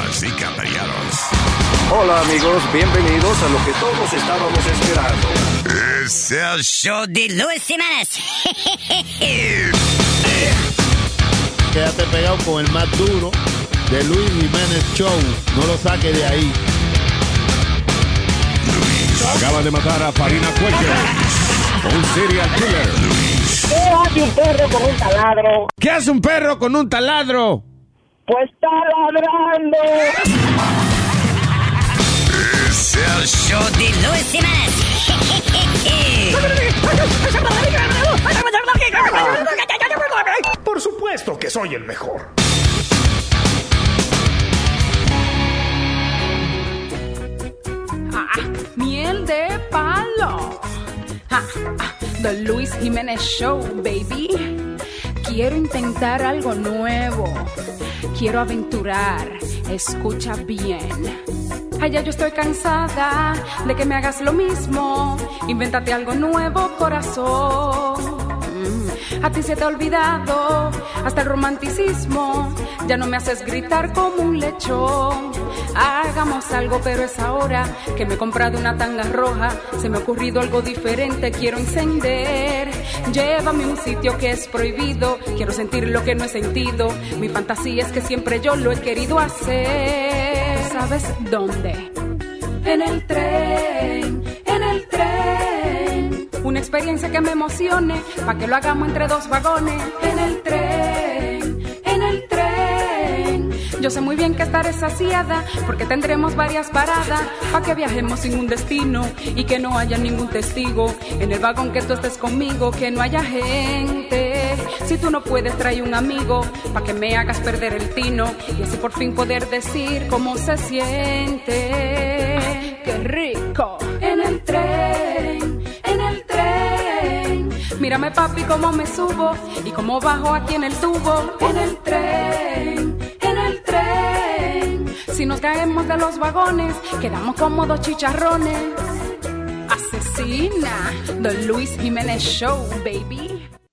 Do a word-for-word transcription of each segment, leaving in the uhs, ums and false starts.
Damas y caballeros. Hola amigos, bienvenidos a lo que todos estábamos esperando. Es el show de Luis Jiménez. Quédate pegado con el más duro de Luis Jiménez Show. No lo saques de ahí. Luis. Acaba de matar a Farina Cuellar, un serial killer. Luis. ¿Qué hace un perro con un taladro? ¿Qué hace un perro con un taladro? Pues está ladrando. Es el show de Luis Jiménez. Por supuesto que soy el mejor. Ah, miel de palo. Ah, ah, The Luis Jiménez Show, baby. Quiero intentar algo nuevo. Quiero aventurar. Escucha bien. Ay, ya yo estoy cansada de que me hagas lo mismo. Invéntate algo nuevo, corazón. A ti se te ha olvidado hasta el romanticismo. Ya no me haces gritar como un lechón. Hagamos algo, pero es ahora que me he comprado una tanga roja. Se me ha ocurrido algo diferente, quiero encender. Llévame a un sitio que es prohibido. Quiero sentir lo que no he sentido. Mi fantasía es que siempre yo lo he querido hacer. ¿Sabes dónde? En el tren, en el tren. Una experiencia que me emocione, pa' que lo hagamos entre dos vagones. En el tren, en el tren. Yo sé muy bien que estaré saciada, porque tendremos varias paradas, pa' que viajemos sin un destino y que no haya ningún testigo. En el vagón que tú estés conmigo, que no haya gente. Si tú no puedes, trae un amigo, pa' que me hagas perder el tino y así por fin poder decir cómo se siente. ¡Qué rico! En el tren, en el tren. Mírame, papi, cómo me subo y cómo bajo aquí en el tubo. En el tren, en el tren. Si nos caemos de los vagones, quedamos como dos chicharrones. Asesina, The Luis Jiménez Show, baby.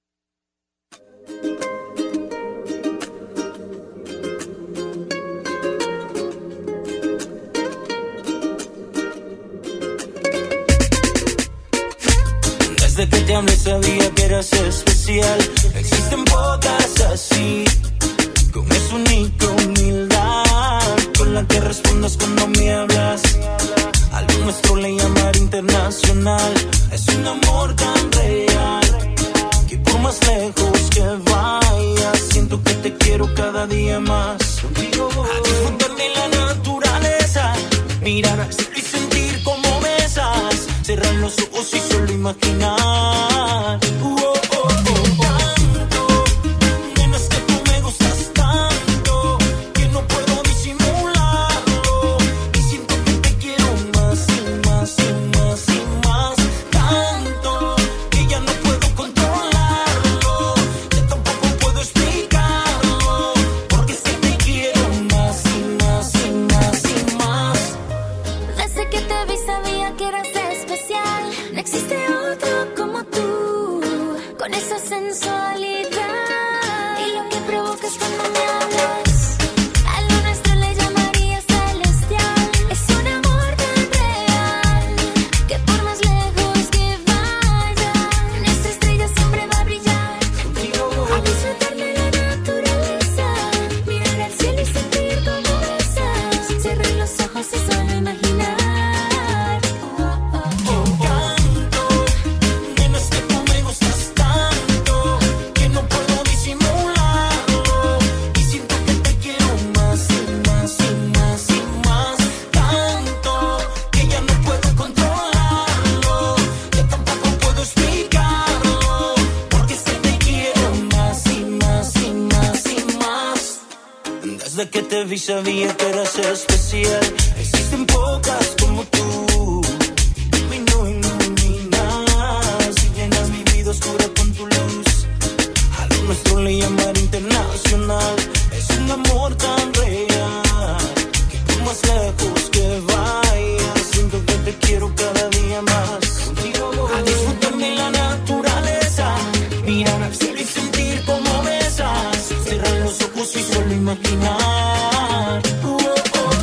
Desde que te hablé sabía que eras especial. Existen pocas así, con esa única humildad con la que respondes cuando me hablas. Algo nuestro le llamar internacional. Es un amor tan real que por más lejos que vayas siento que te quiero cada día más. Contigo a disfrutar de la naturaleza, mirar al cielo y sentir cómo besas. Cerrar los ojos y solo imaginar. Uh, oh, oh, oh. Tanto, nena, es que tú me gustas tanto que no puedo disimularlo. Y siento que te quiero más y más y más y más. Tanto que ya no puedo controlarlo. Ya tampoco puedo explicarlo. Porque es que te quiero más y más y más y más. Desde que te vi sabía que eras especial. No existe otro como tú, con esa sensualidad y lo que provocas cuando me hablas. A lo nuestro le llamaría celestial. Es un amor tan real que por más lejos que vaya, nuestra estrella siempre va a brillar. A disfrutar de la naturaleza, mirar al cielo y sentir cómo besas. Cerrar los ojos y solo imaginar. Desde que te vi sabía que eras especial. Existen pocas como tú. Y no iluminas y llenas mi vida oscura con tu luz. A lo nuestro le llamar internacional. Es un amor tan real que por más lejos que vayas siento que te quiero cada día más. Contigo a disfrutar de la naturaleza, mirar al cielo y sentir cómo besas. Cerrar los ojos y solo imaginar. Uh, oh, oh.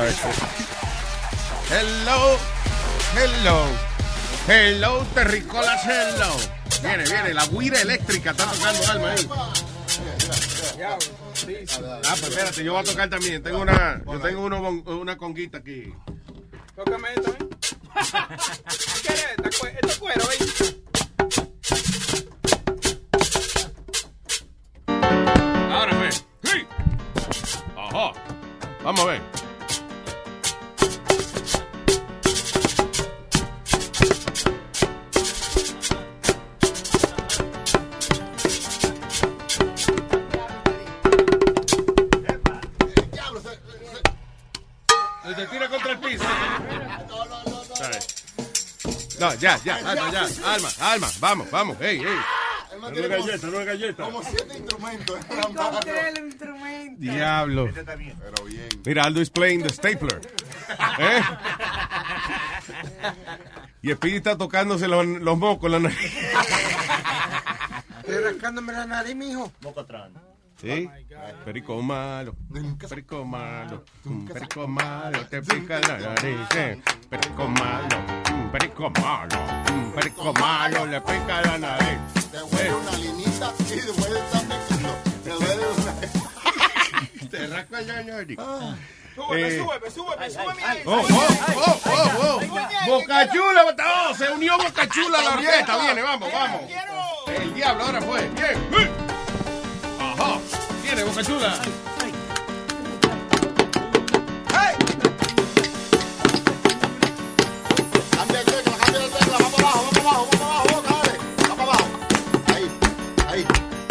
Hello, hello, hello, terrícolas, hello. Viene, viene, la guira eléctrica está tocando Alma ahí. Ah, pues espérate, yo voy a tocar también. Tengo una, yo tengo uno, una conguita aquí. Tócame esto, ¿eh? ¿Qué es esto? Esto es cuero, ¿eh? Ahora ve. Sí. Ajá. Vamos a ver. Se tira contra el piso. No, ya, ya, Alma, ya. Alma, Alma, vamos, vamos. Hey, hey. No es galleta, no es galleta. Como siete instrumentos. Encontré el instrumento. Diablo. Pero bien. Mira, Aldo is playing the stapler. ¿Eh? Y Speedy está tocándose los, los mocos, la nariz. Estoy rascándome la nariz, mijo. Mocotrán. ¿Sí? Perico malo, perico malo, un perico malo, te pica la nariz. ¿Eh? Perico malo, un perico malo, un perico malo, le pica la nariz. Te huele una linita y después de estar metiendo, te huele una... Te rasca la nariz. Súbeme, Eh. súbeme, súbeme, súbeme ahí. Oh, oh, oh, oh, oh. Boca Chula, oh, se unió Boca Chula a la orquesta. Viene, vamos, vamos. El diablo ahora fue. Bien. Ajá. Viene Boca Chula. Cambia el tecla, cambia el tecla, va para abajo, va para abajo, va para abajo, Boca, dale. Va para abajo. Ahí, ahí.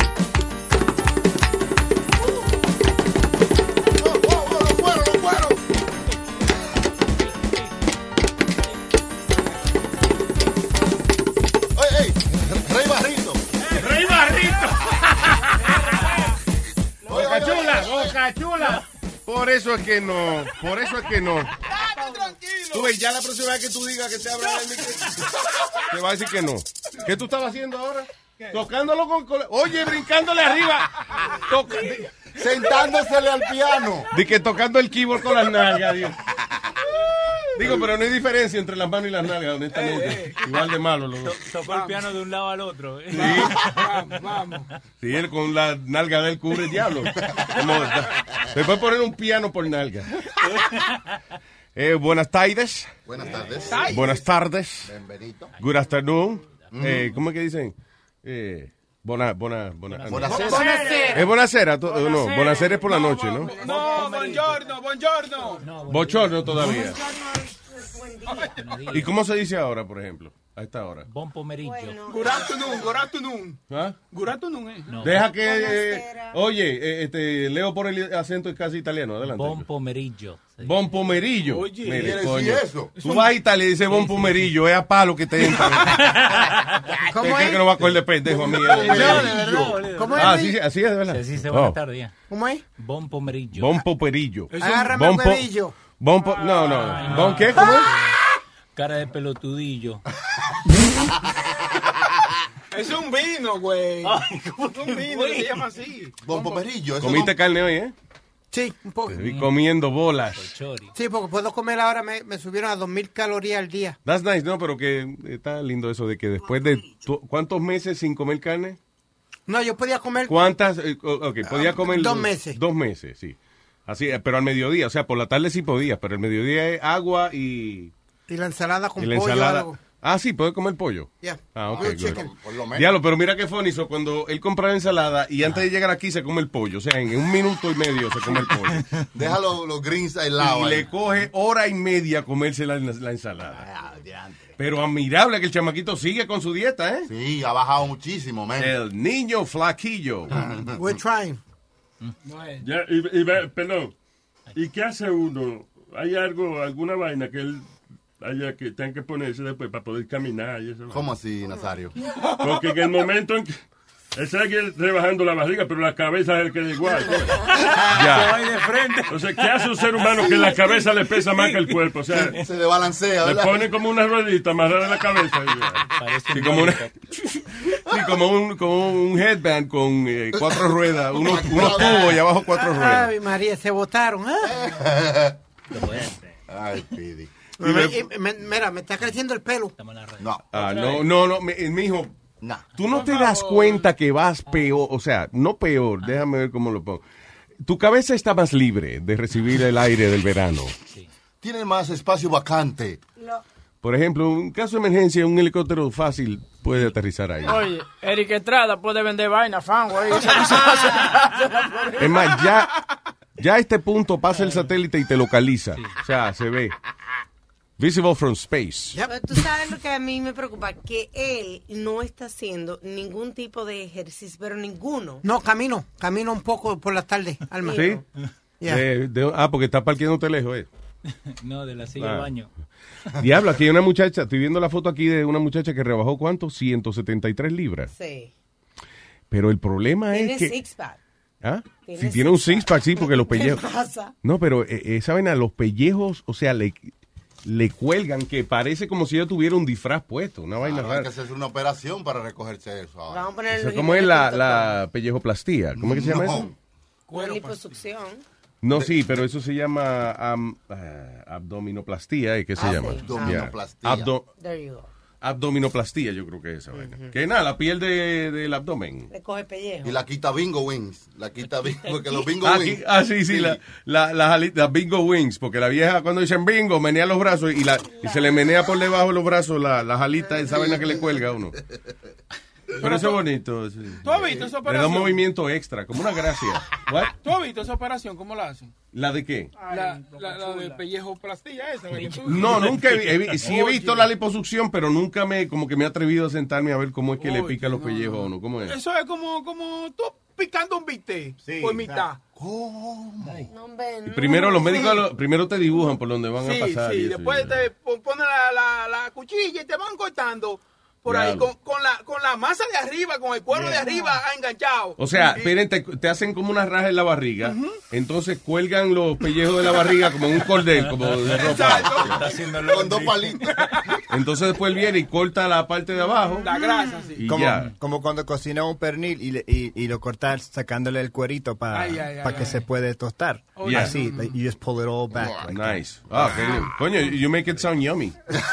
Oh, oh, oh, los cueros, los cueros. Oye, ey, Rey Barrito. Rey Barrito. Boca Chula, Boca Chula. Por eso es que no, por eso es que no. Tú ves, ya la próxima vez que tú digas que te abra el micrófono, te va a decir que no. ¿Qué tú estabas haciendo ahora? Tocándolo con... con oye, brincándole arriba. Toca, de, Sentándosele al piano. de que tocando el keyboard con las nalgas, Dios. Digo, pero no hay diferencia entre las manos y las nalgas, honestamente. Eh, eh. Igual de malo los dos. Tocó el piano de un lado al otro. ¿eh? Sí. Vamos, vamos. Sí, él con la nalga del cubre el diablo. ¿Cómo está? Se puede poner un piano por nalga. Eh, buenas tardes. Buenas tardes. Buenas tardes. Bienvenido. Good afternoon. Eh, ¿Cómo es que dicen? Eh, bona, bona, bona. Buonasera. Buonasera. ¿Es buonasera? to- No, buonasera es por la noche, ¿no? No, buongiorno, buongiorno. Bochorno todavía. Buen día. ¿Y cómo se dice ahora, por ejemplo? A esta hora. Bon pomerillo. Bueno, Good afternoon, good afternoon. ¿Ah? Good afternoon, eh. No, Deja que... eh, Buonasera. oye, eh, este, leo por el acento es casi italiano. Adelante. bon pomerillo. Bon pomerillo. Oye, Mire, ¿quiere coño. decir eso? Tú vas a Italia y dices bon pomerillo, es a palo que te entra. ¿Cómo ¿Usted cree es? que no va a coger de pendejo a mí? No, de verdad, boludo. ¿Cómo es? Ah, así, así es, de verdad. Así se Oh. buena tarde ya. ¿Cómo es? Bon pomerillo. Bon poperillo. Agárrame el Bon po- huevillo. Bon po- no, no. ¿Bon qué? ¿Cómo es? Cara de pelotudillo. Es un vino, güey. Un vino que se llama así. Bon Pomerillo. eso Comiste no- carne hoy, ¿eh? Sí, un poco. Te vi comiendo bolas. Chori. Sí, porque puedo comer ahora, me, me subieron a dos mil calorías al día. That's nice, no, pero que está lindo eso de que después de tu- ¿cuántos meses sin comer carne? No, yo podía comer... ¿Cuántas? Eh, o- ok, podía comer... dos meses. Dos meses, sí. Así, eh, pero al mediodía, o sea, por la tarde sí podía, pero el mediodía es agua y, Y la ensalada con y la pollo. ensalada. algo. Ah, sí, puede comer pollo. Yeah. Ah, ok. Grilled good. chicken. Por lo menos. Diablo, pero mira qué funny, so, cuando él compra la ensalada y antes de llegar aquí se come el pollo, o sea, en un minuto y medio se come el pollo. Deja los, los greens al lado. Y ahí. le coge hora y media comerse la, la ensalada. Pero admirable que el chamaquito sigue con su dieta, ¿eh? Sí, ha bajado muchísimo, man. El niño flaquillo. We're trying. Ya, y, y ve, perdón. ¿Y qué hace uno? ¿Hay algo, alguna vaina que él haya que tenga que ponerse después para poder caminar y eso? ¿Cómo así, Nazario? Porque en el momento en que él sigue rebajando la barriga, pero la cabeza es el que da igual. ¿no? Ya. de frente. O sea, ¿qué hace un ser humano que la cabeza le pesa más que el cuerpo? O sea, Se, se desbalancea, le ¿verdad? pone como una ruedita amarrada en la cabeza. Y ya. Parece Sí, un como, una, lollipop. sí, como, un, como un headband con eh, cuatro ruedas, unos, unos tubos y abajo cuatro ruedas. Ay, María, se botaron. ¿eh? Ay, Pidi. Me- me- me- mira, me está creciendo el pelo. No. Ah, no, no, no, mi, mi hijo. No. Tú no te das cuenta que vas peor, o sea, no peor, déjame ver cómo lo pongo. Tu cabeza está más libre de recibir el aire del verano. Tiene más espacio vacante. Por ejemplo, en caso de emergencia, un helicóptero fácil puede aterrizar ahí. Oye, Eric Estrada puede vender vaina, fango ahí. Es más, ya, ya a este punto pasa el satélite y te localiza. O sea, se ve. Visible from space. Pero tú sabes lo que a mí me preocupa, que él no está haciendo ningún tipo de ejercicio, pero ninguno. No, camino, camino un poco por la tarde, Alma. ¿Sí? Yeah. De- de- ah, porque está parqueándote lejos, ¿eh? No, de la silla Ah. del baño. Diablo, aquí hay una muchacha, estoy viendo la foto aquí de una muchacha que rebajó, ¿cuánto? ciento setenta y tres libras. Sí. Pero el problema Tiene es que... six-pack. ¿Ah? Tiene Si tiene un six-pack, sí, porque los ¿Qué pellejos... pasa? No, pero eh, esa vaina, los pellejos, o sea, le, le cuelgan que parece como si ella tuviera un disfraz puesto, una vaina Claro, hay que rara. hacerse una operación para recogerse eso. ahora. Vamos a poner O sea, ¿cómo es la, la pellejoplastía? ¿Cómo es que se llama No. eso? Con liposucción. No, sí, pero eso se llama am- eh, abdominoplastía, ¿y qué se Ah, llama? sí. Abdominoplastía. Yeah. Abdo- There you go. abdominoplastía, yo creo que es esa vaina. Que nada, la piel de, del abdomen. Le coge pellejo. Y la quita Bingo Wings. La quita Bingo, porque los Bingo Ah, Wings. aquí- ah, sí, sí, la, la, las ali- las bingo wings, porque la vieja cuando dicen bingo menea los brazos y, la, y se le menea por debajo de los brazos la, las alitas, esa vaina que le cuelga a uno. Pero eso es bonito. Sí. ¿Tú has visto esa Le da un operación? movimiento extra, como una gracia. What? ¿Tú has visto esa operación? ¿Cómo la hacen? ¿La de qué? La, la, la del pellejo plastilla esa. que tú- No, nunca he, vi- he vi- sí he Oye. visto la liposucción, pero nunca me como que me he atrevido a sentarme a ver cómo es que le Oye, pica los no, pellejos a uno. ¿Cómo es? Eso es como, como tú picando un bistec por mitad. No, hombre, Y no. primero los médicos lo- primero te dibujan por donde van Sí, a pasar. y sí, eso, después y- te pon- ponen la, la, la cuchilla y te van cortando por ahí Diablo. con, con, la, con la masa de arriba, con el cuero de arriba enganchado. O sea, Y- esperen, te, te hacen como una raja en la barriga, entonces cuelgan los pellejos de la barriga como en un cordel, como de ropa. Con dos palitos. Entonces después él viene y corta la parte de abajo. La grasa, sí. Y Como, ya. como cuando cocina un pernil y, le- y, y lo cortas sacándole el cuerito para Ay, ay, ay, que ay. se puede tostar. Oh, yeah. Así, like, you just pull it all back. like that. Nice. Ah, qué bien. Coño, you make it sound yummy.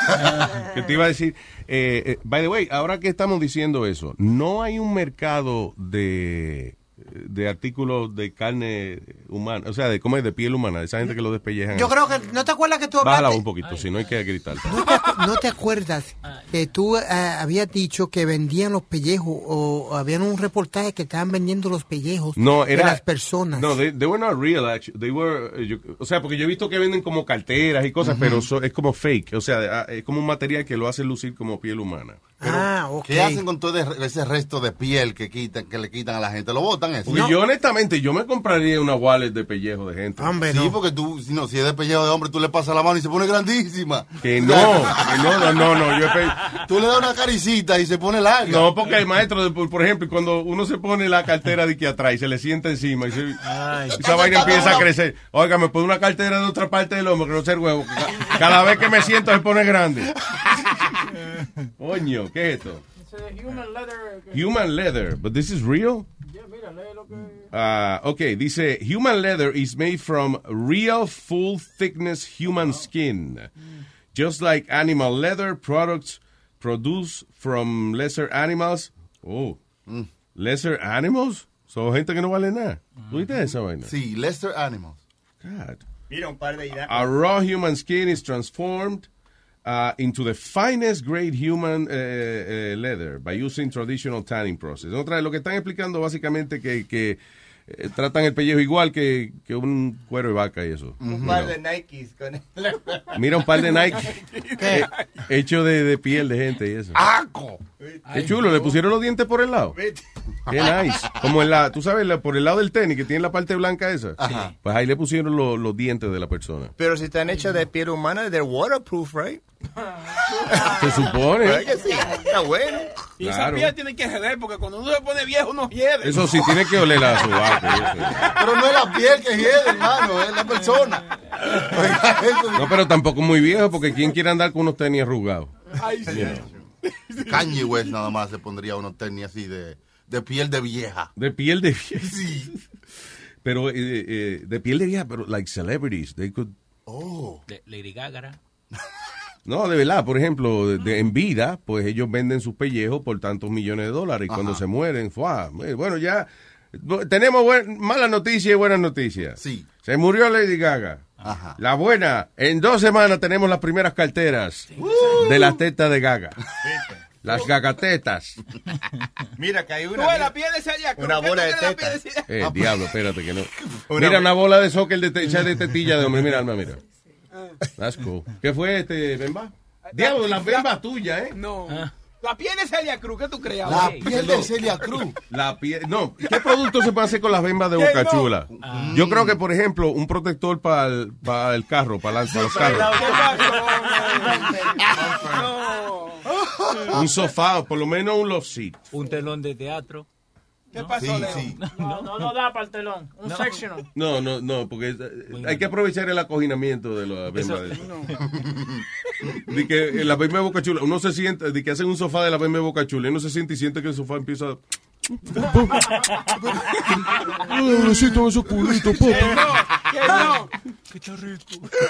Que te iba a decir, eh, eh, by the way, ahora que estamos diciendo eso, no hay un mercado de, de artículos de carne humana, o sea, de cómo es de piel humana, de esa gente que lo despellejan. Yo creo que, ¿no te acuerdas que tú Bájala hablaste? un poquito, si no hay que gritar. ¿No te, acu- no te acuerdas que tú eh, habías dicho que vendían los pellejos o habían un reportaje que estaban vendiendo los pellejos No, era de las personas? No, they, they were not real, actually. They were, eh, yo- o sea, porque yo he visto que venden como carteras y cosas, pero so- es como fake, o sea, es como un material que lo hace lucir como piel humana. Ah, ok. ¿Qué hacen con todo ese resto de piel que quitan, que le quitan a la gente? ¿Lo botan eso? Porque yo honestamente, yo me compraría una wallet de pellejo de gente. Hombre, Sí, no. porque tú, si no, si es de pellejo de hombre, tú le pasas la mano y se pone grandísima. Que no, que no, no, no, no, yo he pe- Tú le das una caricita y se pone larga. No, porque el maestro, de- por, por ejemplo, cuando uno se pone la cartera de aquí atrás y se le sienta encima y se- esa vaina empieza a crecer. Oiga, me pone una cartera de otra parte del hombro, que no sea el huevo. Ca- Cada vez que me siento se pone grande. Coño, ¿qué es esto? Human leather. Human leather, but this is real? Yeah, mira, lee lo que... Ah, ok, dice, human leather is made from real full thickness human skin. Just like animal leather products produced from lesser animals. Oh, lesser animals? Son gente que no vale nada. ¿Viste esa vaina? Sí, lesser animals. God. Mira, un par de ideas. A raw human skin is transformed uh, into the finest grade human uh, uh, leather by using traditional tanning process. Otra vez, lo que están explicando básicamente que, que eh, tratan el pellejo igual que, que un cuero de vaca y eso. Un You par know. de Nikes con el... Mira un par de Nike eh, hecho de, de piel de gente y eso. ¡Aco! Qué chulo, le pusieron los dientes por el lado. Qué nice. Como en la, tú sabes, la- por el lado del tenis que tiene la parte blanca esa. Ajá. Pues ahí le pusieron lo- los dientes de la persona. Pero si están hechos de piel humana, they're waterproof, right? Se supone. ¿Verdad que sí? Está bueno. Y Claro. esa piel tiene que joder, porque cuando uno se pone viejo, uno hiede. Eso sí, tiene que oler a sobaco y eso. Pero no es la piel que hiede, hermano, es la persona. Oiga, eso- No, pero tampoco muy viejo, porque ¿quién quiere andar con unos tenis arrugados? Ay, sí. Kanye West nada más se pondría unos tenis así de, de piel de vieja. De piel de vieja. Sí. Pero, eh, eh, de piel de vieja, pero like celebrities, they could Oh. De Lady Gaga. No, de verdad, por ejemplo, de, de- en vida, pues ellos venden sus pellejos por tantos millones de dólares y Ajá. cuando se mueren, ¡fua! Bueno, ya bu- tenemos buen- malas noticias y buenas noticias. Sí. Se murió Lady Gaga. Ajá. La buena, en dos semanas tenemos las primeras carteras de las tetas de Gaga. Las gagatetas. Mira que hay Tú una. ves la piel de Celia Cruz. Una ¿Qué bola tú de crees la piel teta. Celia Cruz? Eh, diablo, espérate que no. Una- Mira, una bola de soccer de, te- hecha de tetilla de hombre. Mira, Alma, mira. That's cool. ¿Qué fue este, Bemba? Diablo, la Bemba tuya, ¿eh? No. La piel de Celia Cruz, ¿qué tú creías? La güey? piel de Celia Cruz. La piel, no, ¿qué producto se puede hacer con las bembas de ¿Qué Boca no? Chula? Ah. Yo creo que, por ejemplo, un protector para el, para el carro, para, la- para los ¿Qué carros. pasó, no. Un sofá, por lo menos un love seat. Un telón de teatro. ¿Qué pasó, Sí, Leo? sí. No, no, no da para el telón. Un No. sectional. No, no, no, porque eh, hay que aprovechar el acoginamiento de la bemba. Eso- De, de que en la bemba de Boca Chula, uno se siente, de que hacen un sofá de la bemba de Boca Chula, y uno se siente y siente que el sofá empieza a... Ay, necesito esos culitos, papi. ¿Qué no? Qué charrito.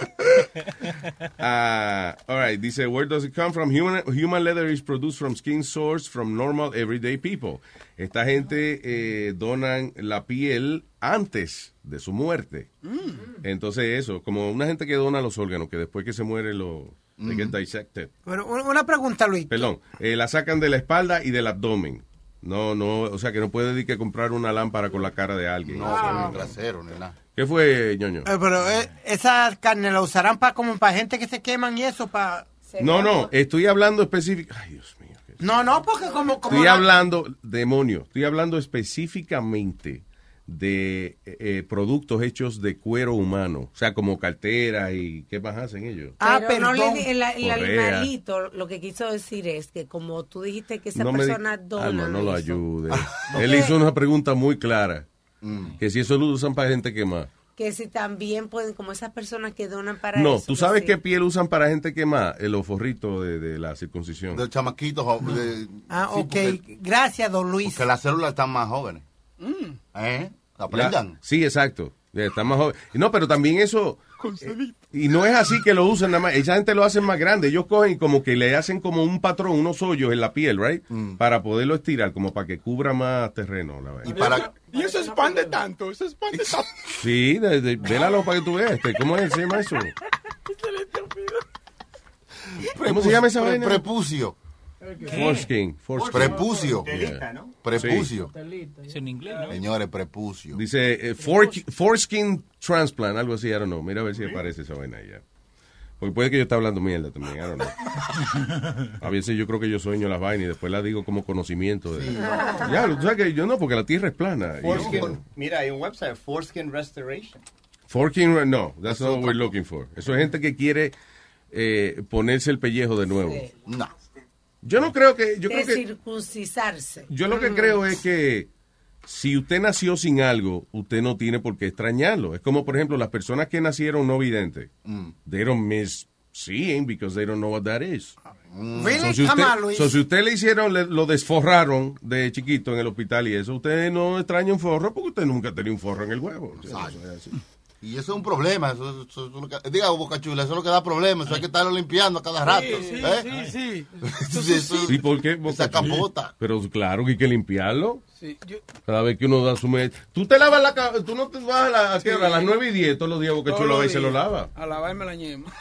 Uh, all right, dice, where does it come from? Human, human leather is produced from skin sourced from normal everyday people. Esta gente eh, donan la piel antes de su muerte. Entonces eso, como una gente que dona los órganos, que después que se muere lo they get dissected. Pero una una pregunta, Luis. Perdón, eh, la sacan de la espalda y del abdomen. No, no, o sea que no puede decir que comprar una lámpara con la cara de alguien. No, con el trasero, ni nada. ¿Qué fue, ñoño? Eh, pero eh, esa carne la usarán para como para gente que se queman y eso para. No, no, estoy hablando específico. Ay, Dios mío. No, no, porque como como Estoy la- hablando, demonio, estoy hablando específicamente de eh, productos hechos de cuero humano. O sea, como carteras y ¿qué más hacen ellos? Ah, Pero no le perdón. di- el, el Correa. animalito lo que quiso decir es que como tú dijiste que esa No me di- persona dona Alma, no lo eso. ayude. Porque- Él hizo una pregunta muy clara. Que si eso lo usan para gente quemada. que si también pueden, como esas personas que donan para No, eso. ¿tú que sabes sí. qué piel usan para gente quemada? El oforrito de, de la circuncisión. Del chamaquito. de- Ah, sí, ok. porque- Gracias, don Luis. Porque las células están más jóvenes. ¿Eh? Aprendan. La- sí, exacto. Ya, está más joven. No, pero también eso... eh, y no es así que lo usan nada más. Esa gente lo hace más grande. Ellos cogen y como que le hacen como un patrón, unos hoyos en la piel, right? Para poderlo estirar, como para que cubra más terreno. La verdad. Y para... Y eso expande tanto, eso expande tanto. Sí, de, de, vélalo para que tú veas. Este, ¿cómo es, se llama eso? ¿Cómo se llama esa Pre- vaina? Prepucio. Foreskin. Foreskin. Prepucio. Yeah. Prepucio. Es en inglés, ¿no? Señores, prepucio. Dice eh, fork- foreskin transplant, algo así, I don't know. Mira a ver si aparece esa vaina ya. Porque puede que yo esté hablando mierda también, I don't know. A veces yo creo que yo sueño las vainas y después las digo como conocimiento. De... Ya, tú sabes que yo no, porque la tierra es plana. Y- Foreskin, mira, hay un website, Foreskin Restoration. Foreskin, no, that's not what we're looking for. Eso es gente que quiere eh, ponerse el pellejo de nuevo. Sí. No. Yo no creo que... Yo de creo que circuncisarse. Yo lo que Mm. creo es que si usted nació sin algo, usted no tiene por qué extrañarlo. Es como, por ejemplo, las personas que nacieron no videntes. They don't miss seeing because they don't know what that is. Really? So, si Come usted, on, Luis. so, si usted le hicieron, le- lo desforraron de chiquito en el hospital y eso, usted no extraña un forro porque usted nunca tenía un forro en el huevo. O sea, eso es así. Y eso es un problema. Eso, eso- eso es lo que- diga, Boca Chula, eso es lo que da problemas. Eso hay que estarlo limpiando a cada rato. Sí, sí, ¿eh? sí, sí. Sí, eso- ¿Y por qué? Esa capota. Pero claro que hay que limpiarlo. Sí, yo- Cada vez que uno da su mes. Tú te lavas la cabeza. Tú no te vas a, la, ¿a qué hora? A las nueve y diez todos los días Boca todos Chula va los y se lo días. lava. A lavarme la ñema.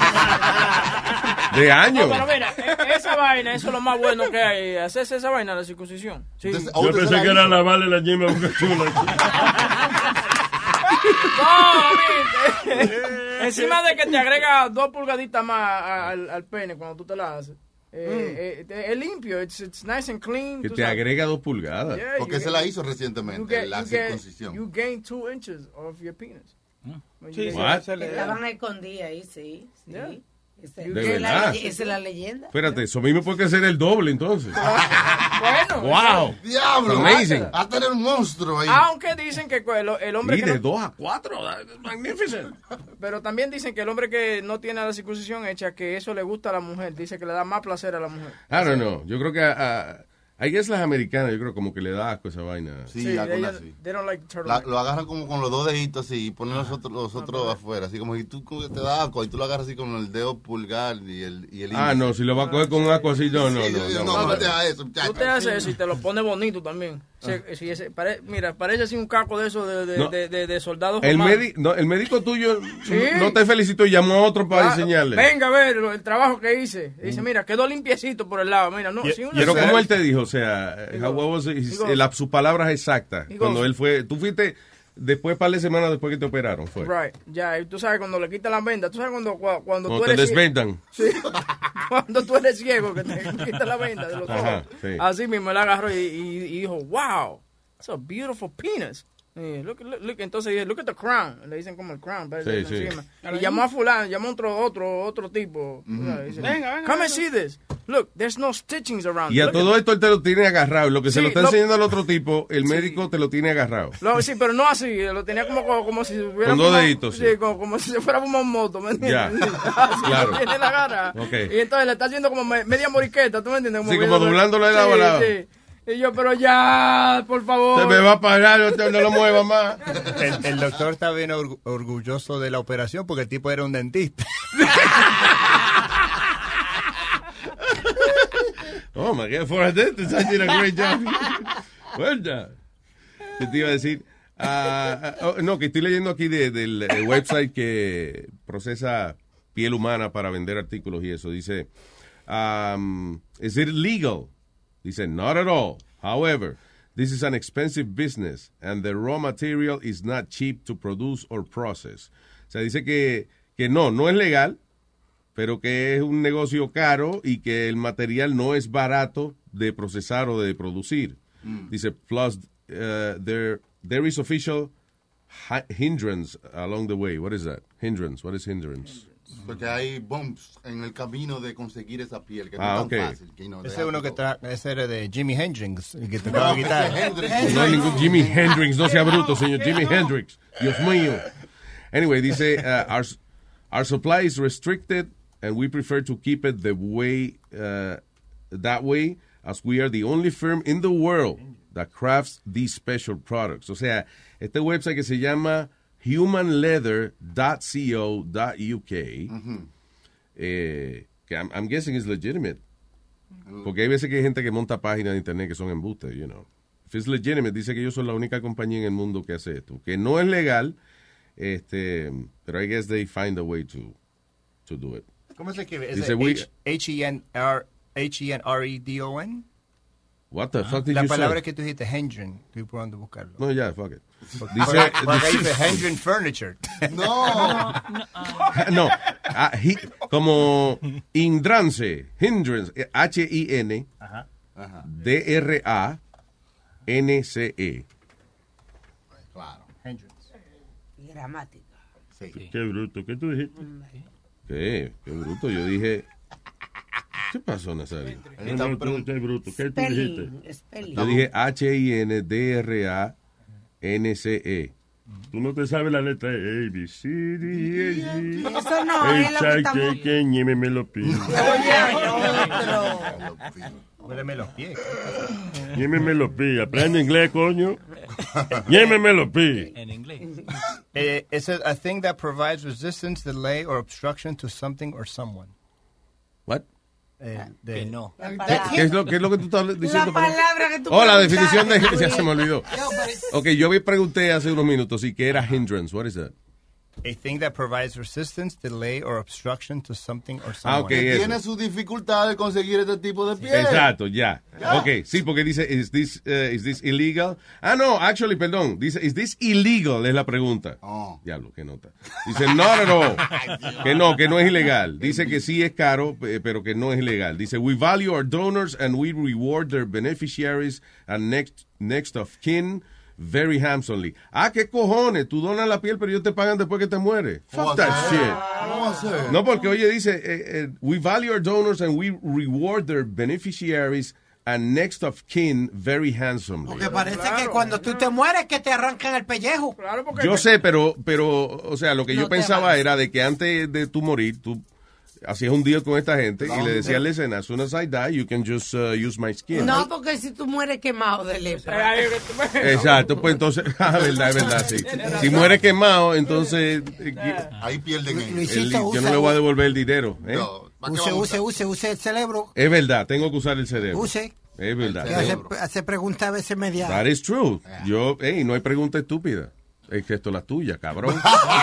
De años. No, pero mira, e- esa vaina, eso es lo más bueno que hay. Hacerse esa vaina, la circuncisión. Sí. Entonces, Yo pensé que era lavarle la yema a Boca Chula. No, mire, encima de que te agrega dos pulgaditas más a- al, al pene cuando tú te la haces. Eh, eh, es limpio, it's, it's nice and clean. Que tú te sabes. agrega dos pulgadas. Yeah, Porque you se get- la hizo you recientemente, get- la you get- circuncisión. You gain two inches off your penis. When you Sí, get- sí, What? se le- Estaban escondidas ahí, sí. sí. Yeah. Esa, ¿De esa es la, verdad? leye- esa es la leyenda. Espérate, eso mismo puede que ser el doble entonces. Bueno, ¡Wow! ¡Diablo! Amazing. Va a tener un monstruo ahí. aunque dicen que el, el hombre Y que de no- dos a cuatro. Magnificent. pero también dicen que el hombre que no tiene la circuncisión hecha, que eso le gusta a la mujer, dice que le da más placer a la mujer. I don't know. Yo creo que a, a- I guess las americanas, yo creo como que le da asco esa vaina. Sí, Sí, algo ellas- así. they don't like turtle La- neck. lo agarran como con los dos deditos así y ponen los otros, los otros afuera. Así como si tú como que te da asco y tú lo agarras así con el dedo pulgar y el, y el Ah, índice. no, si lo va a coger con un asco así, no, no, Sí, no. yo- no, no, no. no te hagas eso, muchacho. Tú te haces eso y te lo pones bonito también. Sí, sí, ese- pare- mira, parece así un caco de eso de, de, No. de, de, de soldados El, romanos. médi- no, el médico tuyo Sí. no te felicitó y llamó a otro para Ah, enseñarle. Venga a ver lo- el trabajo que hice. Dice, mira, quedó limpiecito por el lado. Mira, no, sí, una- Pero como él te dijo, o sea, Digo, how- what was his- digo- la- sus palabras exactas. Digo- Cuando él fue, tú fuiste después, par de semanas después que te operaron, fue. Right, ya, y tú sabes cuando le quitan las vendas, tú sabes cuando, cua- cuando, Cuando tú te eres ciego- desvendan. Sí, cuando tú eres ciego que te quitan la venda de los ojos. Ajá, sí. Así mismo él agarró y, y- y dijo, wow, that's a beautiful penis. Y look, look, look, entonces dije, look at the crown. Le dicen como el crown, parece Sí, que sí. encima. Y llamó a fulano, llamó a otro, otro, otro tipo. Ujú. Y dice, Venga, venga, come and see this. Look, there's no stitchings around. Y a Look todo at- esto él te lo tiene agarrado. Lo que se Sí, lo está lo- enseñando al otro tipo, el médico te lo tiene agarrado. Lo- sí, pero no así, lo tenía como, como, como si hubiera Con dos fumado- deditos, sí. Sí, como, como si se fuera a fumar un moto, ¿me Ya, entiendes? Así claro. lo tiene la cara. Ok. Y entonces le está haciendo como me- media moriqueta, ¿tú me entiendes? Sí, como viendo- doblándole de lado a Sí, lado. sí. Y yo, pero ya, por favor. Se me va a parar, usted no lo mueva más. El, el doctor está bien orgu- orgulloso de la operación porque el tipo era un dentista. Oh my God, for a dentist, I did a great job. Well done. ¿Qué te iba a decir? Ah, ah, oh, no, que estoy leyendo aquí de- del eh, website que procesa piel humana para vender artículos y eso. Dice, um, is it legal? Dice, not at all. However, this is an expensive business and the raw material is not cheap to produce or process. O sea, dice que, que no, no es legal, pero que es un negocio caro y que el material no es barato de procesar o de producir. Mm. Dice, plus uh, there there is official hi- hindrance along the way. What is that? Hindrance. What is hindrance? Porque hay bumps en el camino de conseguir esa piel, que Ah, no es ok. tan fácil. Que no, Ese es uno que tra ese era de Jimi Hendrix, el que No, tocaba ese guitarra. es Hendrix. No hay ningún Jimi Hendrix, no sea bruto, señor. Jimi Hendrix. Dios mío. Anyway, dice, uh, our, our supply is restricted and we prefer to keep it the way, uh, that way, as we are the only firm in the world that crafts these special products. O sea, este website que se llama human leather dot co dot u k, eh, que I'm, I'm guessing is legitimate. Porque hay veces que hay gente que monta páginas de internet que son embustes, you know. If it's legitimate, dice que ellos son la única compañía en el mundo que hace esto. Que no es legal, este, pero I guess they find a way to, to do it. ¿Cómo se escribe? ¿Es Dice, we- H E N R H E N R E D O N? What the fuck did La you palabra say? que tú dijiste, Hendren. Estoy probando buscarlo. No, ya, fuck it. Porque Dice, porque ahí dice Hendren Furniture. No. no, ah, hi- como hindrance, hindrance, H I N D R A N C E. Claro. Gramática. Qué bruto, ¿qué tú dijiste? ¿Qué? Qué bruto, yo dije... ¿Qué pasó, Nazario? No, no, tú, qué bruto, ¿qué tú dijiste? Spelling, spelling. Yo dije H I N D R A N C E. Tú no te sabes la letra A, B, C, D, E, G. Eso no es lo que estamos... que ñeme me lo pide. Huéleme los pies. Ñeme me lo pide. Aprende inglés, coño. Ñeme me lo pide. En inglés. Eh, it says a thing that provides resistance, delay, or obstruction to something or someone. What? Eh, de- Que no. ¿Qué, qué es lo, ¿Qué es lo que tú estás diciendo? La palabra que tú Oh, la preguntaste, definición de... Luis. Ya se me olvidó. Ok, yo me pregunté hace unos minutos y qué era hindrance. What is that? A thing that provides resistance, delay, or obstruction to something or Ah, someone. ok, Que eso. tiene su dificultad de conseguir este tipo de piel. Exacto, ya. Ok, sí, porque dice, is this, uh, is this illegal? Ah, no, actually, perdón. Dice, is this illegal? Es la pregunta. Oh. Diablo, qué nota. Dice, not at all. Que no, que no es ilegal. Dice que sí es caro, eh, pero que no es ilegal. Dice, we value our donors and we reward their beneficiaries and next, next of kin very handsomely. Ah, ¿qué cojones? Tú donas la piel, pero ellos te pagan después que te mueres. Fuck that shit. ¿Cómo va a ser? No, porque oye, dice, eh, eh, we value our donors and we reward their beneficiaries and next of kin very handsomely. Porque parece que cuando tú te mueres que te arrancan el pellejo. Yo sé, pero, pero, o sea, lo que No yo te pensaba avances. era de que antes de tú morir, tú hacías un deal con esta gente y le decías, listen, as soon as I die, you can just uh, use my skin. No, porque si tú mueres quemado de lepra. Exacto, pues entonces, ah, verdad, es verdad, sí. Si muere quemado, entonces... Ahí pierden el, el, yo no le voy a devolver el dinero. ¿eh? No, Use, use, use, use el cerebro. Es verdad, tengo que usar el cerebro. Use. Es verdad. Que hace, hace preguntas a veces media. That is true. Yo, hey, no hay pregunta estúpida. Es que esto es la tuya, cabrón.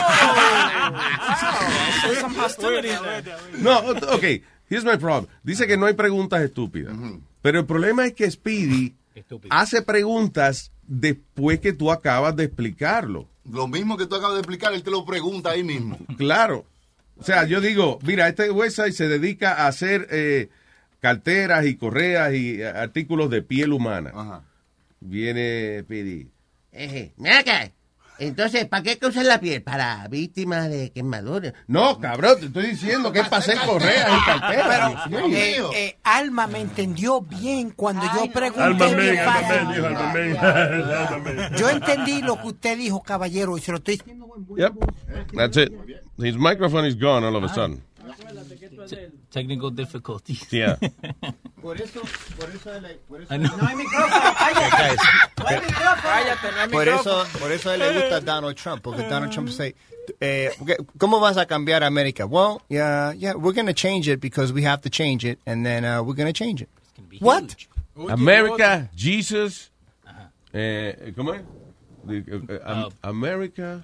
No, ok. Here's my problem. Dice que no hay preguntas estúpidas. Uh-huh. Pero el problema es que Speedy Estúpido. hace preguntas después que tú acabas de explicarlo. Lo mismo que tú acabas de explicar, él te lo pregunta ahí mismo. Claro. O sea, yo digo, mira, este website se dedica a hacer eh, carteras y correas y artículos de piel humana. Ajá. Viene Speedy. Eh, mira acá. Entonces, ¿para qué que usan la piel? Para víctimas de quemaduras. No, cabrón, te estoy diciendo que es para hacer correas y carteras. Pero eh, eh, Alma me entendió bien cuando Ay, yo pregunté. Alma qué men, pasa. Alma men, dijo Alma men. Alma men. Yo entendí lo que usted dijo, caballero, y se lo estoy diciendo. Yep, that's it. His microphone is gone all of a sudden. Technical difficulties. Yeah. Por eso, por eso, él, por eso I know. no hay micrófono, cállate. No hay micrófono. Cállate, no hay Por micrófono. eso, por eso a él le gusta Donald Trump, porque Donald Trump dice, eh, ¿cómo vas a cambiar América? Well, yeah, yeah, we're going to change it because we have to change it, and then uh, we're going to change it. What? America, Jesus, eh, ¿cómo es? Uh, um, America...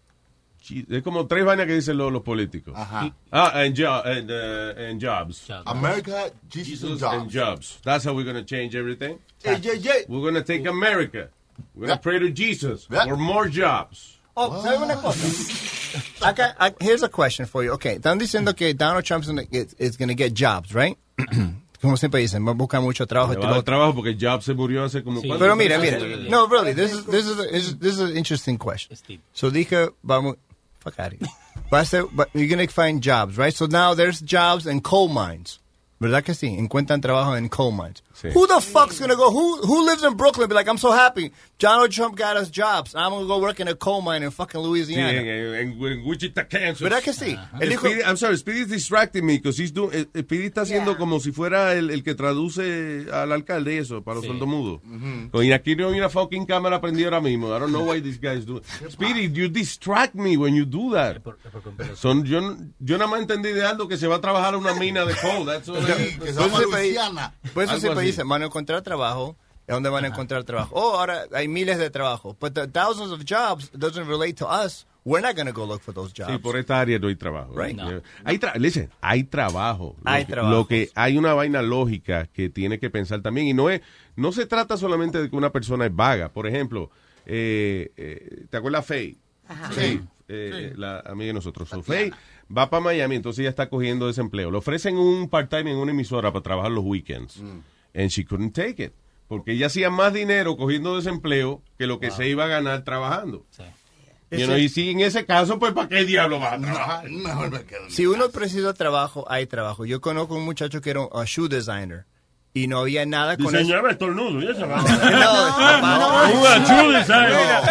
Es como tres vainas que dicen los, los políticos. Ajá. Ah, and, jo and, uh, and jobs. jobs. America, Jesus, Jesus and, jobs. and jobs. That's how we're going to change everything. Yeah, yeah, yeah. We're going to take America. We're going to pray to Jesus yeah. for more jobs. Oh, ¿sabe una cosa? Acá, I, here's a question for you. Okay, están diciendo que Donald Trump is going to get jobs, right? Como siempre dicen, va a buscar mucho trabajo. Va a dar trabajo porque Jobs se murió hace como... Sí. Pero mira, mira. No, really, this is, this is, a, this is an interesting question. So dije, vamos... Fuck out of here. But, say, but you're going to find jobs, right? So now there's jobs in coal mines. ¿Verdad que sí? Encuentran trabajo en coal mines. Sí. Who the fuck's going to go? Who who lives in Brooklyn and be like, I'm so happy. Donald Trump got us jobs. I'm going to go work in a coal mine in fucking Louisiana. Sí, en, en, en Wichita, Kansas. ¿Verdad que sí? Uh-huh. El hijo... Speedy, I'm sorry, Speedy is distracting me because he's doing... Speedy está haciendo yeah. como si fuera el, el que traduce al alcalde y eso, para los sí. sordomudos. Uh-huh. Y aquí no hay una fucking cámara prendida ahora mismo. I don't know why this guy is doing... Speedy, you distract me when you do that. Son, yo, yo nada más entendí de algo que se va a trabajar a una mina de coal. That's all sí, que se llama Luisiana. Por eso siempre dicen, van a encontrar trabajo. ¿De dónde van a encontrar trabajo? Oh, ahora hay miles de trabajos. But the thousands of jobs doesn't relate to us. We're not going to go look for those jobs. Sí, por esta área no hay trabajo. Right. No. Hay, tra Listen, hay trabajo. Hay lo que, trabajo. Lo que hay una vaina lógica que tiene que pensar también. Y no es, no se trata solamente de que una persona es vaga. Por ejemplo, eh, eh, ¿te acuerdas Faye? Ajá. Faye, eh, sí. La amiga de nosotros. So, Faye va para Miami, entonces ella está cogiendo desempleo. Le ofrecen un part-time en una emisora para trabajar los weekends. Mm. And she couldn't take it. Porque ella hacía más dinero cogiendo desempleo que lo que wow. se iba a ganar trabajando. Sí. You know, y si en ese caso, pues ¿para qué diablo vas a trabajar? No, no, si uno precisa trabajo, hay trabajo. Yo conozco un muchacho que era un uh, shoe designer. Y no había nada con eso. Diseñaba estornudo, ¿y esa va? No, no, un shoe designer.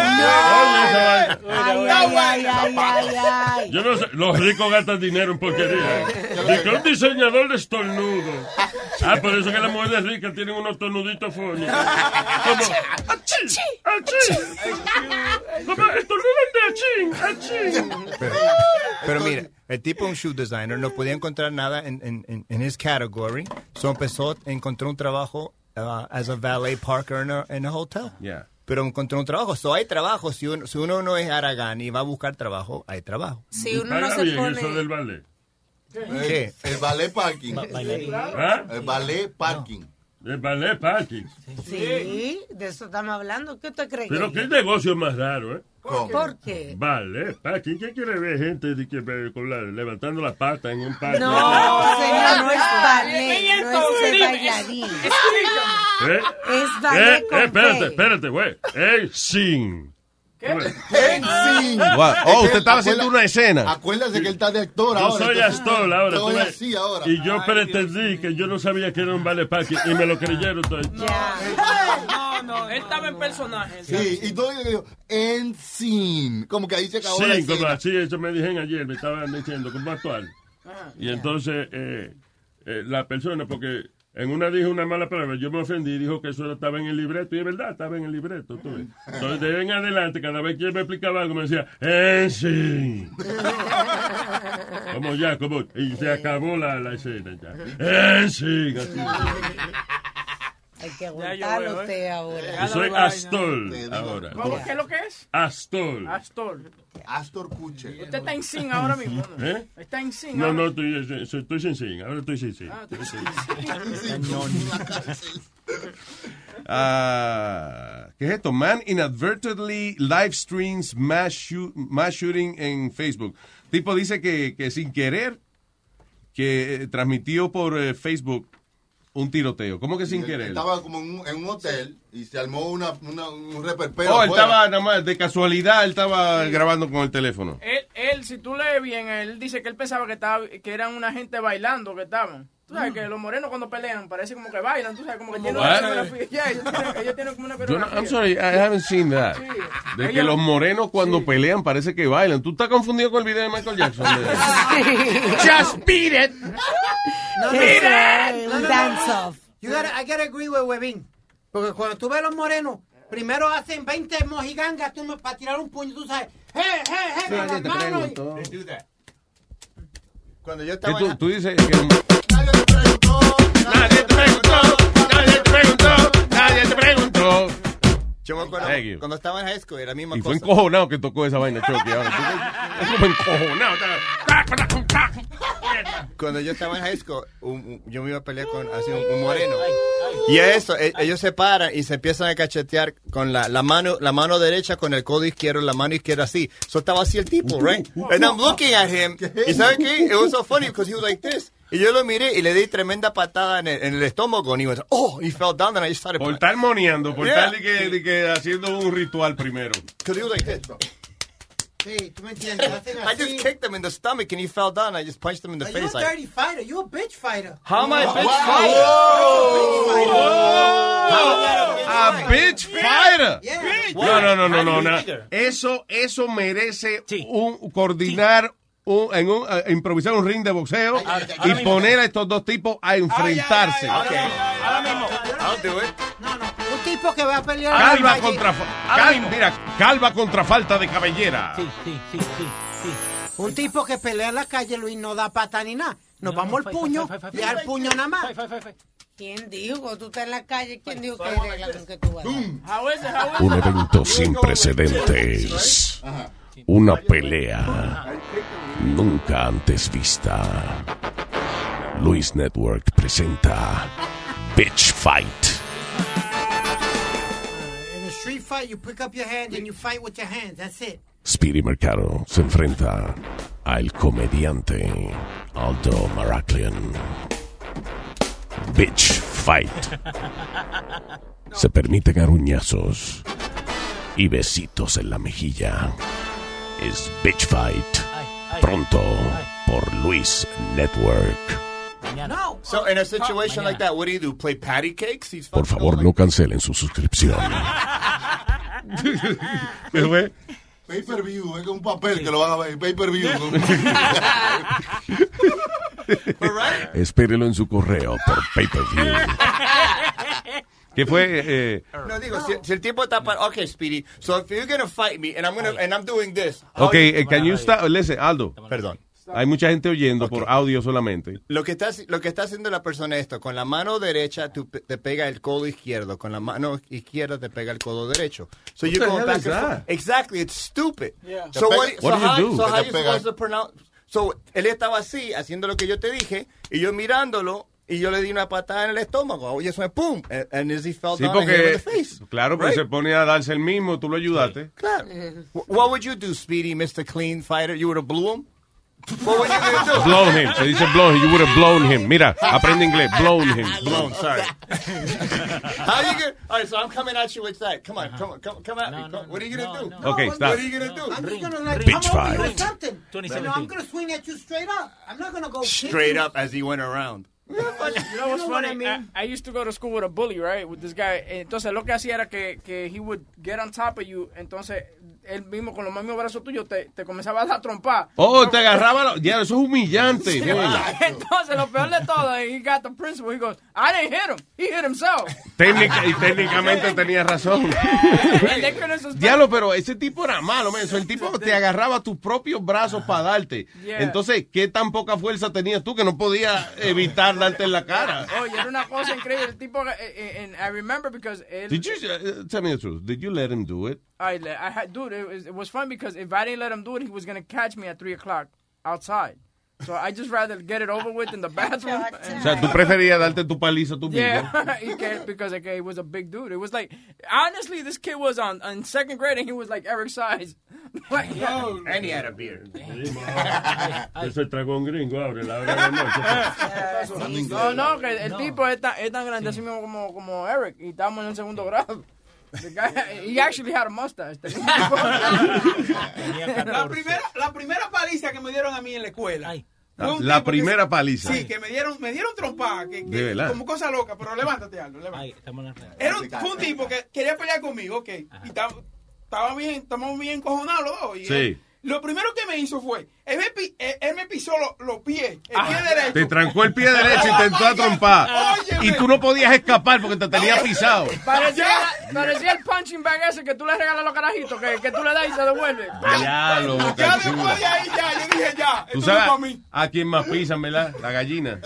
Yo no sé, los ricos gastan dinero en porquería. Dice un diseñador de estornudo. Ah, por eso que las mujeres ricas tienen unos tornuditos fónicos. Como, achí, achí. Como estornudan de achín, achín. Pero, pero mira, el tipo un shoe designer no podía encontrar nada en, en, en, en his category. So empezó, encontró un trabajo uh, as a valet parker in a, in a hotel. Yeah. Pero encontró un trabajo. So hay trabajo. Si uno, si uno no es Aragán y va a buscar trabajo, hay trabajo. Si uno no se pone... eso del ballet? ¿Qué? El ballet parking. ¿Ah? El ballet parking. El ballet parking. Sí, de eso estamos hablando. ¿Qué usted cree? Pero que qué negocio más raro, ¿eh? ¿Cómo? ¿Por qué? Ballet parking. ¿Quién quiere ver gente de que, con la, levantando la pata en un parque? No, señor, no es ballet. No es ser bailarín. ¿Eh? Es ballet eh, con eh, espérate, fe. espérate, güey. El sin. ¿Qué? Sí. Wow. Oh, usted estaba haciendo una escena. Acuérdate que él está de actor yo ahora. Yo soy actor ahora. Estoy así ahora. Y yo Ay, pretendí Dios. que yo no sabía que era un ballet parking y me lo creyeron todo. No, no, él estaba en personaje. Sí, y todo digo, en scene. Como que ahí se acabó sí, la escena. escena. Sí, eso me dijeron ayer, me estaban diciendo, como actual. Y entonces eh, eh, la persona, porque en una dijo una mala palabra, yo me ofendí y dijo que eso estaba en el libreto. Y es verdad, estaba en el libreto. Tú ves. Entonces, de ahí en adelante, cada vez que él me explicaba algo, me decía, ¡eh, sí! Como ya, como, y se acabó la, la escena ya. ¡Eh, sí! Así. Hay que aguantarlo usted ahora. Yo soy Astol ahora. ¿Cómo? ¿Qué es lo que es? Astol. Astor. Astor Kuche. Usted está en sin ahora mismo, ¿no? ¿Eh? Está en sin No, ahora. no, estoy, estoy sin sin. Ahora estoy sin sin. Ah, estoy Ah, ¿qué es esto? Man inadvertently live streams mass, shoot, mass shooting en Facebook. Tipo dice que, que sin querer que eh, transmitió por eh, Facebook un tiroteo. ¿Cómo que sin Él querer? Estaba como en un, en un hotel y se armó una, una, un reperpero. Oh, él afuera. estaba nada más de casualidad, él estaba grabando con el teléfono. Él, él, si tú lees bien, él dice que él pensaba que estaba, que eran una gente bailando que estaban. Tú sabes que los morenos cuando pelean parece como que bailan, tú sabes, como que tienen una What? coreografía. Ya, ellos tienen, ellos tienen como una Yo no, coreografía. I'm sorry, I haven't seen that. Sí. De que Ellos- los morenos cuando pelean parece que bailan. ¿Tú estás confundido con el video de Michael Jackson? Just beat it. No, Beat no, it. un dance off. You gotta, I gotta agree with Webin. Porque cuando tú ves a los morenos, primero hacen veinte mojigangas tú, para tirar un puño, tú sabes. ¡Hey, hey, hey! Con las manos. y- Cuando yo Que estaba tú, en- tú dices que... Nadie te preguntó, nadie te preguntó, nadie te preguntó, nadie te preguntó. Yo me acuerdo Thank you. cuando estaba en high school, era la misma Y fue cosa. encojonado que tocó esa vaina, Chucky. Ahora, tú- es como encojonado. Cuando yo estaba en high school, un- un- yo me iba a pelear con así, un, un moreno. Y a eso, e- ellos se paran y se empiezan a cachetear con la, la mano la mano derecha con el codo izquierdo, la mano izquierda así. So estaba así el tipo, right? And I'm looking at him. ¿Y sabe qué? It was so funny because he was like this. Y yo lo miré y le di tremenda patada en el, en el estómago. And he went, oh, he fell down and I just started... Por estar moneando, por Yeah. estar de que, de que haciendo un ritual primero. Because he was like this. Sí, tú me entiendes. Hacen I así. just kicked him in the stomach and he fell down. I just punched him in the Are you face. a Like, dirty fighter? You a bitch fighter. how am I a bitch A bitch fighter. Yeah. No, no, no, no, no, no. Eso, eso merece un coordinar, un, en un, eh, improvisar un ring de boxeo y poner a estos dos tipos a enfrentarse. Ahora mismo. I'll do it. Un tipo que va a pelear. Calva Ay, contra, fa- cal- mira, calva contra falta de cabellera. Sí, sí, sí, sí, sí. Un tipo que pelea en la calle, Luis, no da pata ni nada. Nos No, vamos no, al fight, puño fight, fight, y fight, al fight, puño nada más. ¿Quién dijo? Cuando tú estás en la calle, ¿quién dijo que regla con que tú vas a dar? How is it? How is Un it? evento sin precedentes. Una pelea nunca antes vista. Luis Network presenta Bitch Fight. In a street fight, you pick up your hand and you fight with your hands. That's it. Speedy Mercado se enfrenta al comediante Aldo Maraclian. Bitch Fight. Se permiten aruñazos y besitos en la mejilla. Es Bitch Fight. Pronto por Luis Network. No. So in a situation like that, what do you do? Play patty cakes? He's Por favor, no cancelen su suscripción. ¿Qué fue? Pay per view, es un papel que lo van a ver. Pay per view. Espérelo en su correo por pay-per-view. ¿Qué fue? Eh, No digo, si, si el tipo está para, okay, Speedy. So if you're gonna fight me and I'm gonna and I'm doing this. how ok, you- eh, can you stop? Listen, Aldo. Perdón. Hay mucha gente oyendo por audio solamente. Lo que está lo que está haciendo la persona es esto, con la mano derecha tú pe- te pega el codo izquierdo, con la mano izquierda te pega el codo derecho. So What you the go hell back is and that? forth. Exactly, it's stupid. Yeah. So Te what, pega- so what do you how, do? so Que how te you pega- supposed to pronounce? So él estaba así haciendo lo que yo te dije y yo mirándolo y yo le di una patada en el estómago. Oye, eso es pum, and, and as he fell Sí, down and hit him in porque, the face. claro, pero Right? se pone a darse el mismo, tú lo ayudaste. Claro. Wh- What would you do, Speedy, Mister Clean Fighter? You would have blew him? What would you gonna do? Blown him, se dice blown him, you would have blown him. Mira, aprende inglés, blown him. Blown, sorry. How you gonna? All right, so I'm coming at you with that. Come on, come on, come, come at me. Come- what are you gonna do? Okay, No, stop. What are you gonna do? I'm just gonna like Bitch come over you fight. or something. twenty You know, I'm seventeen. gonna swing at you straight up. I'm not gonna go kick Straight you. up as he went around. You know what's funny? I, I used to go to school with a bully, right? With this guy. Entonces, lo que hacía era que, que he would get on top of you. Entonces, él mismo, con los mismos brazos tuyos, te, te comenzaba a dar trompa. Oh, te agarraba. Lo, ya, eso es humillante. Sí, entonces, lo peor de todo, he got the principal. He goes, I didn't hit him. He hit himself. Técnica, y técnicamente tenía razón. Diablo, pero ese tipo era malo, man. So, el tipo te agarraba tus propios brazos para darte. Yeah. Entonces, ¿qué tan poca fuerza tenías tú que no podías evitar darte en la cara? Oye, era una cosa increíble. El tipo, and I remember because él, Did you, uh, tell me the truth, did you let him do it? I, I had, dude, it was, it was fun because if I didn't let him do it, he was going to catch me at three o'clock outside. So I just rather get it over with in the bathroom. O sea, tú preferías darte tu paliza tú mismo. Yeah, he can, because okay, he was a big dude. It was like, honestly, this kid was on in second grade and he was like Eric's size. Like, no, and he had a beard. Eso tragó un gringo, abre la hora de la noche. No, no, que el tipo es tan, es tan grande así mismo como, como Eric y estábamos en el segundo grado. The guy, he actually had a mustache. la, primera, la primera paliza que me dieron a mí en la escuela. La, la primera que, paliza. Sí, que me dieron, me dieron trompa, que, que como cosa loca, pero levántate algo, levántate. Era un, fue un tipo que quería pelear conmigo, ok, y estaba, estaba bien, estábamos bien encojonados los dos. Y sí. Él, lo primero que me hizo fue, él me, él me pisó los lo pies, el ah, pie derecho. Te trancó el pie derecho y te entró a trompar. Y tú no podías escapar porque te tenía pisado. Parecía, parecía el punching bag ese que tú le regalas a los carajitos, que, que tú le das y se devuelve. Ya, lo ya después de ahí, ya, yo dije ya. ¿Tú sabes a, mí. a quién más pisan, verdad? La gallina.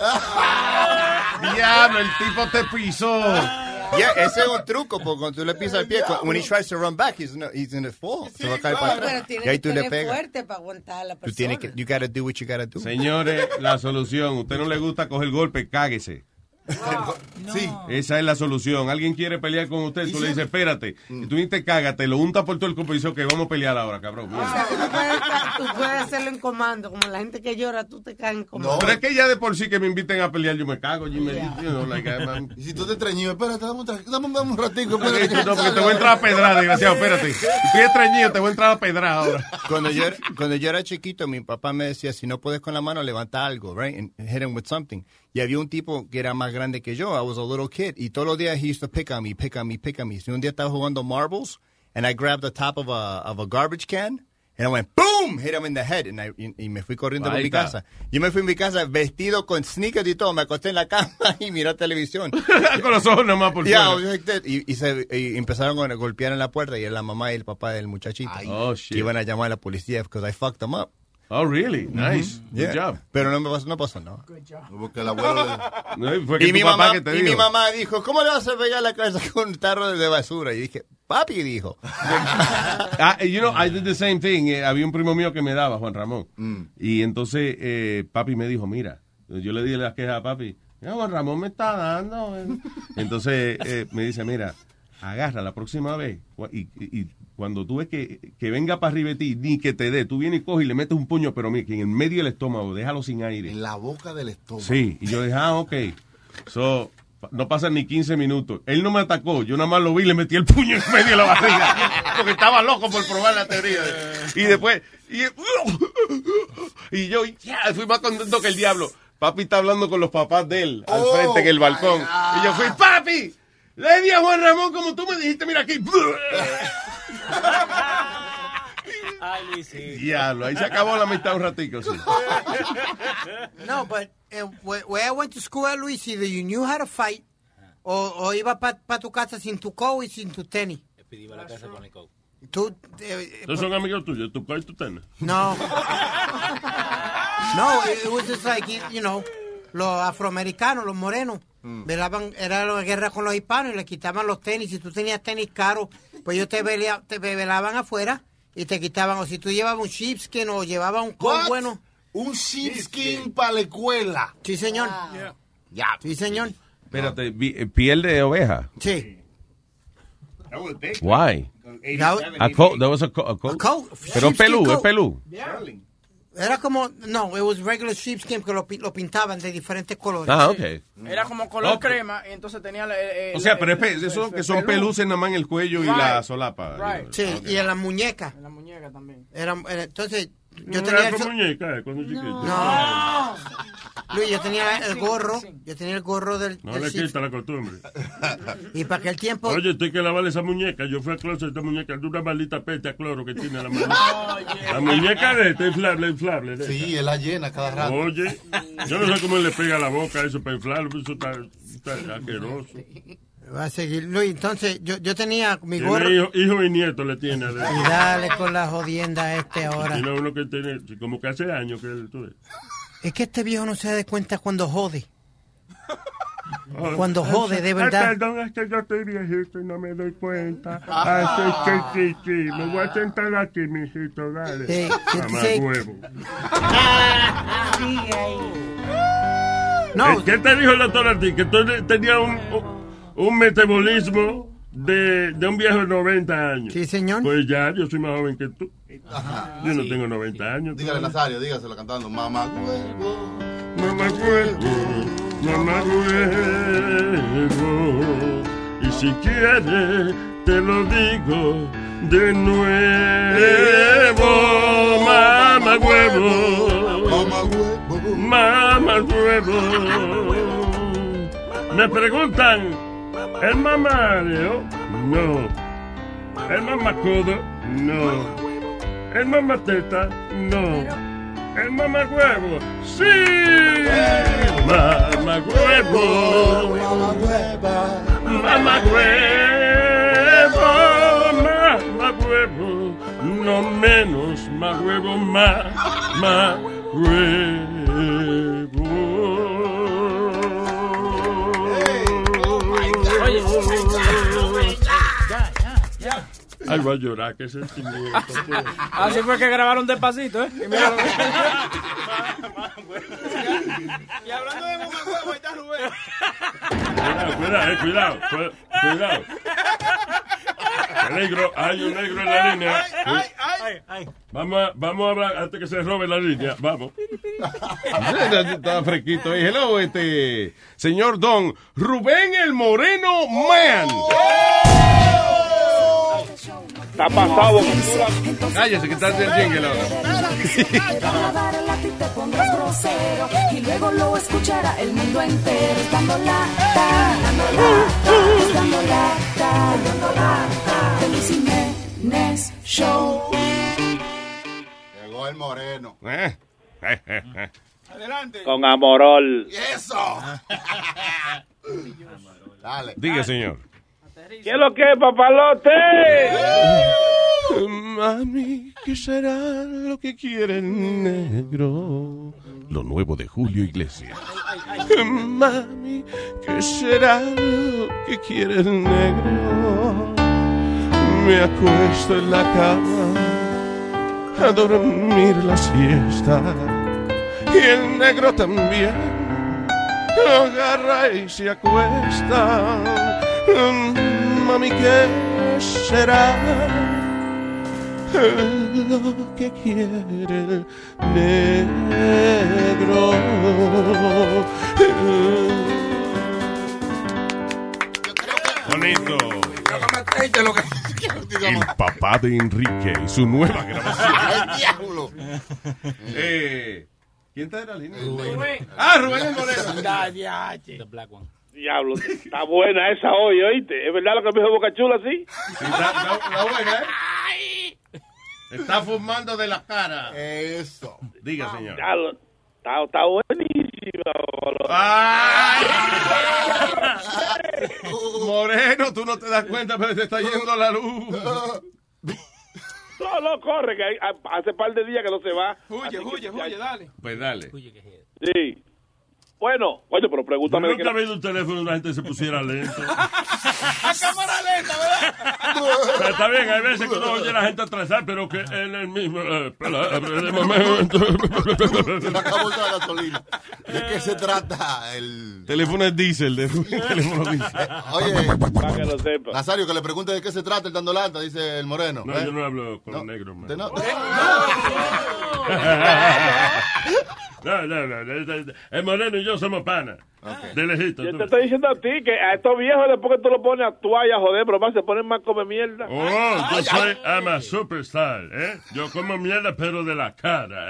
Diablo, el tipo te pisó. Yeah, ese es un truco, porque cuando tú le pisas el pie, when he tries to run back, he's, no, he's in the fall. Sí, se va a caer para atrás. Pero y ahí tú que le pegas. fuerte para aguantar a la persona. Tú tienes que, you gotta do what you gotta do. Señores, la solución. Usted no le gusta coger golpe, cáguese. Wow. Sí. Esa es la solución. Alguien quiere pelear con usted, tú le dices, espérate. Y tú dices, cágate, lo untas por todo el cuerpo y dices, ok, vamos a pelear ahora, cabrón. O sea, tú, puedes, tú puedes hacerlo en comando, como la gente que llora, tú te caes en comando. No, pero es que ya de por sí que me inviten a pelear, yo me cago. Yo me, yeah. you know, like, y si tú te extrañas, espérate, dame un, dame, dame un ratico. Espérate, no, porque te voy a entrar a pedrar, desgraciado, espérate. Si estoy estreñido, te voy a entrar a pedrar ahora. Cuando yo, cuando yo era chiquito, mi papá me decía, si no puedes con la mano, levanta algo, right? And hit him with something. Y había un tipo que era más grande que yo. I was a little kid. Y todos los días he used to pick on me, pick on me, pick on me. Y un día estaba jugando marbles, and I grabbed the top of a, of a garbage can, and I went, boom, hit him in the head. And I, y, y me fui corriendo a mi casa. Yo me fui a mi casa vestido con sneakers y todo. Me acosté en la cama y miré televisión. Con los ojos nomás por yeah, fuera. Like y, y, se, y empezaron a golpear en la puerta, y era la mamá y el papá del muchachito. Ay, oh, shit. Que iban a llamar a la policía because I fucked them up. Oh, really? Nice. Mm-hmm. Good yeah. job. Pero no me pasó, no pasó nada. Good job. Porque el abuelo le... no, fue que y tu mi papá mamá, que te y dijo. mi mamá dijo, ¿cómo le vas a pegar la cabeza con un tarro de basura? Y dije, papi dijo. I, you know, I did the same thing. Eh, había un primo mío que me daba, Juan Ramón. Mm. Y entonces eh, papi me dijo, mira, yo le di las quejas a papi. No, Juan Ramón me está dando. Eh. Entonces eh, me dice, mira, agarra la próxima vez y, y, y cuando tú ves que, que venga para arriba de ti, ni que te dé, tú vienes y coges y le metes un puño, pero mira, que en el medio del estómago, déjalo sin aire. En la boca del estómago. Sí, y yo dije, ah, ok. So, no pasan ni quince minutos. Él no me atacó, yo nada más lo vi y le metí el puño en medio de la barriga, porque estaba loco por probar la teoría. Y después, y, y yo, ya, fui más contento que el diablo. Papi está hablando con los papás de él, al oh, frente en el balcón. Y yo fui, papi, le di a Juan Ramón como tú me dijiste, mira aquí. Ay, Luis, sí. Diablo, ahí se acabó la mitad un ratico, sí. No, but uh, where I went to school at Luis, either you knew how to fight, o, o iba para pa tu casa sin tu coat y sin tu tenis. Le pedí a la casa con el coat. Tú, eh, ¿Esos son amigos tuyos, tu coat y tu tenis? No. No, it, it was just like, you know, los afroamericanos, los morenos, mm. velaban, era la guerra con los hispanos y le quitaban los tenis. Si tú tenías tenis caros, pues ellos te, velea, te velaban afuera y te quitaban. O si tú llevabas un sheepskin o llevabas un coat bueno. Un sheepskin para la escuela. Sí, señor. Wow. Yeah. Yeah. Sí, señor. Espérate, piel de oveja. Sí. Why? A coat, there was a, co a coat. A coat. Pero pelú, es pelú. Yeah. Era como, no, it was regular sheepskin que lo, lo pintaban de diferentes colores. Ah, ok. Era como color okay. crema y entonces tenía... Eh, o sea, pero es esos que son peluces nada más en el cuello right. y la solapa. Right. Sí, okay. Y en la muñeca. En la muñeca también. Era, entonces, yo no tenía... Era muñeca, eh, cuando chiquito. No. Luis, yo tenía el gorro, yo tenía el gorro del... No del le sitio. quita la costumbre. Y para aquel tiempo... Oye, estoy que lavar esa muñeca. Yo fui a closet de esta muñeca de una maldita peste a cloro que tiene la muñeca. La muñeca de esta inflable, inflable. De Sí, él la llena cada rato. Oye, yo no sé cómo él le pega la boca a eso para inflarlo. Eso está, está asqueroso. Va a seguir. Luis, entonces, yo, yo tenía mi Tiene gorro... hijo, hijo y nieto le tiene. De... Y dale con la jodienda este ahora. Tiene uno que tiene, como que hace años que él... Tú ves. Es que este viejo no se da cuenta cuando jode. Cuando jode, de Ay, verdad. perdón, es que yo estoy viejito y no me doy cuenta. Así que sí, sí, me voy a sentar aquí, mijito, dale. Sí, sí, Mamá sí. huevo. No. Eh, ¿Qué te dijo el doctor a ti? Que tú tenías un, un metabolismo de, de un viejo de noventa años. Sí, señor. Pues ya, yo soy más joven que tú. Yo no Sí. tengo noventa años. Dígale, Nazario, dígaselo cantando. Mamá huevo. Mamá huevo, mamá huevo. Y si quieres, te lo digo de nuevo. Mamá huevo. Mamá huevo. Mamá huevo. Me preguntan, ¿el mamareo? No. ¿El mamacodo? No. ¿El mamateta? No. ¿El mamahuevo? ¡Sí! ¡Mamahuevo! ¡Mamahuevo! ¡Mamahuevo! No menos, más huevo, más, más huevo. Ay, voy a llorar, qué sentimiento. Así fue que grabaron Despacito, ¿eh? Y, mira lo que... y hablando de mamá huevo, ahí está Rubén. Cuidado, cuidado, eh, cuidado, cu- cuidado. El negro, hay un negro en la línea. Ay, ay, ay. Vamos a, vamos a hablar antes que se robe la línea. Vamos. Está fresquito ahí. Hello, este señor Don Rubén el Moreno Man. Está pasado. Cállese, que está el jingle ahora. te pondrás grosero y luego lo escuchará el mundo entero. Dando lata, dando lata, dando lata, dando lata. The Luis Jiménez Show. Llegó el moreno. Eh, eh, eh, eh. Adelante. Con amorol. ¡Eso! Dale. Diga, señor. ¿Qué es lo que es, papalote? Mami, ¿qué será lo que quiere el negro? Lo nuevo de Julio Iglesias. Mami, ¿qué será lo que quiere el negro? Me acuesto en la cama a dormir la siesta y el negro también agarra y se acuesta. Mami, ¿qué será lo que quiere el negro? Bonito. El papá de Enrique y su nueva grabación. ¡Ay, diablo! Eh, ¿Quién está en la línea? Rubén. Ah, Rubén el Moreno. The black one. Diablo, está buena esa hoy, ¿oíste? ¿Es verdad lo que me dijo Boca Chula, sí? Sí, está, está- está buena, ¿eh? Está fumando de la cara. Eso. Diga, señor. Diablo, está, está buenísima. boludo. ¡Ay! Moreno, tú no te das cuenta, pero te está yendo la luz. No, no, corre, que hay- hace par de días que no se va. Huye, Así que- huye, huye, dale. Pues dale. Sí. Bueno, oye, pero Yo pregúntame de nunca he qué... visto un teléfono donde la gente se pusiera lento. A cámara lenta, ¿verdad? Pero está bien, hay veces que uno oye a la gente atrasar, pero que en el mismo eh, palabra de momento. Se me acabó la gasolina. ¿De qué se trata el...? Teléfono es diésel, de teléfono diésel. Oye, Para que lo sepa. Nazario, que le pregunte de qué se trata el dando lata, dice el moreno. No, ¿eh? yo no hablo con No. negros, man. De no- No, no, no, no. El Moreno y yo somos panas. Okay. De lejito. Yo te estoy diciendo a ti que a estos viejos después que tú lo pones a actuar y a joder, pero más se ponen más come mierda. Oh, yo soy I'm a superstar, ¿eh? Yo como mierda, pero de la cara.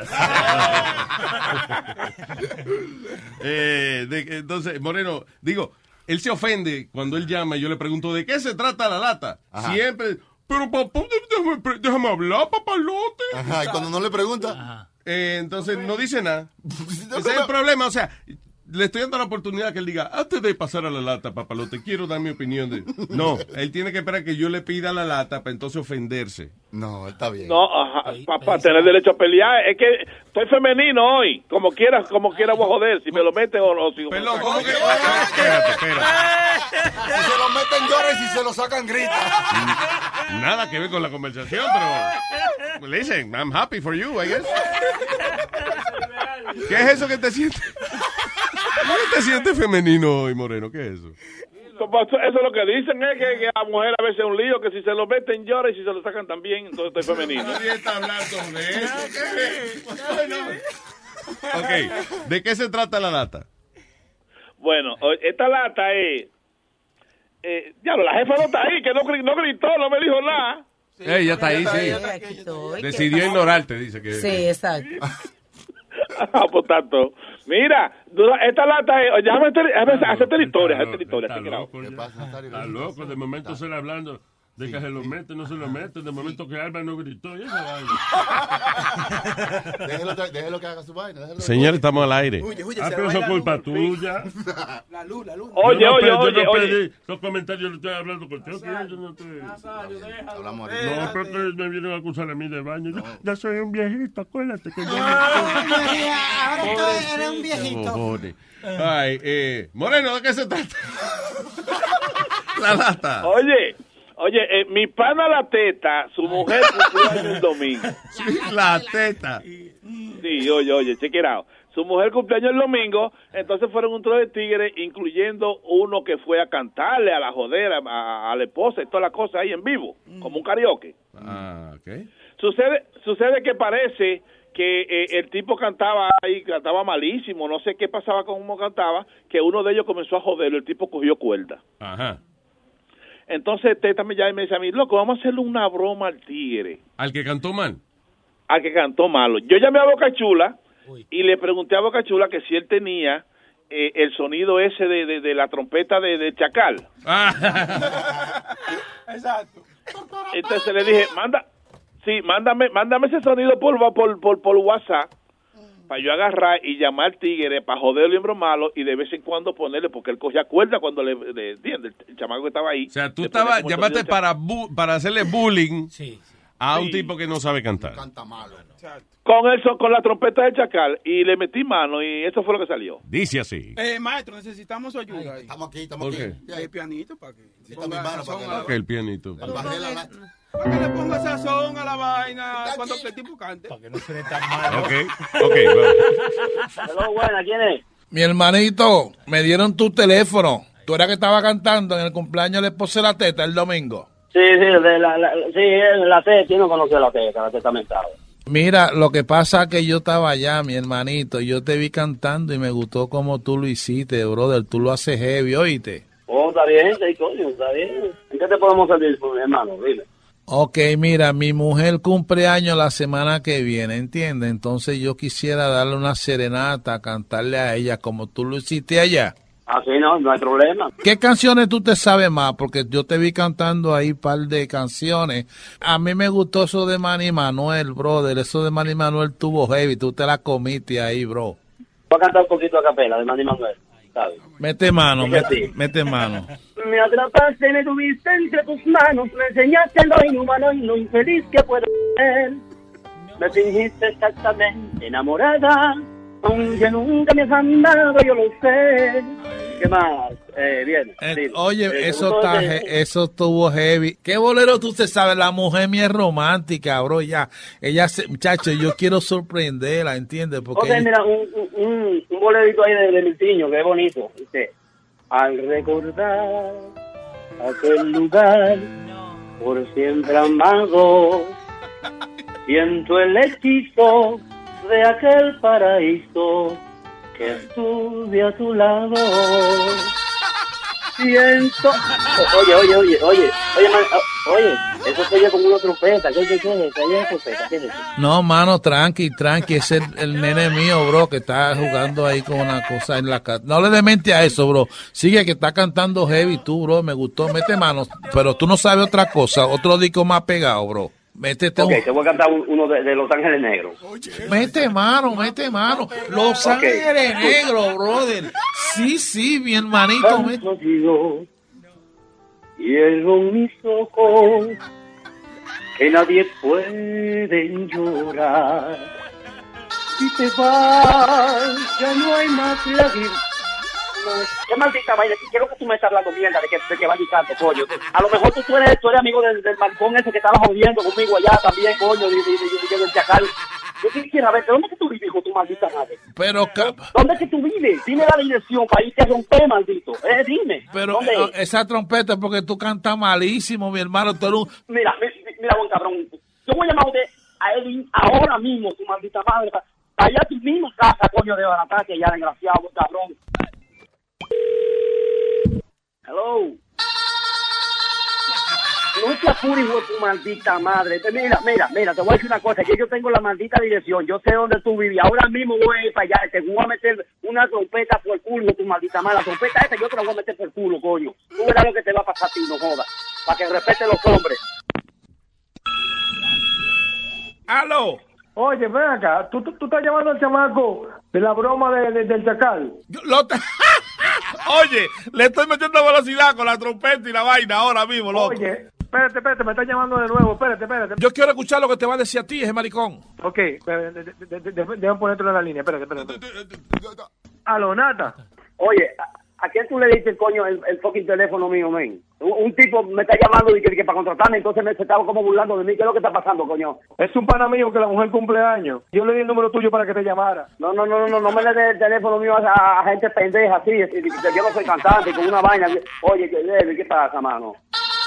eh, de, entonces, Moreno, digo, él se ofende cuando él llama y yo le pregunto, ¿de qué se trata la lata? Ajá. Siempre, pero papá, déjame, déjame hablar, papalote. Ajá, y cuando no le pregunta... Eh, entonces no dice nada. Ese es el problema, o sea... Le estoy dando la oportunidad que él diga, antes de pasar a la lata, papalote, quiero dar mi opinión de... No, él tiene que esperar que yo le pida la lata para entonces ofenderse. No, está bien. No, ajá, para tener derecho a pelear. Es que estoy femenino hoy. Como quieras, como quieras voy a joder. Si me lo meten o no. Si Perdón, ¿cómo que? Espérate, espérate. Si se lo meten llora y si se lo sacan grita. Nada que ver con la conversación, pero... Listen, I'm happy for you, I guess. ¿Qué es eso que te sientes? ¿Cómo te sientes femenino hoy, Moreno? ¿Qué es eso? Eso es lo que dicen, es que, que la mujer a veces es un lío, que si se lo meten llora y si se lo sacan también, entonces estoy femenino. Nadie está hablando de eso. Ok, ¿de qué se trata la lata? Bueno, esta lata es... Eh, ya, la jefa no está ahí, que no, no gritó, no me dijo nada. Sí, ella está ahí, sí. Estoy, Decidió ignorarte, dice que... Sí, exacto. Ah, por tanto, mira, esta lata es, déjame hacerte la historia, hacerte la historia. Está loco, está loco, de momento se le hablando de que se lo mete, no se lo mete, de momento que Alba no gritó, y esa vaina. Déjelo, déjelo que haga su vaina. Déjelo. Señor, estamos al aire. Uy, uy, ah, pero eso es culpa tuya. La luz, la luz. Oye, yo no, oye, yo oye, no oye. pedí los comentarios, yo estoy hablando contigo. Yo no estoy... Hablamos No, porque me vienen a acusar a mí de baño. Yo, ya soy un viejito, acuérdate que yo... Ahora eres un viejito. Ay, eh, Moreno, ¿de qué se trata? La lata. Oye, oye, eh, mi pana La Teta, su mujer cumplió años el domingo. La Teta. Sí, oye, oye, check it out. Su mujer cumpleaños el domingo, entonces fueron un tro de tigres, incluyendo uno que fue a cantarle a la jodera, a, a la esposa y toda la cosa ahí en vivo, mm. como un karaoke. Ah, ok. Sucede, sucede que parece que eh, el tipo cantaba ahí, cantaba malísimo, no sé qué pasaba con cómo cantaba, que uno de ellos comenzó a joderlo, el tipo cogió cuerda. Ajá. Entonces Teta me llama y me dice a mí, loco, vamos a hacerle una broma al tigre. ¿Al que cantó mal? Al que cantó malo. Yo llamé a Boca Chula y le pregunté a Boca Chula que si él tenía eh, el sonido ese de, de, de la trompeta de, de Chacal. Ah. Exacto. Entonces le dije, manda, sí, mándame, mándame ese sonido por, por, por, por WhatsApp para yo agarrar y llamar al tigre para joderlo y bromarlo y de vez en cuando ponerle, porque él cogía cuerda cuando le, le entiende, el, el chamaco que estaba ahí. O sea, tú estabas, llamaste para, bu para hacerle bullying sí, sí. a un sí. tipo que no sabe cantar. Canta malo. Con el, con la trompeta del Chacal y le metí mano y eso fue lo que salió. Dice así. Eh, maestro, necesitamos su ayuda. Ay, estamos aquí, estamos aquí. El pianito para que... Está mi mano para que... ¿Por qué el pianito? Para que le ponga sazón a la vaina cuando el tipo cante. Para que no suene tan mal. Ok, ok, bueno. Hello, buena, ¿quién es? Mi hermanito, me dieron tu teléfono. Tú eras que estaba cantando en el cumpleaños de la esposa de La Teta el domingo. Sí, sí, de la, la, sí, La Teta, yo no conocía La Teta, La Teta mental. Mira, lo que pasa es que yo estaba allá, mi hermanito, y yo te vi cantando y me gustó como tú lo hiciste, brother. Tú lo haces heavy, ¿oíste? Oh, está bien, sí, coño, está bien. ¿En qué te podemos servir, hermano? Dime. Ok, mira, mi mujer cumple años la semana que viene, ¿entiendes? Entonces yo quisiera darle una serenata, cantarle a ella como tú lo hiciste allá. Ah, sí, no, no hay problema. ¿Qué canciones tú te sabes más? Porque yo te vi cantando ahí un par de canciones. A mí me gustó eso de Manny Manuel, brother. Eso de Manny Manuel tuvo heavy. Tú te la comiste ahí, bro. Voy a cantar un poquito a capela de Manny Manuel, ¿sabes? Mete mano, mete, mete mano. Me atrapaste, me tuviste entre tus manos. Me enseñaste lo inhumano y lo infeliz que puedo ser. Me fingiste exactamente enamorada. Aunque nunca me has andado, yo lo sé. ¿Qué más? Eh, bien. Eh, sí. Oye, eh, eso está, de... eso estuvo heavy. ¿Qué bolero tú te sabes? La mujer mía es romántica, bro. Ya, ella, se, muchacho, yo quiero sorprenderla, ¿entiendes? Porque ok, ella... mira, un, un, un bolerito ahí de, de Miltiño, que es bonito. Dice, al recordar aquel lugar por siempre amado, siento el hechizo de aquel paraíso que estuve a tu lado. Siento... Oye, oye, oye, oye, oye, man, oye, eso se oye como una trompeta. ¿Qué, qué, qué es eso? ¿Qué es trompeta? ¿Qué es eso? No, mano, tranqui, tranqui. Es el, el nene mío, bro, que está jugando ahí con una cosa en la casa. No le demente a eso, bro. Sigue que está cantando heavy tú, bro. Me gustó. Mete mano. Pero tú no sabes otra cosa. Otro disco más pegado, bro. Métete Ok, un... te voy a cantar un- uno de, de Los Ángeles Negros. Mete mano, mete mano. Los Ok. Ángeles Negros, brother. Sí, sí, mi hermanito. Mete... Contigo, Cierro mis ojos, que nadie puede llorar. Si te vas, ya no hay más lágrimas. Qué maldita vaina, quiero que tú me estás hablando mierda de que, de que va a quitarte, coño. A lo mejor tú, tú, eres, tú eres amigo del, del maricón ese que estaba jodiendo conmigo allá también, coño, de, de, de, de, del chacal. Yo quisiera ver, ¿de dónde es que tú vives, hijo, tu maldita madre? Pero, ca- ¿Dónde es que tú vives? Dime la dirección para irte a romper, maldito. Eh, dime. pero ¿Dónde eh, es? esa trompeta es porque tú cantas malísimo, mi hermano. Tú eres un... Mira, mi- mira, buen cabrón. Yo voy a llamar a usted a Edwin ahora mismo, tu maldita madre. pa- Para allá a tu mismo casa, coño, de barataque, ya desgraciado, buen cabrón. Hello. No te apures, hijo de tu maldita madre. Te- Mira, mira, mira, te voy a decir una cosa, que yo tengo la maldita dirección, yo sé dónde tú vives, ahora mismo voy a ir para allá, te voy a meter una trompeta por el culo, tu maldita madre. La trompeta esta yo te la voy a meter por el culo, coño. Tú verás lo que te va a pasar a ti, no jodas, para que respete los hombres. ¡Aló! Oye, ven acá, ¿tú, tú, tú estás llamando al chamaco de la broma de, de- del chacal. Lo te- Oye, le estoy metiendo velocidad con la trompeta y la vaina ahora mismo, loco. Oye, espérate, espérate, me estás llamando de nuevo, espérate, espérate. Yo quiero escuchar lo que te va a decir a ti, ese maricón. Ok, espérate, de- de- de- de- déjame ponértelo en la línea, espérate, espérate. espérate. Aló, Nata. Oye, ¿a, a quién tú le diste, coño, el, el fucking teléfono mío, men? Un, un tipo me está llamando y que, que para contratarme, entonces me se estaba como burlando de mí. ¿Qué es lo que está pasando, coño? Es un pana mío que la mujer cumple años. Yo le di el número tuyo para que te llamara. No, no, no, no, no, no me le dé el teléfono mío a, a gente pendeja así, así, que yo no soy cantante, con una vaina. Oye, ¿qué, Edwin, ¿qué pasa, mano?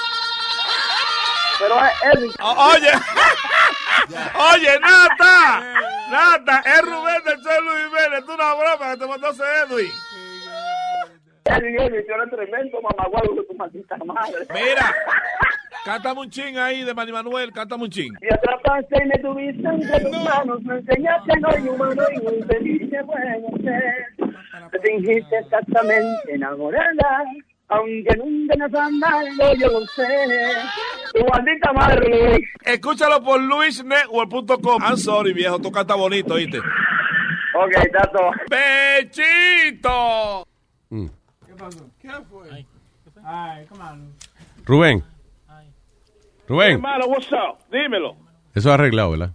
Pero, eh, Edwin... Oye, oye, Nata, Nata, es Rubén del Sol Luis Jiménez, es una broma que te mandó ese Edwin. Edwin, Edwin, tú eres tremendo mamaguado de tu maldita madre. Mira, cántame un chin ahí de Manny Manuel, cántame un chin. Y atrapaste y me tuviste entre tus manos, me enseñaste no hay humano y muy feliz que puedo ser. Te fingiste exactamente enamorada, aunque nunca me has amado, yo lo sé. Tu maldita madre, Luis. Escúchalo por luis network punto com. I'm sorry, viejo, tú cantas bonito, ¿oíste? Ok, tato. ¡Bechito! ¿Qué pasó? ¿Qué fue? Ay, come on. Rubén. Rubén. Hermano, what's up? Dímelo. Eso es arreglado, ¿verdad?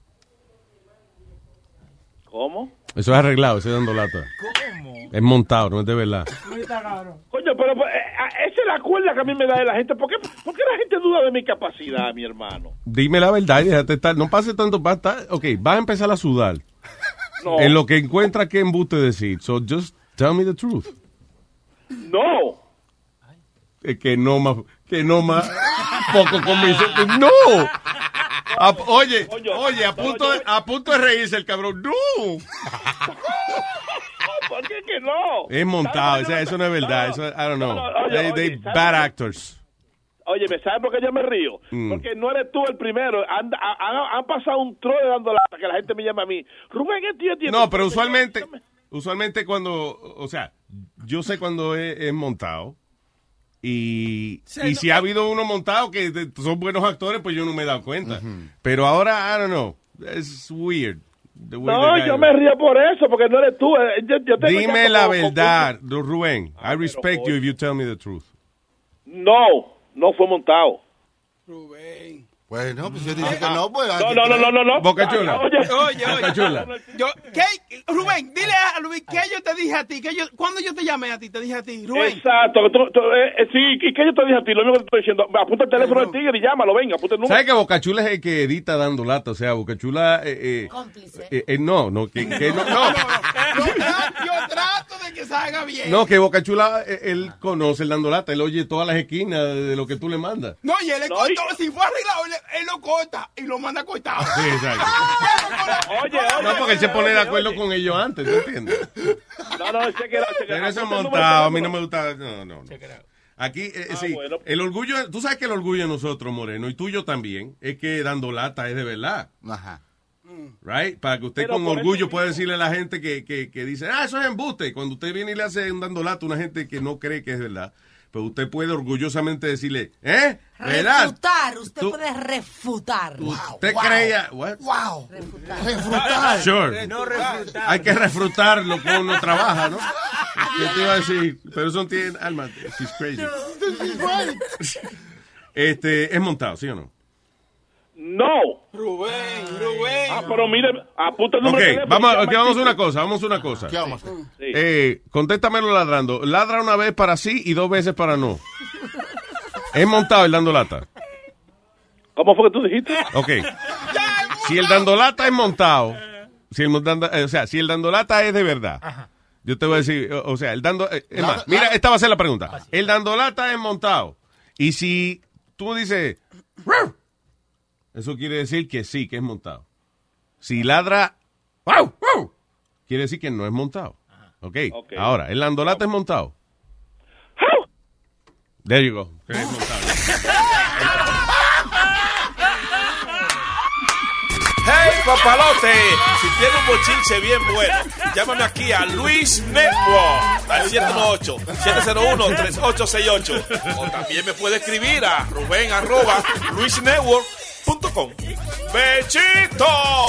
¿Cómo? Eso es arreglado, ese dando lata. ¿Cómo? Es montado, no es de verdad. Coño, pero pues, eh, eh, esa es la cuerda que a mí me da de la gente. ¿Por qué, por qué la gente duda de mi capacidad, mi hermano? Dime la verdad y déjate estar. No pase tanto. Va a estar, ok, vas a empezar a sudar. No. En lo que encuentra que embuste decir. So just tell me the truth. No. Es que no más. Que no más. Poco convincente. ¡No! A- oye, oye, a punto, de, a punto de reírse el cabrón. ¡No! ¿Por qué que no? Es montado, o sea, eso no es verdad. Eso, I don't know. No, no, oye, They, oye, they ¿sabes bad por qué? actors. Oye, ¿me sabes por qué yo me río? Mm. Porque no eres tú el primero. Han, han, han pasado un trole dando lata que la gente me llama a mí. Rubén, ¿qué tío tiene? No, pero usualmente, usualmente cuando, o sea, yo sé cuando es, es montado. Y, Sí, y no, si ha habido uno montado que de- son buenos actores, pues yo no me he dado cuenta. Pero ahora, I don't know. Es weird. the way No, the guy- yo me río por eso, porque no eres tú. Eh, Yo, yo tengo Dime ya la como- verdad, Rubén. I respect you if you tell me the truth. No, no fue montado. Bueno, pues yo dije que no, pues. No, no, no, no, no, no. Boca Chula. Oye, oye, Boca oye. Chula. Yo, ¿qué? Rubén, dile a Luis que yo te dije a ti. Que yo, ¿Cuándo yo te llamé a ti? Te dije a ti, Rubén. Exacto. Tú- tú- eh, eh, sí, ¿y qué yo te dije a ti? Lo mismo que te estoy diciendo. Apunta el teléfono del tigre y llámalo, venga, apunta el número. ¿Sabes que Boca Chula es el que edita dando lata? O sea, Boca Chula... Eh, eh, eh, eh, no, no, que, que no, no. Yo, tra- yo trato de que salga bien. No, que Boca Chula, eh, él conoce el dando lata, él oye todas las esquinas de, de lo que tú le mandas. No, y él le cortó, si fue arreglado, él, él lo corta y lo manda cortado. Sí, exacto. Oye, oye. No, porque él se oye, pone de oye, acuerdo oye. con ellos antes, ¿tú entiendes? No, no, chequera, chequera. Pero eso Apunta el número montado, a de mí no teléfono. me gusta. No, no, no. Aquí, eh, Ah, sí, bueno. el orgullo, tú sabes que el orgullo de nosotros, Moreno, y tuyo también, es que dando lata es de verdad. Ajá. Right? Para que usted Pero con por orgullo eso pueda decirle a la gente que, que, que dice, ah, eso es embuste. Cuando usted viene y le hace un dando lata a una gente que no cree que es verdad, pues usted puede orgullosamente decirle, ¿eh? ¿Verdad? Refutar, usted Tú- puede refutar. ¿Usted creía? What? Wow. Refutar. Refutar. Sure. No refutar. Hay que refrutar lo que uno trabaja, ¿no? Yo te iba a decir, pero eso no tiene alma. She's crazy. Este, ¿es montado, sí o no? No. Rubén, Rubén. Ah, pero mire, apunta el Ok, número de teléfono. vamos, Llama ok, vamos a aquí. una cosa, vamos a una cosa. ¿Qué vamos a hacer? Sí. Eh, contéstamelo ladrando. Ladra una vez para sí y dos veces para no. ¿Es montado el dando lata? ¿Cómo fue que tú dijiste? Ok. Si el dando lata es montado, si el, dando- eh, o sea, si el dando lata es de verdad, yo te voy a decir, o, o sea, el dando, eh, es más, mira, esta va a ser la pregunta. El dando lata es montado. Y si tú dices, "Ruff", eso quiere decir que sí, que es montado. Si ladra, "Wow, wow", quiere decir que no es montado. Ok. Ok. Ahora, el dando lata es montado. There you go. Que es montado. ¡Hey, papalote! Si tiene un bochinche bien bueno, llámame aquí a Luis Network al siete uno ocho, siete cero uno, tres ocho seis ocho. O también me puede escribir a Rubén arroba luisnetwork punto com. ¡Bechito!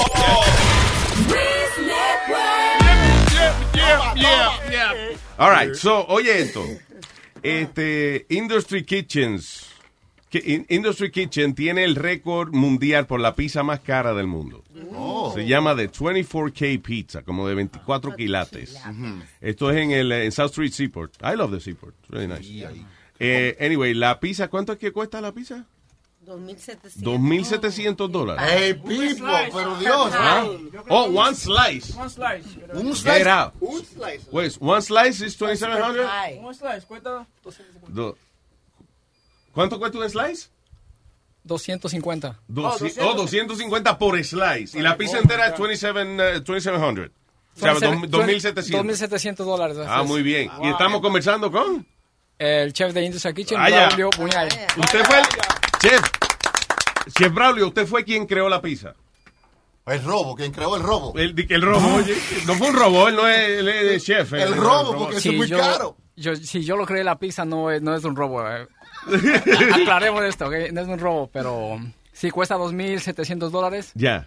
All right, so, oye esto. Este, Industry Kitchens. que In- Industry Kitchen tiene el récord mundial por la pizza más cara del mundo. Oh. Se llama de veinticuatro K Pizza, como de veinticuatro quilates. Esto es en el en South Street Seaport. I love the Seaport. It's really nice. Eh, anyway, la pizza, ¿cuánto es que cuesta la pizza? dos mil setecientos. dos mil setecientos dólares. Hey, Pipo, pero Dios. ¿Ah? Oh, one slice. One slice. pero- Un Get slice. out. Un slice. Wait, one slice is twenty-seven hundred? Un slice cuesta doscientos cincuenta. Do- ¿Cuánto cuesta un slice? doscientos cincuenta. Doci- oh, doscientos cincuenta por slice. Y la pizza entera es veintisiete hundred. O sea, dos- dos mil setecientos. dos mil setecientos dólares. así Ah, es. muy bien. Y estamos conversando con... El chef de Industry Kitchen, Ah, ya. Braulio Puñal. Usted fue el... Chef. Chef Braulio, usted fue quien creó la pizza. El robo, quien creó el robo. El, el robo, oye. No fue un robo, él no es, él es chef. El él- robo, él- porque Sí, es muy yo, caro. yo- si yo lo creé la pizza, no es, no es un robo. eh. Aclaremos esto, ¿ok? No es un robo, pero sí cuesta dos mil setecientos dólares. Ya.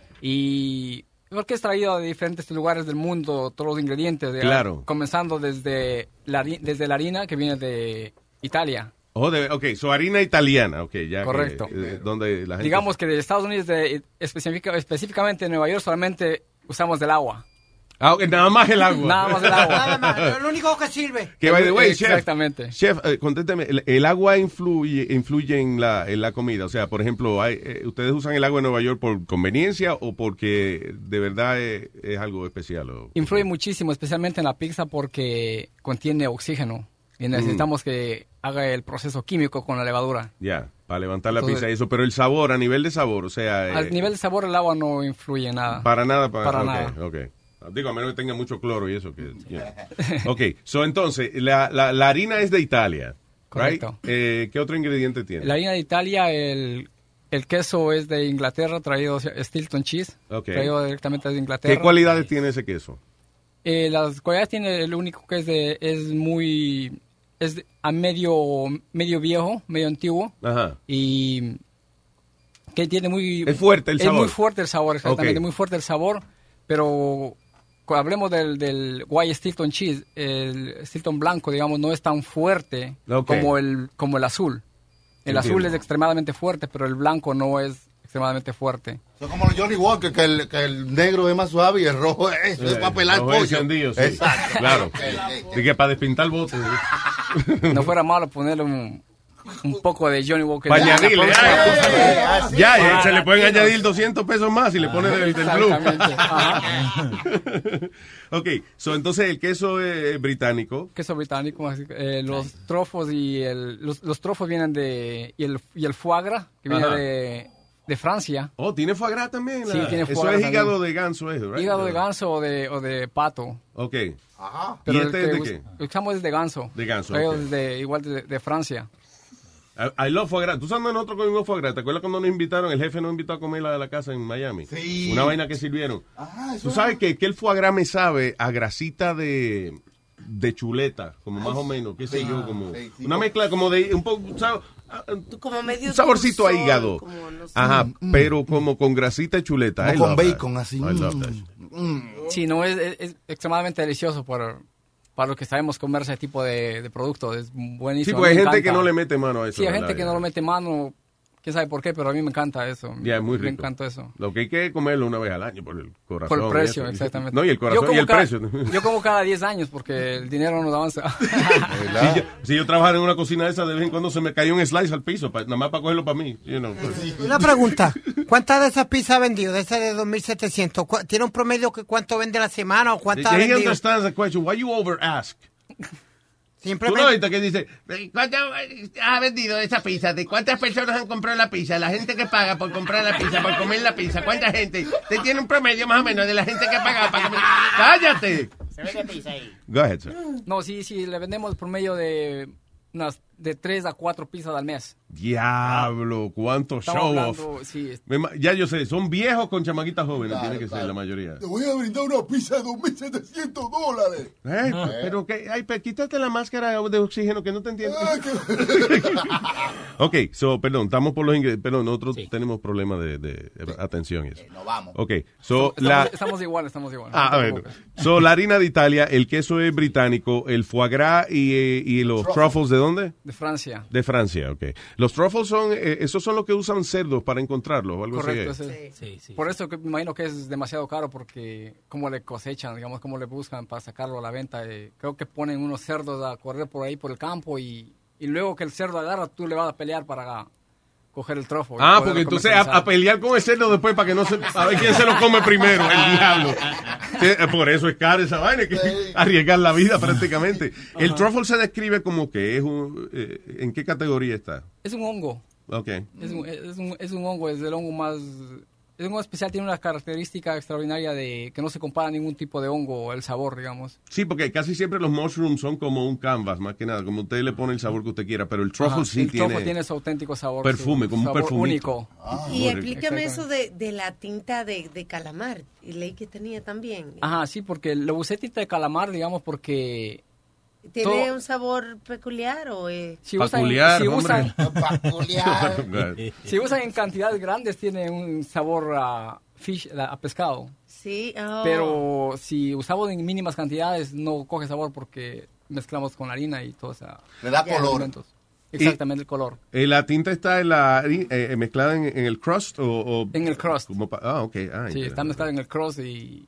Y porque es traído de diferentes lugares del mundo, todos los ingredientes. ¿verdad? Claro. Comenzando desde la, hari- desde la harina que viene de Italia. Oh, de, ok, so harina italiana, ok, ya. que- Correcto. eh, donde la gente... Digamos que de Estados Unidos, de, específica- específicamente en Nueva York, solamente usamos del agua. Ah, ok, nada más el agua. Nada más el agua. Nada más, es lo único que sirve. Que, by the way, chef, Exactamente. chef, eh, conténteme, ¿el, el agua influye, influye en la, en la comida? O sea, por ejemplo, hay, eh, ¿ustedes usan el agua de Nueva York por conveniencia o porque de verdad es, es algo especial? O, Influye muchísimo, especialmente en la pizza porque contiene oxígeno y necesitamos que haga el proceso químico con la levadura. ya, para levantar la Entonces- pizza y eso. Pero el sabor, a nivel de sabor, o sea... eh, Al nivel de sabor el agua no influye en nada. Para nada, para, Para ok, nada. ok. Digo, a menos que tenga mucho cloro y eso. Que, yeah. Ok, so entonces, la, la, la harina es de Italia, right? Correcto. Eh, ¿Qué otro ingrediente tiene? La harina de Italia, el, el queso es de Inglaterra, traído Stilton Cheese, Ok. traído directamente de Inglaterra. ¿Qué cualidades tiene ese queso? Eh, las cualidades tiene el único que es de es muy es de- a medio medio viejo, medio antiguo Ajá. y que tiene muy Es fuerte el es sabor. muy fuerte el sabor, exactamente, Ok. muy fuerte el sabor, pero cu- hablemos del, del White Stilton Cheese, el Stilton blanco, digamos, no es tan fuerte Ok. como el como el azul. El azul Entiendo. es extremadamente fuerte, pero el blanco no es extremadamente fuerte. Son como los Johnny Walker, que el, que el negro es más suave y el rojo es, es para pelar Rojo es pollo. encendido, sí. Exacto. Claro. Ok, ok. De que para despintar botes. No fuera malo ponerle un un poco de Johnny Walker. Para añadirle. Ya, ya, ya, se le pueden añadir doscientos pesos más y le ponen del, del blue. Ok, so, entonces el queso eh, británico. Queso británico, así, eh, los trofos y el, los, los trofos vienen de, y el, y el foie gras, que viene de, de Francia. Oh, ¿tiene foie gras también? Sí, la... tiene foie Eso gras es hígado también. de ganso, ¿eh? Right? Hígado de ganso o de, o de pato. Ok. Ajá. Pero ¿Y el este que es de us- qué? usamos es de ganso. De ganso, Ellos ok. de, igual de, de Francia. I, I love foie gras. ¿Tú sabes nosotros comimos foie gras? ¿Te acuerdas cuando nos invitaron? El jefe nos invitó a comer la de la casa en Miami. Sí. Una vaina que sirvieron. Ajá, eso Tú sabes que, que el foie gras me sabe a grasita de, de chuleta, como más o menos, qué sé Sí. yo, como Sí, sí. una mezcla como de un poco, ¿sabes? Como medio Un saborcito a dulzón, hígado. como, no sé. Ajá, pero como con grasita de chuleta. Como I con love that. bacon, así. I love that. Sí, no, es, es, es extremadamente delicioso para, para los que sabemos comer ese tipo de, de productos. Es buenísimo. Sí, A pues mí hay me gente que encanta. no le mete mano a eso. Sí, hay ¿verdad? gente que no lo mete mano. ¿Quién sabe por qué? Pero a mí me encanta eso. Ya, es muy Me rico. encanta eso. Lo que hay que comerlo una vez al año por el corazón. Por el precio, y eso. exactamente. No, y el Yo corazón como y el cada- precio. Yo como cada diez años porque el dinero no nos avanza. Si yo, si yo trabajara en una cocina de esa, de vez en cuando se me caía un slice al piso, pa- nada más para cogerlo para mí. You know, pues. Una pregunta. ¿Cuántas de esas pizzas ha vendido? De esas de dos mil setecientos. ¿Cu- ¿Tiene un promedio que cuánto vende a la semana o cuántas ha He vendido? understands the question. Why you over ask? Siempre Tú me- no oíste que dice, ¿Cuánto ha vendido esa pizza? ¿De cuántas personas han comprado la pizza? La gente que paga por comprar la pizza, por comer la pizza. ¿Cuánta gente? Usted tiene un promedio más o menos de la gente que paga para comer. ¡Cállate! Se vende pizza ahí. Go ahead, sir. No, sí, sí, le vendemos por medio de unas de tres a cuatro pizzas al mes. Diablo, cuánto Estamos show hablando, off. sí, es- Me ma- Ya yo sé, son viejos con chamaquitas jóvenes, Claro, tiene que claro. ser la mayoría. Te voy a brindar una pizza de dos mil setecientos dólares. Eh, Ah. Pero que, ay, pero quítate la máscara de oxígeno que no te entiendo. Ok, so, perdón, estamos por los ingredientes, pero nosotros tenemos problemas de, de atención y eso. Nos vamos. Ok, so, estamos, la... estamos igual, estamos igual. Ah, No te bueno. preocupes. So, la harina de Italia, el queso es británico, el foie gras y, eh, y los truffles, ¿de dónde? De Francia. De Francia, ok. Los truffles son, eh, esos son los que usan cerdos para encontrarlos o algo Correcto, así. ese- Por eso que me imagino que es demasiado caro porque cómo le cosechan, digamos, cómo le buscan para sacarlo a la venta. eh, creo que ponen unos cerdos a correr por ahí por el campo y, y luego que el cerdo agarra, tú le vas a pelear para coger el trofo. y Ah, poderlo porque entonces a, comercializar. a pelear con el cerdo después para que no se... A ver quién se lo come primero, el diablo. Sí, por eso es caro esa vaina, que arriesgar la vida prácticamente. El Ajá. truffle se describe como que es un... eh, ¿en qué categoría está? Es un hongo. Ok. Es un, es, un, es un hongo, es el hongo más... Es un hongo especial, tiene una característica extraordinaria de que no se compara a ningún tipo de hongo, el sabor, digamos. Sí, porque casi siempre los mushrooms son como un canvas, más que nada. Como usted le pone el sabor que usted quiera, pero el truffle Ajá, sí el tiene... truffle tiene su auténtico sabor. perfume, su como un sabor perfumito. único. Y explícame eso de, de la tinta de, de calamar. Y leí que tenía también. Ajá, sí, porque lo usé tinta de calamar, digamos, porque... ¿Tiene todo- un sabor peculiar o es...? Si usan, Peculiar, si hombre. usan, Peculiar. si usan en cantidades grandes, tiene un sabor a fish, a pescado. Sí, oh. Pero si usamos en mínimas cantidades, no coge sabor porque mezclamos con la harina y todo eso. Le da color. Exactamente, el color. Eh, ¿La tinta está en la, hari- eh, mezclada en, en el crust o, o- En el crust. como pa- ah, ok. Ah, Sí, ya. está mezclado en el cross y,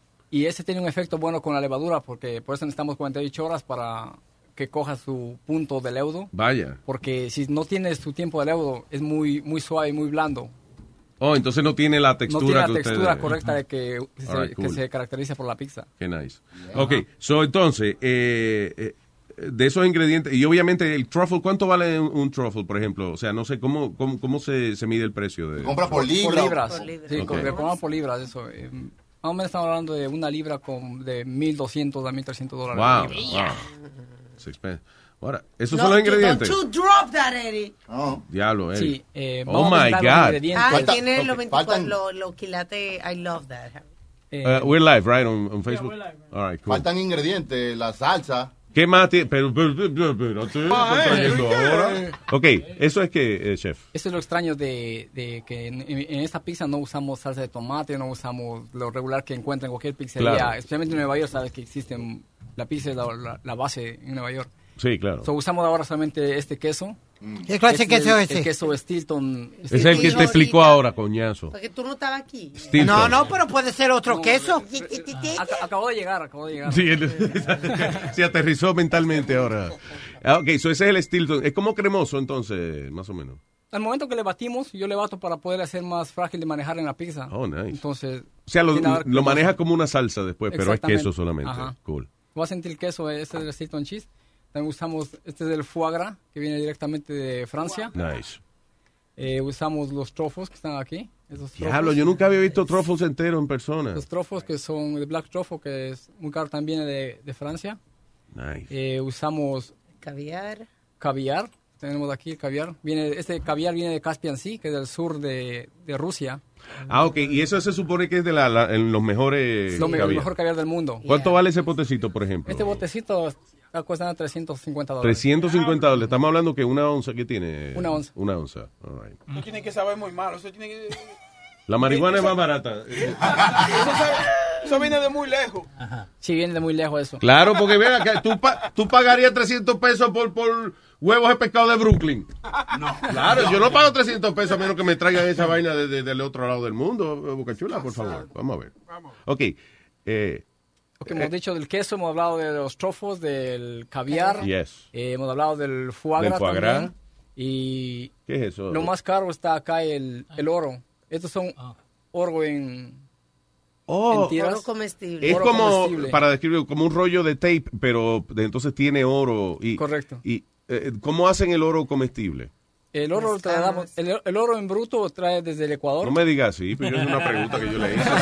y ese tiene un efecto bueno con la levadura porque por eso necesitamos cuarenta y ocho horas para que coja su punto de leudo. Vaya. Porque si no tiene su tiempo de leudo, es muy, muy suave y muy blando. Oh, entonces no tiene la textura no tiene la que usted- textura correcta de que, se, All right, que cool. se caracteriza por la pizza. Qué nice. Ok, so entonces, eh, eh, de esos ingredientes, y obviamente el truffle, ¿cuánto vale un, un truffle, por ejemplo? O sea, no sé, ¿cómo, cómo, cómo se, se mide el precio? De... Compra por Por libra. libras. Por libras. Sí, Ok. con- le cobramos por libras, eso. eh, más o menos estamos hablando de una libra con de mil doscientos a mil trescientos dólares. Wow, la libra. wow. It's expensive. Ahora, esos No, son los you- ingredientes. Don't you drop that, Eddie. No. Diablo, eh. Sí, eh, Oh vamos a my dar los God. ingredientes. Ah, Falta- tiene ok, los veinticuatro, faltan- los lo quilates. I love that. Eh, Uh, we're live, right, on, on Facebook? we're live. All right, cool. Faltan ingredientes, la salsa. ¿Qué más tiene? Pero, pero, pero, pero, ¿qué Ah, está eh, trayendo ¿qué? ahora? Ok, eso es que, eh, chef. Eso es lo extraño de, de que en, en- en esta pizza no usamos salsa de tomate, no usamos lo regular que encuentra en cualquier pizzería. Claro. Especialmente en Nueva York, sabes que existen, la pizza es la, la- la base en Nueva York. Sí, claro. So, usamos ahora solamente este queso ¿Qué clase de queso es ese? El queso Stilton. Ese es el que te explicó ahora, coñazo. Porque tú no estabas aquí. Stilton. No, no, pero puede ser otro No, queso. Ac- acabo de llegar, acabo de llegar. Sí, él, se aterrizó mentalmente ahora. Ah, ok, so ese es el Stilton. Es como cremoso, entonces, más o menos. Al momento que le batimos, yo le bato para poder hacer más frágil de manejar en la pizza. Oh, nice. Entonces, O sea, lo, tiene que haber lo cremoso. maneja como una salsa después, pero es Exactamente. queso solamente. Ajá. Cool. Voy a sentir el queso, este es el Stilton Cheese. También usamos, este es el foie gras, que viene directamente de Francia. Nice. Eh, usamos los trofos que están aquí. Esos Diablo, trofos. yo nunca había visto truffles enteros en persona. Los trofos que son de Black Truffle, que es muy caro, también de, de Francia. Nice. Eh, usamos Caviar. caviar. Tenemos aquí el caviar. Viene, este caviar viene de Caspian Sea, que es del sur de, de Rusia. Ah, ok. Y eso se supone que es de la, la- en los mejores Lo me- el caviar. mejor caviar del mundo. ¿Cuánto vale ese potecito, por ejemplo? Este botecito está costando trescientos cincuenta dólares. trescientos cincuenta dólares. Estamos hablando que una onza, ¿qué tiene? Una onza. Una onza. All right. Eso tiene que saber muy malo. Eso tiene que... La marihuana es más barata. Eso, sabe- eso viene de muy lejos. Sí, viene de muy lejos eso. Claro, porque vea que tú, pa- tú pagarías trescientos pesos por, por huevos de pescado de Brooklyn. No. Claro, yo no pago trescientos pesos a menos que me traigan esa vaina de- de- del otro lado del mundo. Boca Chula, por favor. Vamos a ver. Ok. Eh, Ok, hemos dicho del queso, hemos hablado de los trofos, del caviar. Yes. Eh, hemos hablado del foie Del gras foie gras. también. Y ¿Qué es eso? lo más caro está acá el, el oro. Estos son oro en, Oh, en tiras. Oro comestible. Es Oro como, comestible. para describirlo, como un rollo de tape, pero de- entonces tiene oro. Y, Correcto. ¿Y eh, cómo hacen el oro comestible? El oro, lo traemos- el, el oro en bruto trae desde el Ecuador. No me digas así, pero es una pregunta que yo le hice.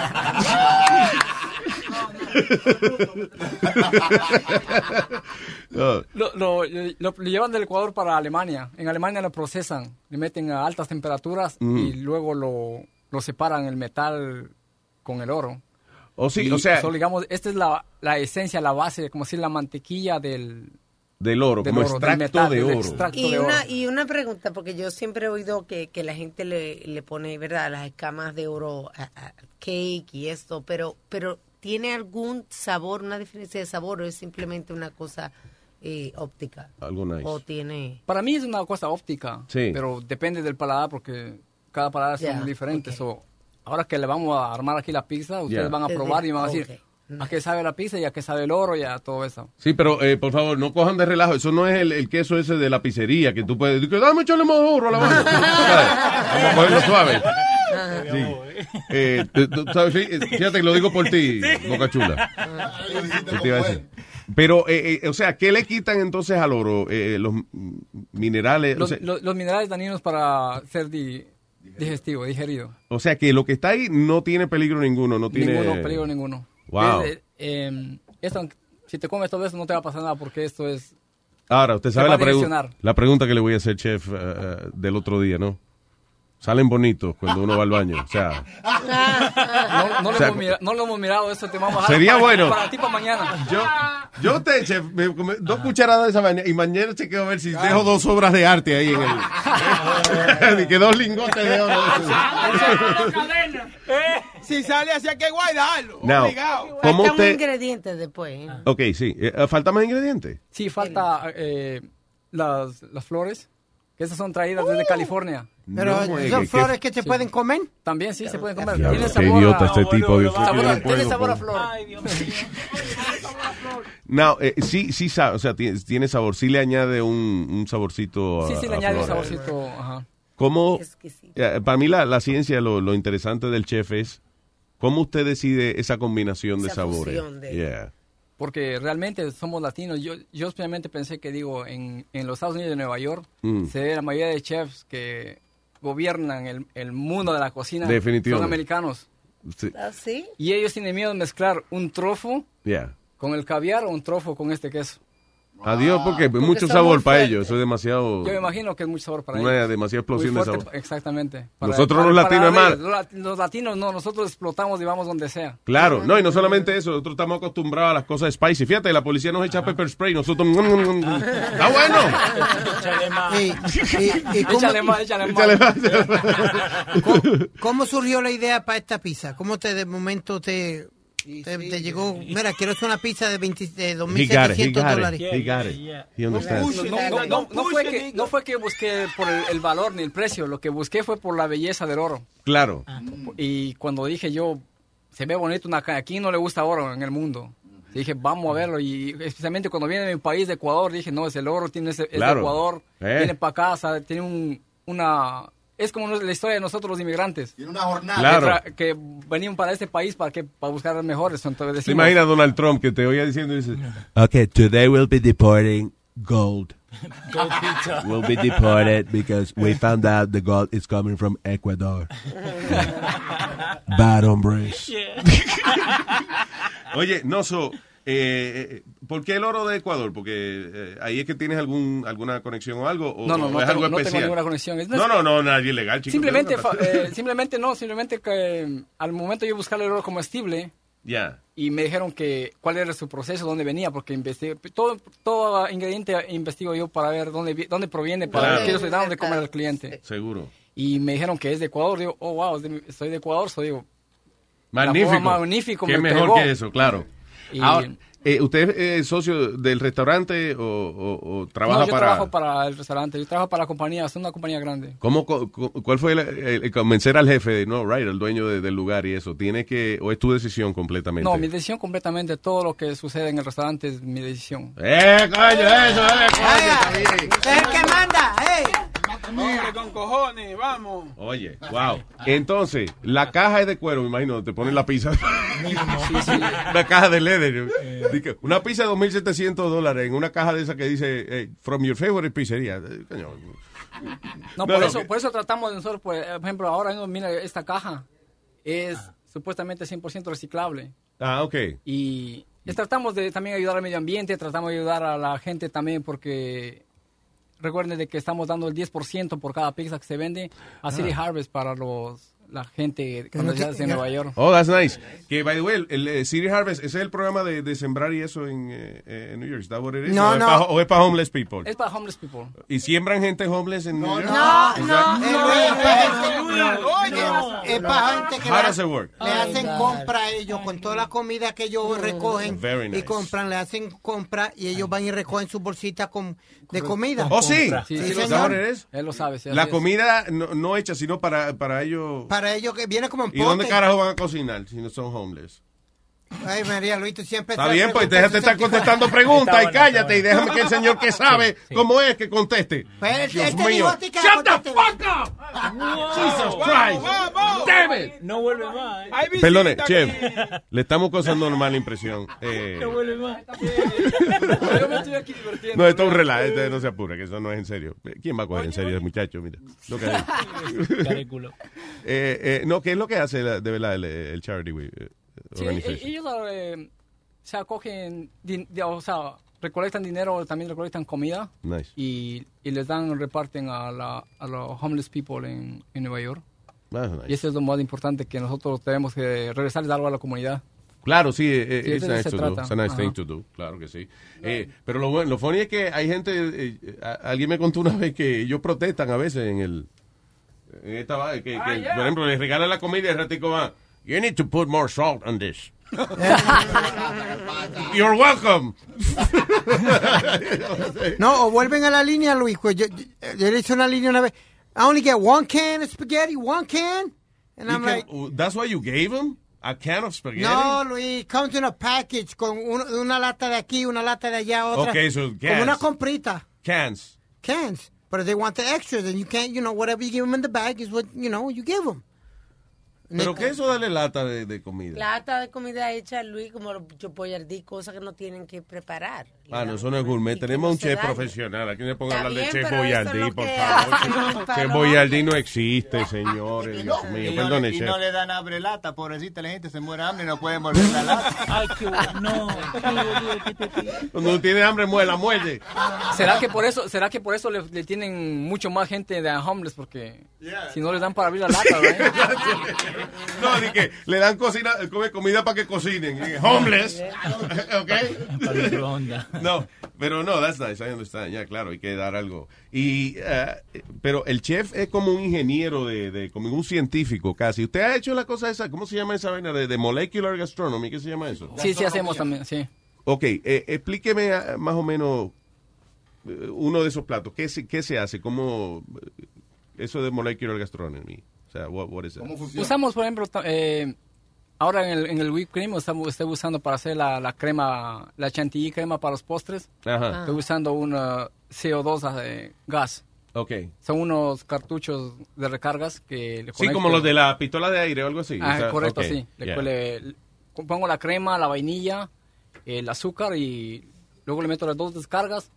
No. Lo, lo- lo- lo llevan del Ecuador para Alemania. En Alemania lo procesan, le meten a altas temperaturas Mm. y luego lo, lo separan el metal con el oro. O sí, Y o sea, eso, digamos, esta es la, la esencia, la base, como decir, la mantequilla del, del oro, del como oro, del extracto metal, de del oro. extracto Y de oro. una, y una pregunta, porque yo siempre he oído que, que la gente le, le pone, ¿verdad?, las escamas de oro a, a cake y esto, pero, pero ¿tiene algún sabor, una diferencia de sabor o es simplemente una cosa eh, óptica? Algo nice. ¿O tiene...? Para mí es una cosa óptica, Sí. pero depende del paladar porque cada paladar Ya, son diferentes. So, ahora que le vamos a armar aquí la pizza, ustedes Ya. van a probar y van a decir Ok. a qué sabe la pizza y a qué sabe el oro y a todo eso. Sí, pero eh, por favor, no cojan de relajo. Eso no es el, el queso ese de la pizzería que tú puedes decir, dame echarle más oro a la vaina. ¿Sabes? Vamos a cogerlo suave. Sí. Eh, tú- tú sabes, fí- fíjate que lo digo por ti, Boca Chula. ¿Qué te iba a decir? Pero, eh, eh, o sea, ¿qué le quitan entonces al oro? Eh, los mm, minerales. O Los, sea, los- los minerales dañinos para ser di- digestivo, digerido. o sea, que lo que está ahí no tiene peligro ninguno. No tiene... Ninguno, peligro ninguno. Wow. Eh, eh, esto, si te comes todo eso no te va a pasar nada porque esto es... Ahora, usted sabe va a la, pregu- direccionar. la pregunta que le voy a hacer, chef, eh, eh, del otro día, ¿no? Salen bonitos cuando uno va al baño. O sea, No, no, O lo, sea, hemos mira- no lo hemos mirado, eso te vamos a dejar sería para, bueno. para ti para mañana. Yo, yo te, chef, me comí dos cucharadas de esa vaina y mañana chequeo a ver si dejo dos obras de arte ahí en el... y que dos lingotes de oro. Si sale así hay que guardarlo. Now, Obligado. ¿cómo Faltan usted- ingredientes después. ¿eh? Ok, sí. Eh, ¿Falta más ingredientes? Sí, falta eh, las, las flores, que esas son traídas desde California. Pero son flores que se pueden comer. También sí se pueden comer. Diablo, Tiene qué sabor idiota a, este tipo, Dios mío. sabor Yo a- no tiene puedo, sabor a por- flor. No, eh, sí, sí sabe, o sea, tiene, tiene sabor. Sí le añade un, un saborcito a Sí, sí, le a añade un flor. saborcito. Ajá. ¿Cómo? eh, para mí la, la ciencia, lo, lo interesante del chef es cómo usted decide esa combinación de Esa sabores. fusión de- Yeah. Porque realmente somos latinos. Yo, yo especialmente pensé que, digo, en, en los Estados Unidos de Nueva York, Mm. se ve la mayoría de chefs que gobiernan el, el mundo de la cocina. Definitivamente. Son americanos. Sí. ¿Ah, sí? Y ellos tienen miedo de mezclar un trofo Yeah. con el caviar o un trofo con este queso. Adiós, porque es mucho está sabor muy para fuerte. ellos. Eso es demasiado. Yo me imagino que es mucho sabor para Una ellos. demasiada Muy explosión de fuerte, sabor. Exactamente. Nosotros los latinos, para hermano. ellos, Los, lat- los latinos no, nosotros explotamos y vamos donde sea. Claro, no, y no solamente eso, nosotros estamos acostumbrados a las cosas spicy. Fíjate, la policía nos echa pepper spray, nosotros... ¡Está bueno! Y, y- y cómo, Échale más, échale más. Échale más. ¿Cómo, cómo surgió la idea para esta pizza? ¿Cómo te de momento te Te, te llegó, mira, quiero hacer una pizza de, veinte, de dos mil He got it, he setecientos got it, dólares. he got it. He understands. No, no, no, no fue que, no fue que busqué por el, el valor ni el precio, lo que busqué fue por la belleza del oro. Claro. Y cuando dije yo, se ve bonito una calle, aquí no le gusta oro en el mundo. Dije, vamos a verlo, y especialmente cuando viene de mi país, de Ecuador, dije, no, es el oro, tiene ese, es Claro. de Ecuador, Eh. viene para acá, o sea, tiene un, una... Es como la historia de nosotros los inmigrantes. Tiene una jornada. Claro. Que, tra- que venimos para este país para que para buscar mejores. Entonces ¿Te decimos, imaginas a Donald Trump que te oía diciendo dice, Okay, today we'll be deporting gold. Gold pizza. We'll be deported because we found out the gold is coming from Ecuador. Bad hombres. Oye, no, so, eh, ¿por qué el oro de Ecuador? Porque eh, ahí es que tienes algún alguna conexión o algo. O, No, no, o no es tengo- algo no tengo especial. ninguna conexión. Es- no No, es- no, no, nadie ilegal, chico. simplemente, Pero- fa- eh, simplemente no, simplemente que mm, al momento de yo buscar el oro comestible Ya. y me dijeron que cuál era su proceso, dónde venía, porque investigué, todo, todo ingrediente investigo yo para ver dónde, vi- dónde proviene, para Claro. ver qué le estoy dando de comer al cliente. Seguro. Y me dijeron que es de Ecuador, digo, oh, wow, es de mi- soy de Ecuador, so digo, Magnífico. La forma magnífico Qué me mejor pegó. que eso, claro. Y- Ahora, eh, ¿usted es socio del restaurante o, o- o trabaja no, yo para...? trabajo para el restaurante, yo trabajo para la compañía, es una compañía grande. ¿Cómo, co- co- ¿Cuál fue el, el- el convencer al jefe de, no, right, el dueño de- del lugar y eso? ¿Tiene que, o es tu decisión completamente? No, mi decisión completamente, todo lo que sucede en el restaurante es mi decisión. ¡Eh, coño, eso, eh, coño, está bien! Es el que manda, hey. Hombre, con cojones, vamos. Oye, wow. Entonces, la caja es de cuero, me imagino, te ponen la pizza. Una caja de leather. Dice, una pizza de dos mil setecientos dólares en una caja de esa que dice, hey, from your favorite pizzería. Eh, coño. No, No, por, no, eso, que- por eso tratamos de nosotros, pues, por ejemplo, ahora mismo, mira, esta caja es supuestamente cien por ciento reciclable. Ah, ok. Y es- tratamos de también ayudar al medio ambiente, tratamos de ayudar a la gente también porque recuerden de que estamos dando el diez por ciento por cada pizza que se vende a City Ah. Harvest para los la gente cuando no se te- hace en Nueva York. Oh, that's nice. Que, by the way, el, el, eh, City Harvest, ¿ese es el programa de, de sembrar y eso en, eh, eh, en New York? ¿Is that what it is? No, ¿O es no. pa- ¿O es para homeless people? Es para homeless people. ¿Y siembran gente homeless en New York? No, Is no, that- no, es para gente, es para gente que How le, does it work? le hacen compra a ellos con toda la comida que ellos recogen Very nice. y compran, le hacen compra y ellos van y recogen su bolsita con, de comida. Oh, sí. Sí, Sí, sí, lo señor. sabe. Él lo sabe. sí, La así es. comida no, no hecha, sino para, para ellos. Para ellos que viene como en ¿Y dónde pote. carajo van a cocinar si no son homeless? Ay, María Luis, tú siempre Está estás bien, pues preguntando déjate estar ese tipo- contestando preguntas y cállate y déjame que el señor que sabe cómo es que conteste. Pues él- Dios él te mío. dijo a ti que Shut the conteste. fuck up! Jesus Christ! Damn it! No vuelve más. ¿eh? Perdone, chef, le estamos causando una mala impresión. Eh, No vuelve más. Yo me estoy aquí divirtiendo. no, esto es un relajo, este no se apure, que eso no es en serio. ¿Quién va a coger en serio ese muchacho? Mira, lo que Cariculo. eh, eh, no, ¿qué es lo que hace la- de verdad el, el charity we- eh, Sí, organization? e- ellos eh, se acogen, din- de- o sea, recolectan dinero, también recolectan comida Nice. y, y les dan, reparten a, la, a los homeless people en, en Nueva York. Ah, nice. Y eso es lo más importante, que nosotros tenemos que regresarles algo a la comunidad. Claro, sí, eh, Sí, it's de eso nice se to do. trata. It's a nice Ajá. thing to do, claro que sí. Eh, pero lo bueno, lo funny es que hay gente, eh, eh, a- alguien me contó una vez que ellos protestan a veces en el, en esta vaina, que, que, Ah, yeah. por ejemplo, les regalan la comida y el ratico va, you need to put more salt on this. You're welcome. No, o vuelven a la línea, Luis. Pues yo, yo, yo le hice una línea una vez. I only get one can of spaghetti, one can. And You I'm can- like, that's why you gave him a can of spaghetti? no, Luis, comes in a package con un- una lata de aquí, una lata de allá, otra. Okay, so Como cans. una comprita. Cans. Cans. But if they want the extras, then you can't, you know, whatever you give them in the bag is what, you know, you give them. ¿Pero qué eso darle lata de, de comida? Lata de comida hecha, Luis, como los chopoyardí, cosas que no tienen que preparar. Ah, no, eso no es gourmet. Tenemos un no se chef dañe. profesional. Aquí me pongan a Está hablar de bien, Chef pero eso es Boyardee, lo por que favor. hacen para Chef los Boyardee no existe, señores. Dios mío, Y no, perdone, le, y chef. no le dan hambre lata, pobrecita, la gente se muere de hambre y no pueden volver la lata. Ay, qué bueno. No, qué boludo que te pido. Cuando uno tiene hambre, muerde la muerde. ¿Será que por eso, será que por eso le, le tienen mucho más gente de homeless? Porque si no les dan para abrir la lata, ¿verdad? No, ni que le dan cocina, come comida para que cocinen. Homeless. ¿Ok? No, pero no, that's nice. I understand. Ya, claro, hay que dar algo. Y, uh, pero el chef es como un ingeniero, de, de como un científico casi. ¿Usted ha hecho la cosa esa? ¿Cómo se llama esa vaina? De, de molecular gastronomy. ¿Qué se llama eso? Sí, sí hacemos también, sí. Ok, eh, explíqueme uh, más o menos uh, uno de esos platos. ¿Qué se, qué se hace? ¿Cómo eso de molecular gastronomy? O sea, what, what is it? Usamos, por ejemplo, eh, ahora en el, en el whipped cream estamos, estoy usando para hacer la, la crema, la chantilly crema para los postres. Ajá. Estoy usando un uh, C O dos eh, gas. Okay. Son unos cartuchos de recargas que le Sí, conecto. como los de la pistola de aire o algo así. Ah, o sea, correcto, okay. sí. Le, Yeah. le- le- pongo la crema, la vainilla, el azúcar y luego le meto las dos descargas,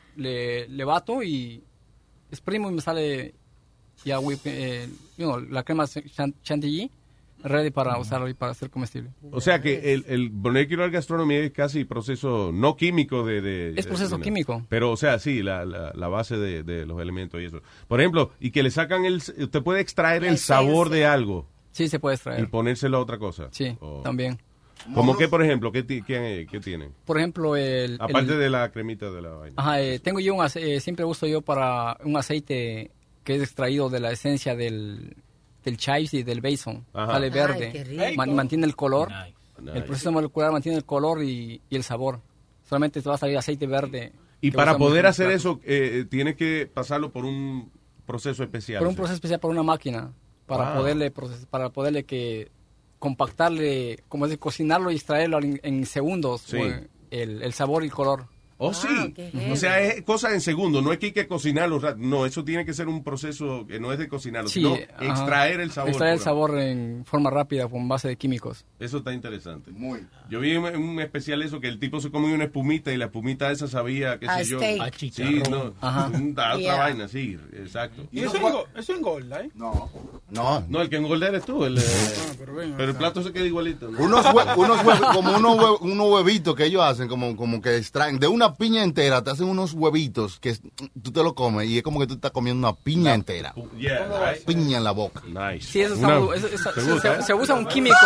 le, le bato y exprimo y me sale ya whip, eh, you know, la crema chan- chantilly ready para usarlo y para hacer comestible. O sea que el, el molecular gastronomy es casi proceso no químico de... de Es proceso de- químico. Pero, o sea, sí, la, la, la base de, de los elementos y eso. Por ejemplo, y que le sacan el... Usted puede extraer el sabor de algo. Sí, se puede extraer. Y ponérselo a otra cosa. Sí, O- también. ¿Cómo que, por ejemplo? ¿Qué, ti- qué, qué tienen? Por ejemplo, el... Aparte el- de la cremita de la vaina. Ajá, eh, tengo yo un ace- eh, siempre uso yo para un aceite que es extraído de la esencia del, del chives y del basil. Ajá. Sale Ay, verde. qué rico. Man- mantiene el color. Nice. El proceso molecular mantiene el color y, y el sabor. Solamente te va a salir aceite verde. Y que para usamos poder en los hacer platos. eso, eh, tiene que pasarlo por un proceso especial. Por un ¿sí? proceso especial, por una máquina. Para Wow. poderle proces- para poderle que compactarle, como decir, cocinarlo y extraerlo en, en segundos. Sí. o el, el sabor y el color. Oh, sí. O sea, es cosa en segundo. No es que hay que cocinarlo. ra- No, eso tiene que ser un proceso que no es de cocinarlo, Sí, sino ajá. extraer el sabor. Extraer el pura. sabor en forma rápida con base de químicos. Eso está interesante. Muy. Yo vi un, un especial eso que el tipo se comió una espumita y la espumita esa sabía, qué A sé yo. steak. A Sí, chicharrón. no. Ajá. Una otra Yeah. vaina, sí, exacto. Y eso, engo- eso engorda, ¿eh? No. No. No, el que engorda eres tú. El, eh, pero ven pero el acá. plato se queda igualito. ¿no? Unos, hue- unos hue- como unos, hue- unos huevitos que ellos hacen, como, como que extraen de una piña entera, te hacen unos huevitos que es- tú te lo comes y es como que tú estás comiendo una piña entera. Yeah, right. Piña en la boca. Nice. Sí, eso, es Una- algo- eso- eso- ¿te se, gusta, se- eh? se usa un químico.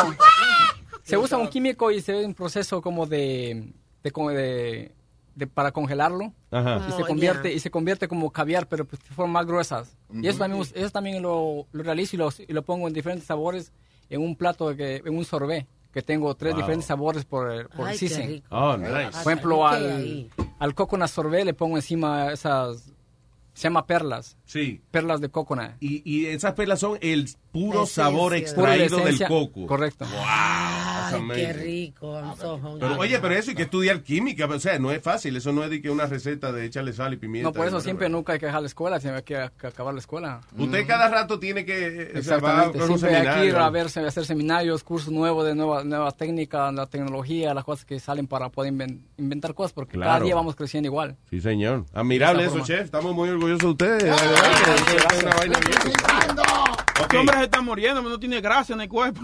Se usa un químico y se ve un proceso como de, de, como de, de- para congelarlo. Ajá. Y se Oh, convierte yeah. y se convierte como caviar, pero pues, de formas más gruesas. Y eso también, us- eso también lo, lo realizo y lo, y lo pongo en diferentes sabores en un plato, que, en un sorbet, que tengo tres Wow. diferentes sabores por, por Ay, qué season. rico. Oh, nice. Por ejemplo, ¿Qué al, hay? al coconut sorbet le pongo encima esas, se llama perlas, Sí. perlas de coconut. Y, y esas perlas son el puro Esencia. sabor Pura extraído del esencia. coco. Correcto. Ay, amazing. qué rico. I'm so hungry. Pero, oye, pero eso hay que estudiar química, o sea, no es fácil, eso no es de que una receta de echarle sal y pimienta. No, por eso y siempre whatever. nunca hay que dejar la escuela, siempre hay que, que acabar la escuela. Usted cada rato tiene que, o sea, va a Exactamente, un siempre hay que ir seminario. a, ver, a hacer seminarios, cursos nuevos de nuevas nuevas técnicas, la tecnología, las cosas que salen para poder inven- inventar cosas, porque cada Claro. día vamos creciendo igual. Sí, señor. Admirable De esa eso, forma. chef. Estamos muy orgullosos de ustedes. La verdad que es una vaina bien. Este hombre se está muriendo, no tiene gracia en el cuerpo.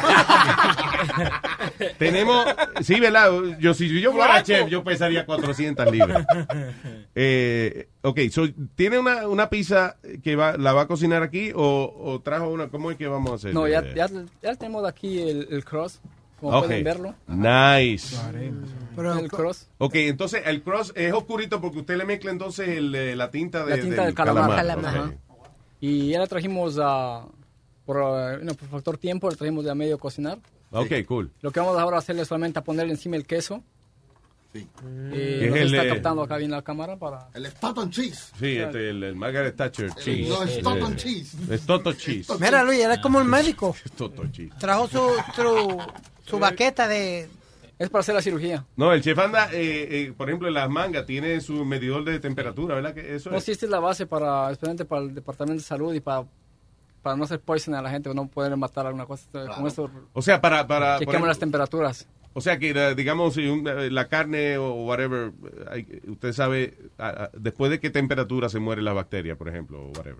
Tenemos, sí, ¿verdad? Yo, si yo fuera Flaco. chef, yo pesaría cuatrocientas libras. Eh, ok, so, ¿tiene una, una pizza que va, la va a cocinar aquí o, o trajo una? ¿Cómo es que vamos a hacer? No, ya, Eh, ya, ya tenemos aquí el, el cross, como ok. pueden verlo. Nice. el cross. Ok, entonces el cross es oscurito porque usted le mezcla entonces el, eh, la tinta, de, La tinta del calamar. Calamar. Ok. Ajá. Y ya la trajimos a, por, uh, no, por factor tiempo, la trajimos de a medio cocinar. Ok, cool. Lo que vamos ahora a hacer es solamente a ponerle encima el queso. Sí. Que Eh, es no se el, está eh, captando acá bien la cámara para... El Stoughton Cheese. Sí, este, el, el Margaret Thatcher cheese. No, es Stoughton Eh, Cheese. Es Toto cheese. Mira, Luis, él es como el médico. Es Toto cheese. Trajo su, su, su baqueta de... Es para hacer la cirugía. No, el chef anda, eh, eh, por ejemplo, en las mangas tiene su medidor de temperatura, ¿verdad? Que eso No, es. sí, esta es la base para, especialmente para el Departamento de Salud y para, para no hacer poison a la gente, no poder matar alguna cosa. Con esto O sea, para... para por chequeamos ejemplo, las temperaturas. O sea que, eh, digamos, si un- eh, la carne o whatever, eh, hay- usted sabe a- a- después de qué temperatura se muere la bacteria, por ejemplo, o whatever.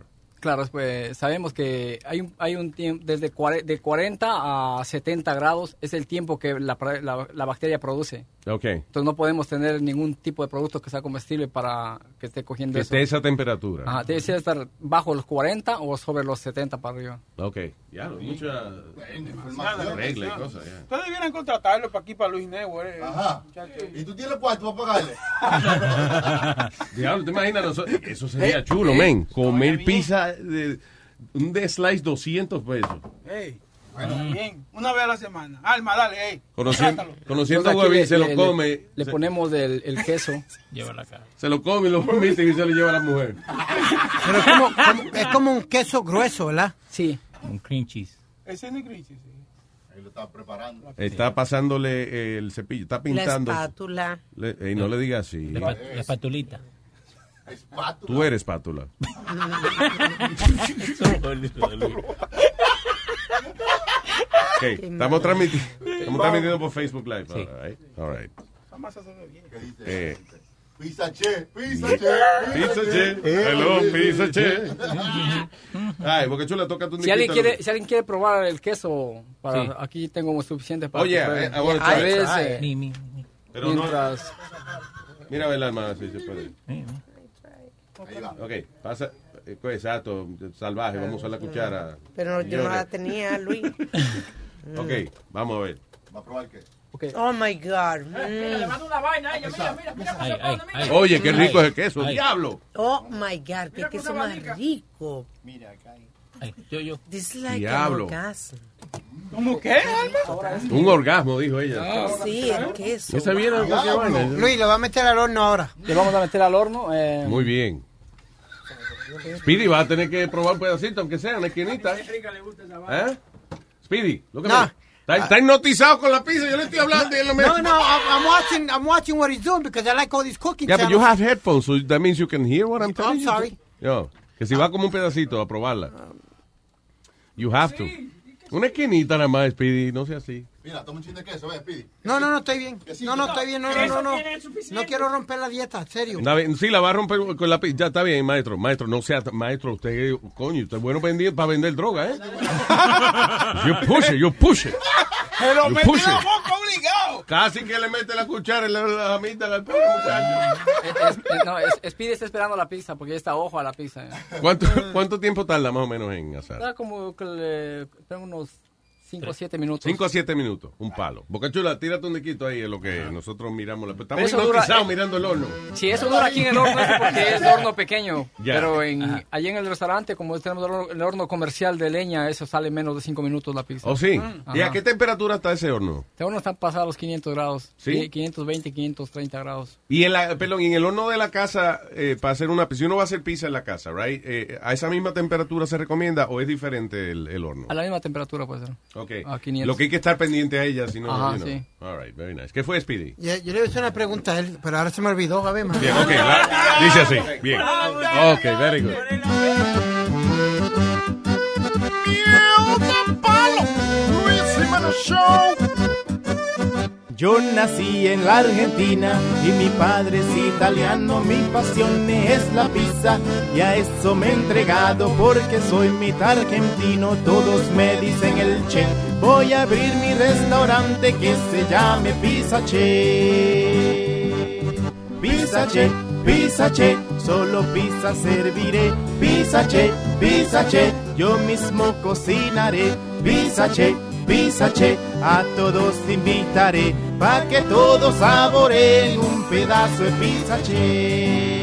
Claro, pues sabemos que hay un, hay un tiempo, desde cuare- de cuarenta a setenta grados es el tiempo que la, la, la bacteria produce. Okay. Entonces no podemos tener ningún tipo de producto que sea comestible para que esté cogiendo Que eso. esté esa temperatura. Ajá, debe ser estar bajo los cuarenta o sobre los setenta para arriba. Ok, ya, mucha regla y cosas. ya. Ustedes debieran contratarlo para aquí, para Luis Network. eh. Ajá. ¿Y tú tienes cuarto para pagarle? Diablo, ¿te imaginas? Nosotros- Eso sería chulo, men. Comer pizza, de, un de slice doscientos pesos. Ey, bueno, bien. Una vez a la semana. Alma, dale, ey. Conociendo, Trátalo. conociendo a Entonces, aquí Huevín, se le- lo le- come. Le, le se, ponemos el, el queso. Lleva la cara. se lo come y lo vomita y se lo lleva a la mujer. Pero es como, como- es como un queso grueso, ¿verdad? Sí. Un cream cheese. Ese es el cream cheese, sí. Ahí lo estaba preparando. Está pasándole el cepillo, está pintando. La espátula. Le- ey, no le digas así. La, pa- la espatulita. Espátula. Tú eres espátula. Ok, estamos transmitiendo, estamos transmitiendo por Facebook Live. Sí. All right. All right. Esa masa se ve bien. ¿Qué dice? Eh, Pizza Che, Pizza Che. Pizza Che. Hello, Pizza Che. Ay, porque chula, toca tu Si alguien quiere, si alguien quiere probar el queso, para, Sí. aquí tengo suficiente para Oye, que pruebe. eh, I wanna A try. veces, Mi, mi, mi. Pero no- mientras... Mira a ver la hermana si se puede. Mi, mi. Ahí va. Ok, pasa. eh, pues, exacto, salvaje, vamos a usar la cuchara. Pero yo no Llore. la tenía, Luis. Ok, vamos a ver. ¿Va a probar qué? Okay. Oh my God. Le Mm. mando una vaina a ella, mira, mira, mira. Ay, ay, ay. Oye, qué rico es el queso, Ay. diablo. Oh my God, qué Mira queso cómo más abanica. rico. Ay, yo, yo. This is like Diablo. an orgasm. ¿Cómo qué, Alma? Un orgasmo, dijo ella. Sí, el queso. ¿Esa viene de cualquier vaina? Luis, lo va a meter al horno ahora. Le vamos a meter al horno. Eh, Muy bien. Speedy va a tener que probar un pedacito, aunque sea una esquinita. ¿Eh? Speedy, lo que No. me- Está, está hipnotizado con la pizza, yo le estoy hablando y él no me... No, no, I'm, I'm watching, I'm watching what he's doing because I like all these cooking Yeah, but you channels. have headphones, so that means you can hear what I'm telling I'm you. sorry. Yo, que si va como un pedacito a probarla. You have to. Una esquinita nada más, Speedy, no sea así. Mira, toma un chin de queso, ve, pidi. No, no, no, estoy bien. No, no, estoy bien. No, no, no, no. No quiero romper la dieta, en serio. Está bien, sí, la va a romper con la pizza. Ya está bien, maestro. Maestro, no sea... Maestro, usted, coño, usted es bueno vendir, para vender droga, ¿eh? You push it, you push it. Pero You me push la it. boca obligado. Casi que le mete la cuchara en la, la jamita al pobre muchacho. es- es- no, es- Speedy está esperando la pizza porque ya está ojo a la pizza. eh. ¿Cuánto, ¿Cuánto tiempo tarda más o menos en asar? Está como que le tengo unos cinco o siete minutos. cinco a siete minutos, un palo. Boca Chula, tírate un dequito ahí en lo que nosotros miramos. La... Estamos Eso dura- hipnotizados eh, mirando el horno. Si eso dura aquí en el horno es porque es horno pequeño. Ya. Pero en, Ajá. allí en el restaurante, como tenemos el horno, el horno comercial de leña, eso sale menos de cinco minutos la pizza. ¿Oh, sí? Mm. ¿Y a Ajá. qué temperatura está ese horno? Este horno está pasado a los quinientos grados. ¿Sí? quinientos veinte, quinientos treinta grados. Y en la, perdón, y en el horno de la casa, eh, para hacer una pizza, si uno va a hacer pizza en la casa, right? Eh, ¿A esa misma temperatura se recomienda o es diferente el, el horno? A la misma temperatura puede ser. Ok. A quinientos. Lo que hay que estar pendiente a ella, si no, Ajá, you know. sí. All right, very nice. ¿Qué fue, Speedy? Yo, yo le voy a hacer una pregunta a él, pero ahora se me olvidó, a ver, man. Bien, ok. la- dice así. Bien. Ok, very good. Yo nací en la Argentina y mi padre es italiano, mi pasión es la pizza y a eso me he entregado porque soy mitad argentino, todos me dicen el Che. Voy a abrir mi restaurante que se llame Pizza Che. Pizza Che, Pizza Che, solo pizza serviré. Pizza Che, Pizza Che, yo mismo cocinaré. Pizza Che, Pizza Che, a todos invitaré pa' que todos saboreen un pedazo de Pizza Che.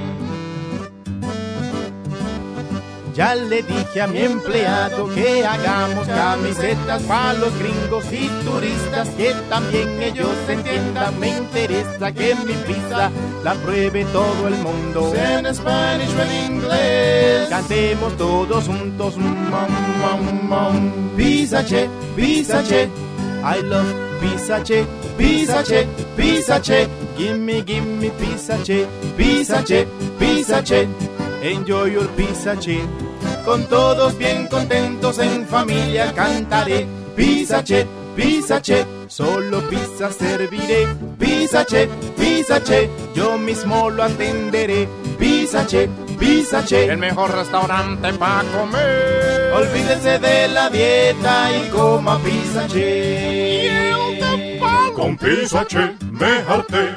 Ya le dije a mi empleado que hagamos camisetas para los gringos y turistas, que también ellos entiendan. Me interesa que mi pizza la pruebe todo el mundo. En Spanish o en inglés, cantemos todos juntos. Mom, mom, mom. Pizza Che, Pizza Che, I love Pizza Che, Pizza Che, Pizza Che. Gimme, gimme Pizza Che, Pizza Che, Pizza Che. Enjoy your Pizza Che. Con todos bien contentos en familia cantaré. Pizza Che, Pizza Che, solo pizza serviré. Pizza Che, Pizza Che, yo mismo lo atenderé. Pizza Che, Pizza Che, el mejor restaurante para comer. Olvídese de la dieta y coma Pizza Che. Con Pizza Che me harté.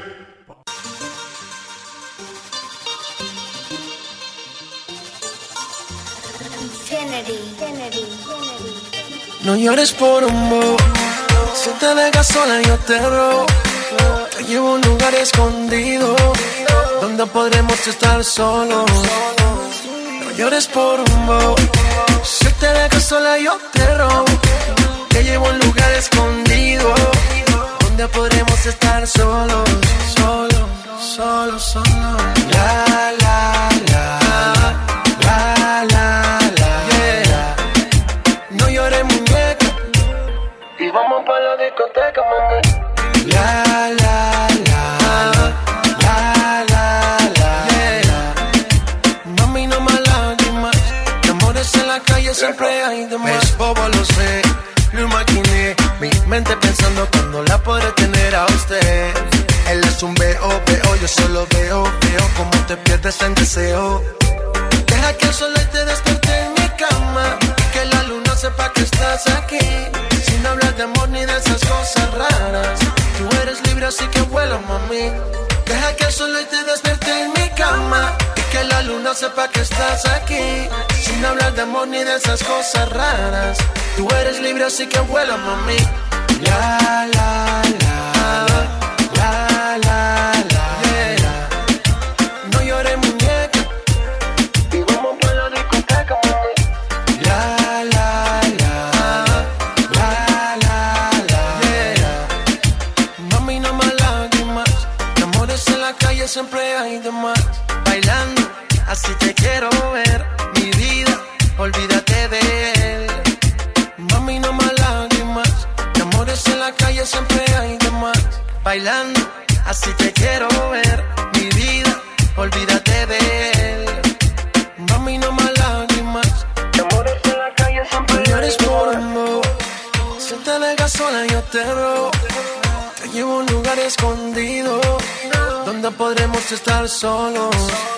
Kennedy, Kennedy, Kennedy. No llores por un bobo. Si te dejas sola yo te robo. Te llevo a un lugar escondido donde podremos estar solos. No llores por un bobo. Si te dejas sola yo te robo. Te llevo a un lugar escondido donde podremos estar solos. Solo, solo, solo. La, la, la. La, la, la. Yeah. No llores muñeca. Y vamos pa' la discoteca, mami. La, la, la, la, la, la, yeah. Mami, no más lágrimas. De amores en la calle siempre hay de más. Es bobo, lo sé, lo imaginé. Mi mente pensando cuando la podré tener a usted. Él es un veo, veo, yo solo veo, veo como te pierdes en deseo. Deja que el sol te despierte en mi cama. Que la luna sepa que estás aquí. Sin hablar de amor ni de esas cosas raras. Tú eres libre así que vuela, mami. Deja que el sol te despierte en mi cama. Y que la luna sepa que estás aquí. Sin hablar de amor ni de esas cosas raras. Tú eres libre así que vuela, mami. La, la, la, la, la, la, yeah. No llores, muñeca. Y vamos pa' la discoteca, mami. La, la, la, la, la, la, yeah. Mami, no más lágrimas. De amores en la calle siempre hay de más. Bailando, así te quiero ver. Mi vida, olvídate de él. Mami, no más lágrimas. De amores en la calle siempre hay de más. Bailando, así te quiero ver. Mi vida, olvídate de él. Mami, no más lágrimas. De amores en la calle siempre hay de más. No llores por amor. Si te dejas sola yo te robo. Te llevo a un lugar escondido donde podremos estar solos.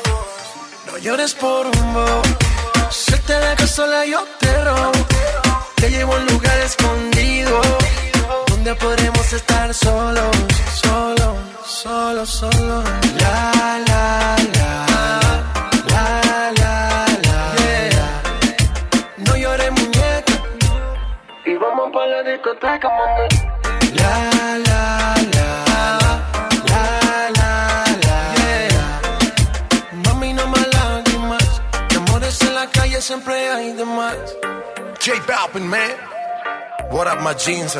No llores por un bobo. Si te dejas sola yo te robo. Te llevo a un lugar escondido donde podremos estar solos. Solo, solo, solo. La, la, la. La, la, la. Yeah. No llores, muñeca. Y vamos pa' la discoteca, mami. La, la, la. La, la, la. Yeah. Mami, no más lágrimas. De amores en la calle siempre hay de más. J Balvin, man. What up, my jeans?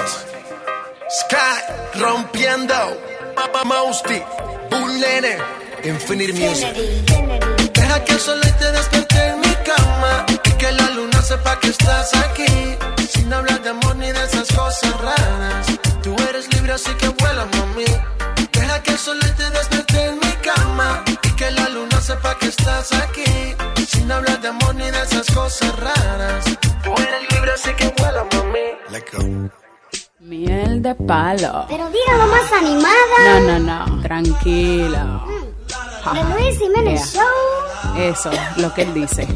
Sky rompiendo. Papa Mousty. Bullene. Infinite Music. Deja que el sol te despierte en mi cama. Y que la luna sepa que estás aquí. Sin hablar de amor ni de esas cosas raras. Tú eres libre así que vuela, mami. Deja que el sol te despierte en mi cama. Y que la luna sepa que estás aquí. Sin hablar de amor ni de esas cosas raras. Tú eres libre así que vuela, mami. Let's go. Miel de palo. Pero dígalo más animada. No, no, no. Tranquila. Mm. The Luis Jiménez Yeah. Show. Eso, lo que él dice.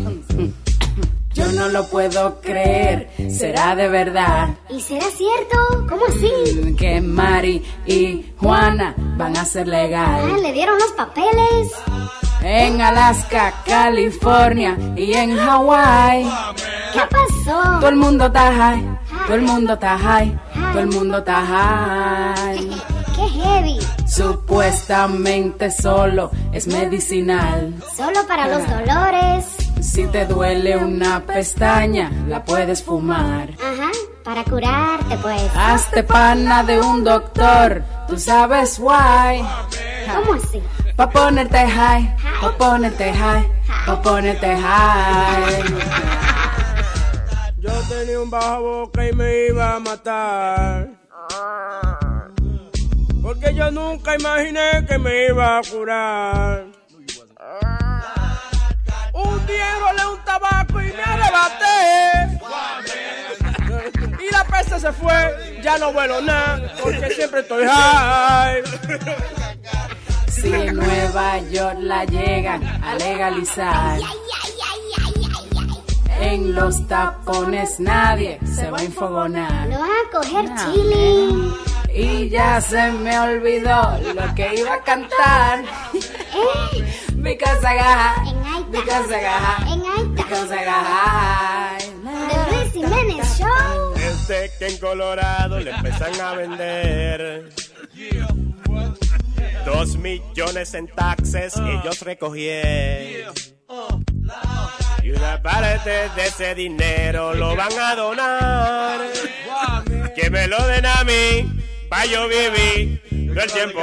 Yo no lo puedo creer. ¿Será de verdad? ¿Y será cierto? ¿Cómo así? Que Mari y Juana van a ser legal. Ah, le dieron los papeles. En Alaska, California y en Hawái. ¿Qué pasó? Todo el mundo está high. Todo el mundo está high. Todo el mundo está high. ¡Qué heavy! Supuestamente solo es medicinal. Solo para los dolores. Si te duele una pestaña, la puedes fumar. Ajá, para curarte pues. Hazte pana de un doctor, tú sabes why. ¿Cómo así? Pa' ponerte high, pa' ponerte high, pa' ponerte high. Yo tenía un bajo boca y me iba a matar. Porque yo nunca imaginé que me iba a curar. Un día enrolé un tabaco y me arrebaté. Y la peste se fue, ya no vuelo nada, porque siempre estoy high. Si en Nueva York la llegan a legalizar, en los tapones nadie se va a enfogonar. No vas a coger No. chile. Y ya se me olvidó lo que iba a cantar. Because I got, because I got, because I got. The Luis Jiménez Show. Desde que en Colorado le empiezan a vender dos millones en taxes ellos recogieron. Y una parte de ese dinero lo van a donar. Que me lo den a mí, pa' yo vivir todo el tiempo.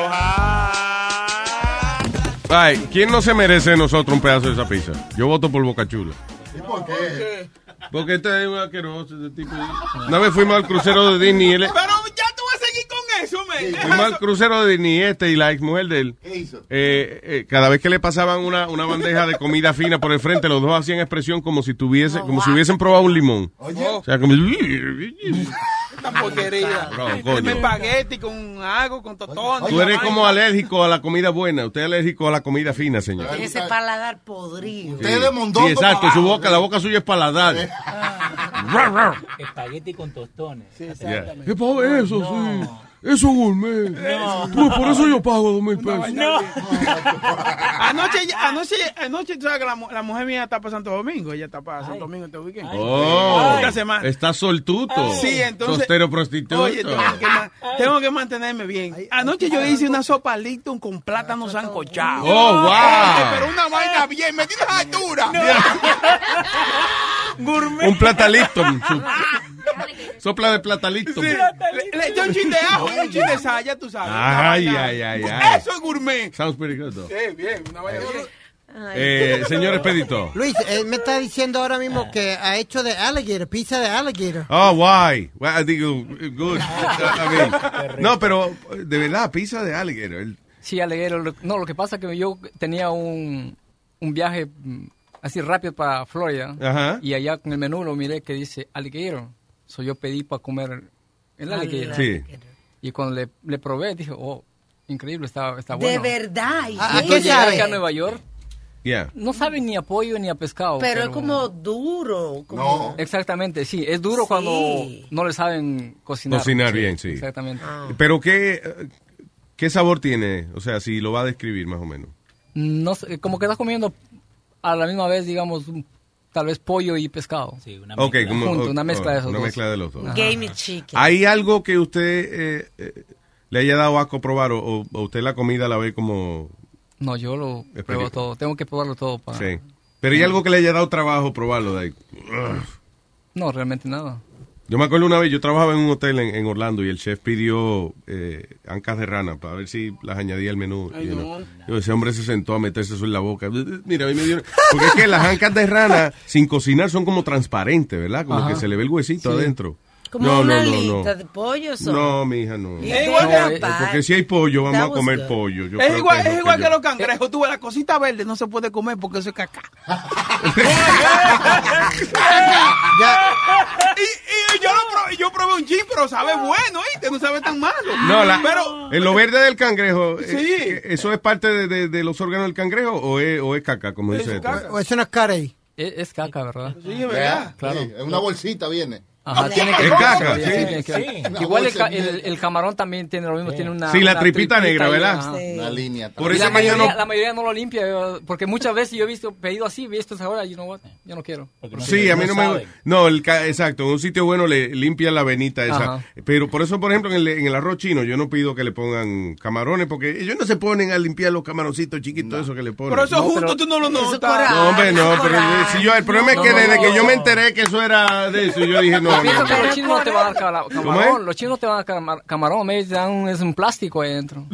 Ay, ¿quién no se merece de nosotros un pedazo de esa pizza? Yo voto por Boca Chula. ¿Y por qué? Porque este es un asqueroso ese tipo. Una vez fuimos al crucero de Disney. Él, Pero ya tú vas a seguir con eso, men. fuimos al crucero de Disney este y la ex mujer de él. ¿Qué hizo? Eh, eh, cada vez que le pasaban una, una bandeja de comida fina por el frente, los dos hacían expresión como si tuviese, como si hubiesen probado un limón. Oye. O sea, como Esta porquería. Bro, Dime coño. espagueti con algo, con totones. Tú eres como alérgico a la comida buena. Usted es alérgico a la comida fina, señor. Tiene ese paladar podrido. Sí, sí, exacto. Su boca, la boca suya es paladar. Espagueti con tostones. Sí, exactamente. ¿Qué pago eso? Sí. Eso es gourmet. No. Tú, por eso yo pago dos mil pesos. No. anoche, anoche, anoche, tú sabes que la, mu- la mujer mía está para Santo Domingo. Ella está para Santo Domingo este weekend. Oh, Esta semana. está soltuto. Sí, entonces. Sostero prostituto. Oye, tengo que, ma- tengo que mantenerme bien. Anoche yo hice una sopa Lipton con plátano sancochado. Oh, wow. Oye, pero una vaina bien, me tienes altura. Gourmet. Un platalito. Sopla de platalito. Sí, le, le eché un chin de ajo y un chin de sal, ya tú sabes. Una Ay, vaina. ay, ay, ay. Eso es gourmet. Sounds pretty good, though. Sí, bien, una vaina bien. Eh, señor Expedito. Luis, él me está diciendo ahora mismo que ha hecho de alligator, pizza de alligator. Oh, why? Well, I digo, good. I mean, no, pero de verdad, pizza de alligator. El- Sí, alligator. Lo- No, lo que pasa es que yo tenía un, un viaje mm, así rápido para Florida. Ajá. Y allá con el menú lo miré que dice alligator. So yo pedí para comer el alligator. Sí. Y cuando le, le probé, dije, oh, increíble, está, está bueno. De verdad. ¿y ¿A qué? qué sabe? Acá a Nueva York. Yeah. No sabe ni a pollo ni a pescado. Pero es como duro. Como... No. Exactamente, sí. Es duro Sí. cuando no le saben cocinar. Cocinar bien, sí. Exactamente. Pero ¿qué, eh, ¿qué sabor tiene? O sea, si lo va a describir más o menos. No sé, como que estás comiendo a la misma vez, digamos, un- tal vez pollo y pescado. Sí, una Ok, como- Junto, una mezcla de esos una dos. mezcla de los dos. Ajá. Game chicken. ¿Hay algo que usted eh, eh, le haya dado asco probar o, o- o usted la comida la ve como... No, yo lo Es pruebo peli- todo. Tengo que probarlo todo para... Sí. Pero ¿hay algo que le haya dado trabajo probarlo? De ahí? Ugh. No, realmente nada. Yo me acuerdo una vez, yo trabajaba en un hotel en, en Orlando y el chef pidió eh, ancas de rana para ver si las añadía al menú. Ay, you no. know. Yo, ese hombre se sentó a meterse eso en la boca. Mira, a mí me dio... Porque es que las ancas de rana sin cocinar son como transparentes, ¿verdad? Como Ajá. que se le ve el huesito Sí. adentro. Como no, una no, no, alita no. de pollo. son. No, mija, no. Es igual No, que- eh, porque si hay pollo, vamos That a was comer good. pollo. Yo Es creo igual, que es lo igual que que yo- los cangrejos. Tú ves, la cosita verde no se puede comer porque eso es caca. y, y yo, lo probé, yo probé un chip, pero sabe bueno, ¿viste? No sabe tan malo. No, la, pero, en lo verde del cangrejo, eh, Sí. eh, ¿eso es parte de, de- de los órganos del cangrejo o es, o es caca, como dice este? O es una cara ahí. Es, es caca, ¿verdad? Sí, es verdad. Claro. Sí, en una bolsita viene. Ajá, tiene que Es caca, sí, sí. tiene que- Sí. Igual el, Una ca- bolsa el, el camarón también tiene lo mismo, tiene una Sí, la una tripita negra, ahí, ¿verdad? ajá. Una línea. Por Y eso la es que yo mayoría, no- la mayoría no lo limpia, yo- porque muchas veces yo he visto pedido así, visto esa hora, you know what, yo no quiero. Sí, a mí no me... No, el ca- exacto, en un sitio bueno le limpia la venita esa. Ajá. Pero por eso, por ejemplo, en el, en el arroz chino yo no pido que le pongan camarones porque ellos no se ponen a limpiar los camaroncitos chiquitos, eso que le ponen. pero eso junto tú no lo notas. No, hombre, no, pero si yo, el problema es que No, no, desde no. que yo me enteré que eso era de eso, yo dije, no, Yo no, pienso no. que los chinos no te van a dar cala- ¿Cómo camarón, es? los chinos te van a dar camar- camarón, me dan un, es un plástico ahí adentro.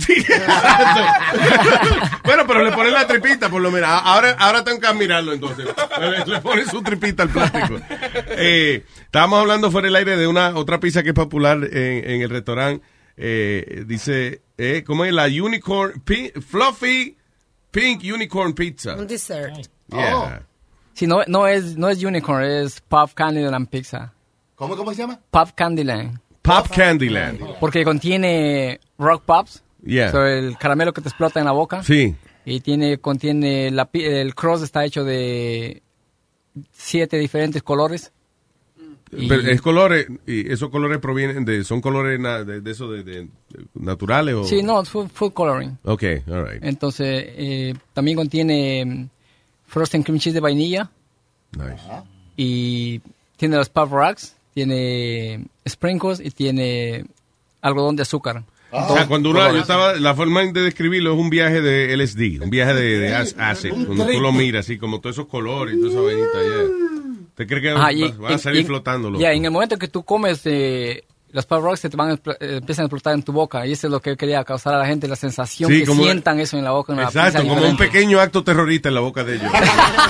Bueno, pero le ponen la tripita, por lo menos. Ahora, ahora tengo que admirarlo, entonces. Le, le ponen su tripita al plástico. Eh, estábamos hablando fuera del aire de una otra pizza que es popular en, en el restaurante. Eh, dice, eh, ¿cómo es? La Unicorn, pi- Fluffy Pink Unicorn Pizza. Un dessert. Yeah. Sí, no, no es, no es unicorn, es Pop Candyland Pizza. ¿Cómo, cómo se llama? Pop Candyland. Pop Candyland. Porque contiene rock pops Yeah. So, el caramelo que te explota en la boca. Sí. Y tiene, contiene, la, pi- el cross está hecho de siete diferentes colores. Y- Pero es colores, y esos colores provienen de, son colores na- de, de eso de, de- de naturales o... Sí, no, es full, full coloring. Ok, all right. Entonces, eh, también contiene mm, frozen cream cheese de vainilla. Nice. Y tiene los Pop Rocks, tiene sprinkles y tiene algodón de azúcar. O sea, cuando uno, yo estaba, la forma de describirlo es un viaje de L S D, un viaje de, de ac- acid, cuando tú lo miras así, como todos esos colores y toda esa vainita, yeah. ¿Te crees que Ajá, y- van a salir y- flotando? loco? Ya, en el momento que tú comes eh, los Pop Rocks, se te van a, expl- eh, empiezan a explotar en tu boca. Y eso es lo que quería causar a la gente, la sensación Sí, que como- sientan eso en la boca. En una Exacto, pizza como un diferente. pequeño acto terrorista en la boca de ellos.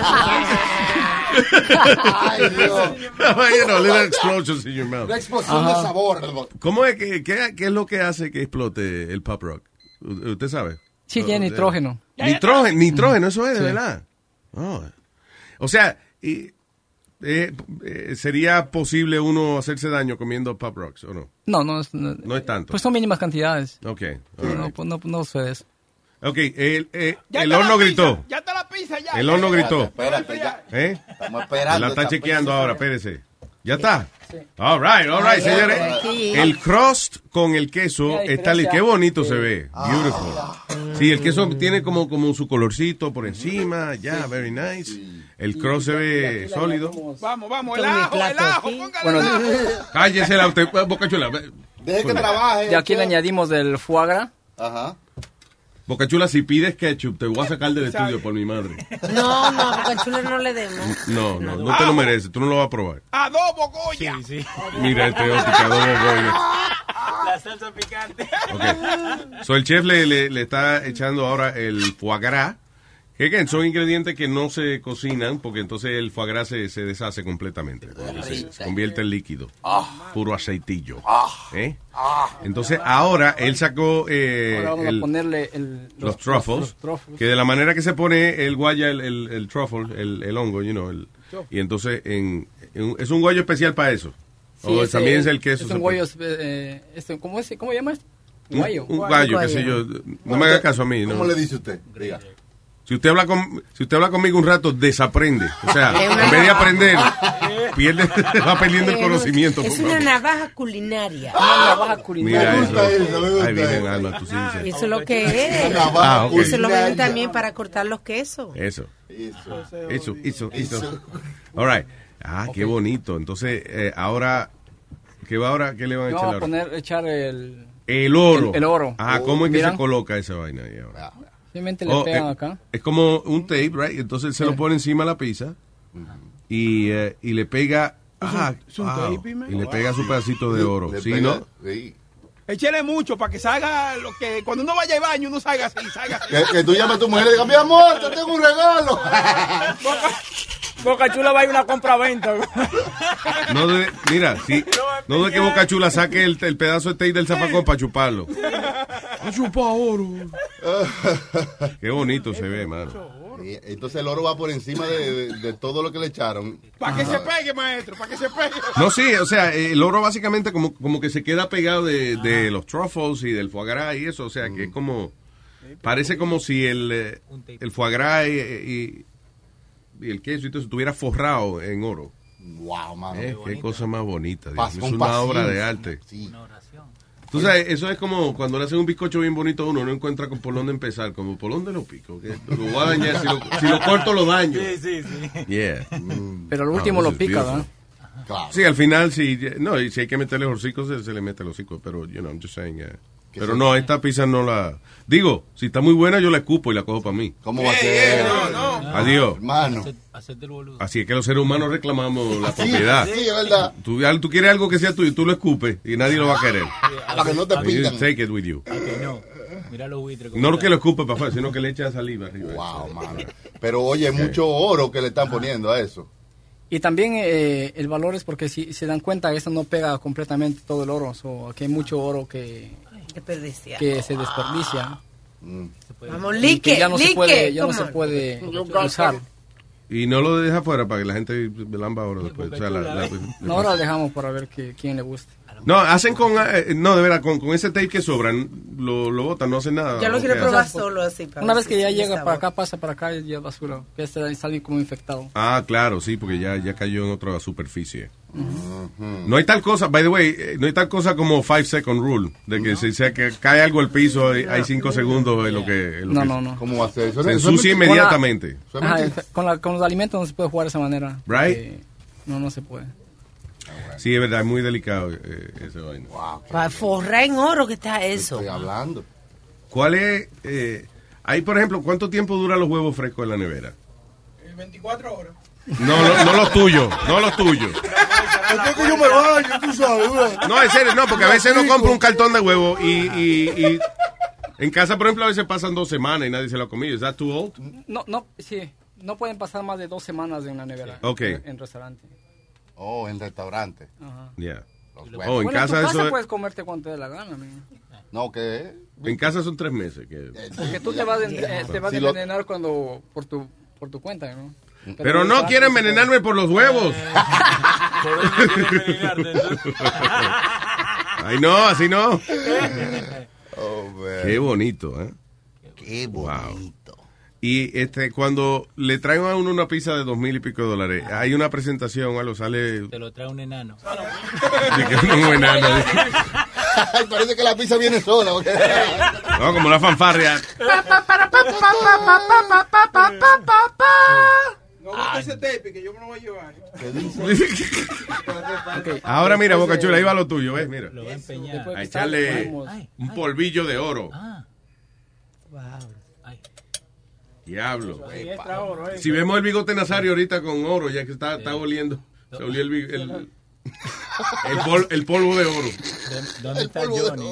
Ay, Dios. You know, little explosions in your mouth. Una explosión de sabor. ¿Cómo es que, qué, qué es lo que hace que explote el Pop Rock? U- ¿Usted sabe? Sí, tiene nitrógeno. Nitrógeno, nitrógeno, eso es, de Sí. verdad. Oh. O sea, y, eh, eh, ¿sería posible uno hacerse daño comiendo Pop Rocks o no? No, no es, no, No es tanto. pues son mínimas cantidades. Ok, No, all no, right. pues no, no sé eso. Ok, el, eh, Ya el está horno la gritó. pizza, Ya está la pizza, ya. El horno gritó. Espérate, ya. ¿Eh? Estamos esperando. La está esta chequeando pizza. ahora, espérese. ¿Ya está? All right, all right, señores. aquí. El crust con el queso está li- Qué bonito se ve. Beautiful. Sí, el queso tiene como, como su colorcito por encima. Ya, very nice. El crust se ve sólido. Vamos, vamos, el Toma mi ajo, el plato ajo, aquí. póngale Bueno, el ajo. Cállese la usted, Boca Chula. Deje que trabaje. Y aquí le chef. añadimos del foie gras. Ajá. Boca Chula, si pides ketchup, te voy a sacar del estudio por mi madre. No, no, porque al chulo no le demos. No, no, no te lo mereces. Tú no lo vas a probar. Adobo Goya. Mira este otro que adobo Goya. La salsa picante. Ok. So, el chef le, le, le está echando ahora el foie gras. Que again, son ingredientes que no se cocinan porque entonces el foie gras se, se deshace completamente. Se, se convierte en líquido. Puro aceitillo. ¿Eh? Entonces ahora él sacó eh, Ahora vamos el- a ponerle el, los, truffles, los truffles. que de la manera que se pone el guaya, el, el, el truffle, el, el hongo, you know, el, y entonces en, en- es un guayo especial para eso. Sí, o ese- también es el queso. Es se un pone- guayo, eh, este, ¿cómo, es, ¿cómo llama esto? Un- Guayo. Un, guayo, qué sé yo. No me haga caso a mí. ¿Cómo ¿no? le dice usted? Diga. Si usted habla con, si usted habla conmigo un rato, desaprende. O sea, Es una- en vez de aprender, pierde, va perdiendo el Es conocimiento. Es poco a una poco. navaja culinaria. Una navaja culinaria. Mira Me gusta eso. eso, me gusta Ahí viene eso. Alma, tú sí dices. Eso es lo que es. Ah, ok. Eso lo venden también para cortar los quesos. Eso, Eso. eso, eso, eso. All right. Ah, qué bonito. Entonces, eh, ahora, ¿qué va ahora? ¿Qué le van a echar Vamos a ahora? poner, echar el... El oro. El, el oro. Ah, ¿cómo es que Mira, se coloca esa vaina ahí ahora? simplemente le Oh, pegan eh, acá. Es como un tape, right? Entonces se lo pone encima de la pizza y, eh, y le pega... Ah, es un wow, tape, man. y le pega su pedacito de oro. Le ¿Sí, pega- no? Sí. Échele mucho para que salga lo que cuando uno vaya al baño uno salga así, salga así. Que, que tú llames a tu mujer y digas, mi amor, te tengo un regalo. Boca Chula va a ir a una compra-venta. No de, mira, sí, no de que Boca Chula saque el, el pedazo de tape del zafacón para chuparlo. A chupar oro. Qué bonito se ve, mano. Y entonces el oro va por encima de, de- de todo lo que le echaron. Para que se pegue, maestro, para que se pegue. No, sí, o sea, el oro básicamente como, como que se queda pegado de, de los truffles y del foie gras y eso, o sea, que es como, parece como si el, eh, el foie gras y, y- y el queso y todo eso estuviera forrado en oro. Wow, mano. Eh, qué cosa más bonita, Dios Pas- mío, con es una paciencia. obra de arte. Sí. Tú sabes, eso es como cuando le hacen un bizcocho bien bonito a uno, no encuentra con por dónde empezar, como por dónde lo pico, que lo voy a dañar, si lo, si lo corto lo daño. Sí, sí, sí. Yeah. Pero al No, último this lo is pica, beautiful. ¿verdad? Claro. Sí, al final, sí, no, y si hay que meterle los hocicos, se, se le mete los hocicos, pero, you know, I'm just saying, yeah. Pero sí. no, esta pizza no la... Digo, si está muy buena, yo la escupo y la cojo para mí. ¿Cómo va a ser? No, no. Adiós. Hermano. Hacerte el boludo. Así es que los seres humanos reclamamos la Sí, propiedad. sí, es verdad. Tú, tú quieres algo que sea tuyo, tú lo escupes y nadie lo va a querer. Para que no te You pintan. take it with you. Ok, no. Mira los buitres. No lo que lo escupe para afuera, sino que le echa saliva arriba. Wow, mano. Pero oye, mucho oro que le están poniendo a eso. Y también eh, el valor es porque si se dan cuenta, esto no pega completamente todo el oro. So, aquí hay mucho oro que, Desperdicia. que se desperdicia. Vamos, Y lique, que ya no se lique. puede, ya no Come se on. puede usar. Y no lo deja afuera para que la gente lamba ahora después. O sea, la- la- No, ahora lo dejamos para ver que, quién le gusta. No, hacen con, eh, no, de verdad, con, con ese tape que sobran, lo, lo botan, no hacen nada. Yo lo quiero ¿Qué probar hacen? solo así. para Una ver vez que si ya tiene llega sabor. para acá, pasa para acá y ya es basura. Que este sale como infectado. Ah, claro, sí, porque ya, ya cayó en otra superficie. No hay tal cosa, by the way, eh, no hay tal cosa como five second rule, de que si se que cae algo al piso, hay, hay cinco segundos en lo que, en lo No, que no, no. ¿Cómo va a ser? se ensucia inmediatamente. Con, la, ajá, con, la, con los alimentos no se puede jugar de esa manera. Right? No, no se puede. Sí, es verdad, es muy delicado eh, ese vaina. Wow, Para forrar en oro que está eso. estoy hablando. ¿Cuál es? Eh, ahí, por ejemplo, ¿cuánto tiempo duran los huevos frescos en la nevera? veinticuatro horas. No, no, no los tuyos, no los tuyos. Después que yo me baño, tú sabes. ¿verdad? No, en serio, no, porque a veces uno compra un cartón de huevo y, y, y en casa, por ejemplo, a veces pasan dos semanas y nadie se lo ha comido. ¿Es that too old? No, no, sí. No pueden pasar más de dos semanas en la nevera. Ok. En, en restaurante. Oh, en restaurante. Ajá. Yeah. Los Oh, huevos. en Bueno, casa en tu eso casa es- puedes comerte cuanto te dé la gana, man. No, ¿qué? En casa son tres meses. Que... Porque tú te vas, a en- eh, te vas Si a lo- envenenar cuando por tu por tu cuenta, ¿no? Pero no quieren envenenarme por los huevos. Ay, no, así no. Oh, man. Qué bonito, ¿eh? Qué bonito. Y este, cuando le traen a uno una pizza de dos mil y pico de dólares, hay una presentación, algo sale. Te lo trae un enano. De que es un enano. Parece que la pizza viene sola. ¿ok? No, como la fanfarria. No busques ese tape que yo me lo voy a llevar. Ahora mira, Boca Chula, ahí va lo tuyo, ¿ves? Mira. Lo va a empeñar. A echarle un polvillo de oro. Diablo. Ahí extra oro, eh. Si vemos el bigote Nazario ahorita con oro, ya que está, está oliendo. Se olió el, bi- el, el, pol- el polvo de oro. ¿Dónde está Johnny?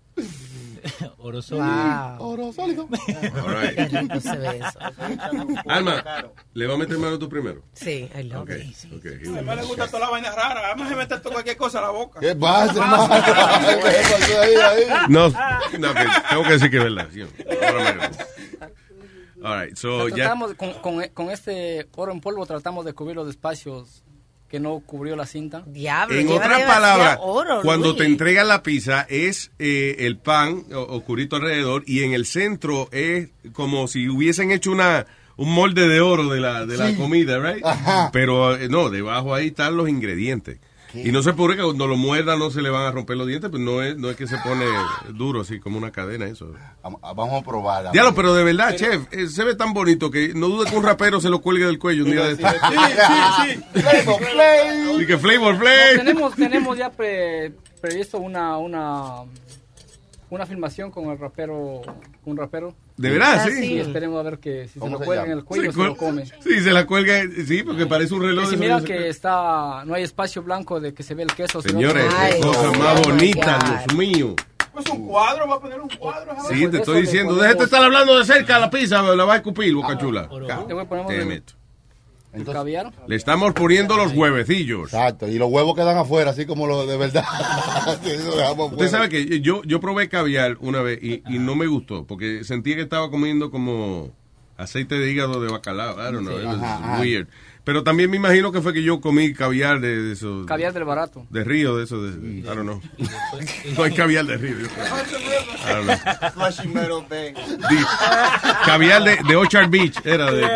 Oro sólido. Wow. Oro sólido. All right. Qué rico se ve eso. Alma, ¿le va a meter mano tú primero? Sí, I love Okay, it. okay, here A we mí go. le gusta toda la vaina rara. Además se mete todo cualquier cosa a la boca. ¿Qué pasa, hermano? ¿Qué pasó ahí, ahí? No, no, que tengo que decir que es verdad. Sí, ahora me- All right, so O sea, ya. tratamos, con, con, con este oro en polvo tratamos de cubrir los espacios que no cubrió la cinta. Diablo, En lleva otras demasiado palabras, oro, cuando Luis. te entregan la pizza es eh, el pan o- oscurito alrededor y en el centro es como si hubiesen hecho una un molde de oro de la de la Sí. comida, right? Ajá. Pero eh, no, debajo ahí están los ingredientes. Y no se apure que cuando lo muerda no se le van a romper los dientes, pues no es no es que se pone duro así como una cadena eso. Vamos vamos a probarla. Diablo, pero de verdad, chef, eh, se ve tan bonito que no dude que un rapero se lo cuelgue del cuello un día de estos. Sí, sí, sí. Flavor Flav. Y que Flavor No, Flav. tenemos, tenemos ya pre- previsto una, una, una filmación con el rapero, con un rapero. De verdad, Ah, sí. Y esperemos a ver que si se ¿Cómo lo se cuelga en llama? el cuello Se se lo cuel- come. Sí, se la cuelga, sí, porque parece un reloj. Y si de mira esos- que está, no hay espacio blanco de que se ve el queso. sino Señores, que- Ay, qué cosa oh más my bonita, God. Dios mío. Pues un cuadro, va a poner un cuadro. ¿sabes? Sí, te eso estoy le diciendo, ponemos- déjate estar hablando de cerca la pizza, la vas a escupir, Boca Chula. Le voy a poner Damn el, it. el caviar. Le estamos poniendo los huevecillos. Exacto, y los huevos quedan afuera, así como los de verdad. Sí, eso dejamos Usted afuera. sabe que yo, yo probé caviar una vez y, y no me gustó, porque sentí que estaba comiendo como aceite de hígado de bacalao. I don't know, it was Ajá, ajá. weird. Pero también me imagino que fue que yo comí caviar de, de eso. Caviar del barato. De río, de eso, de, I don't know. No hay caviar de río. yo creo. I don't know. Flushy Meadow Bay. Di- Caviar de, de Orchard Beach era de,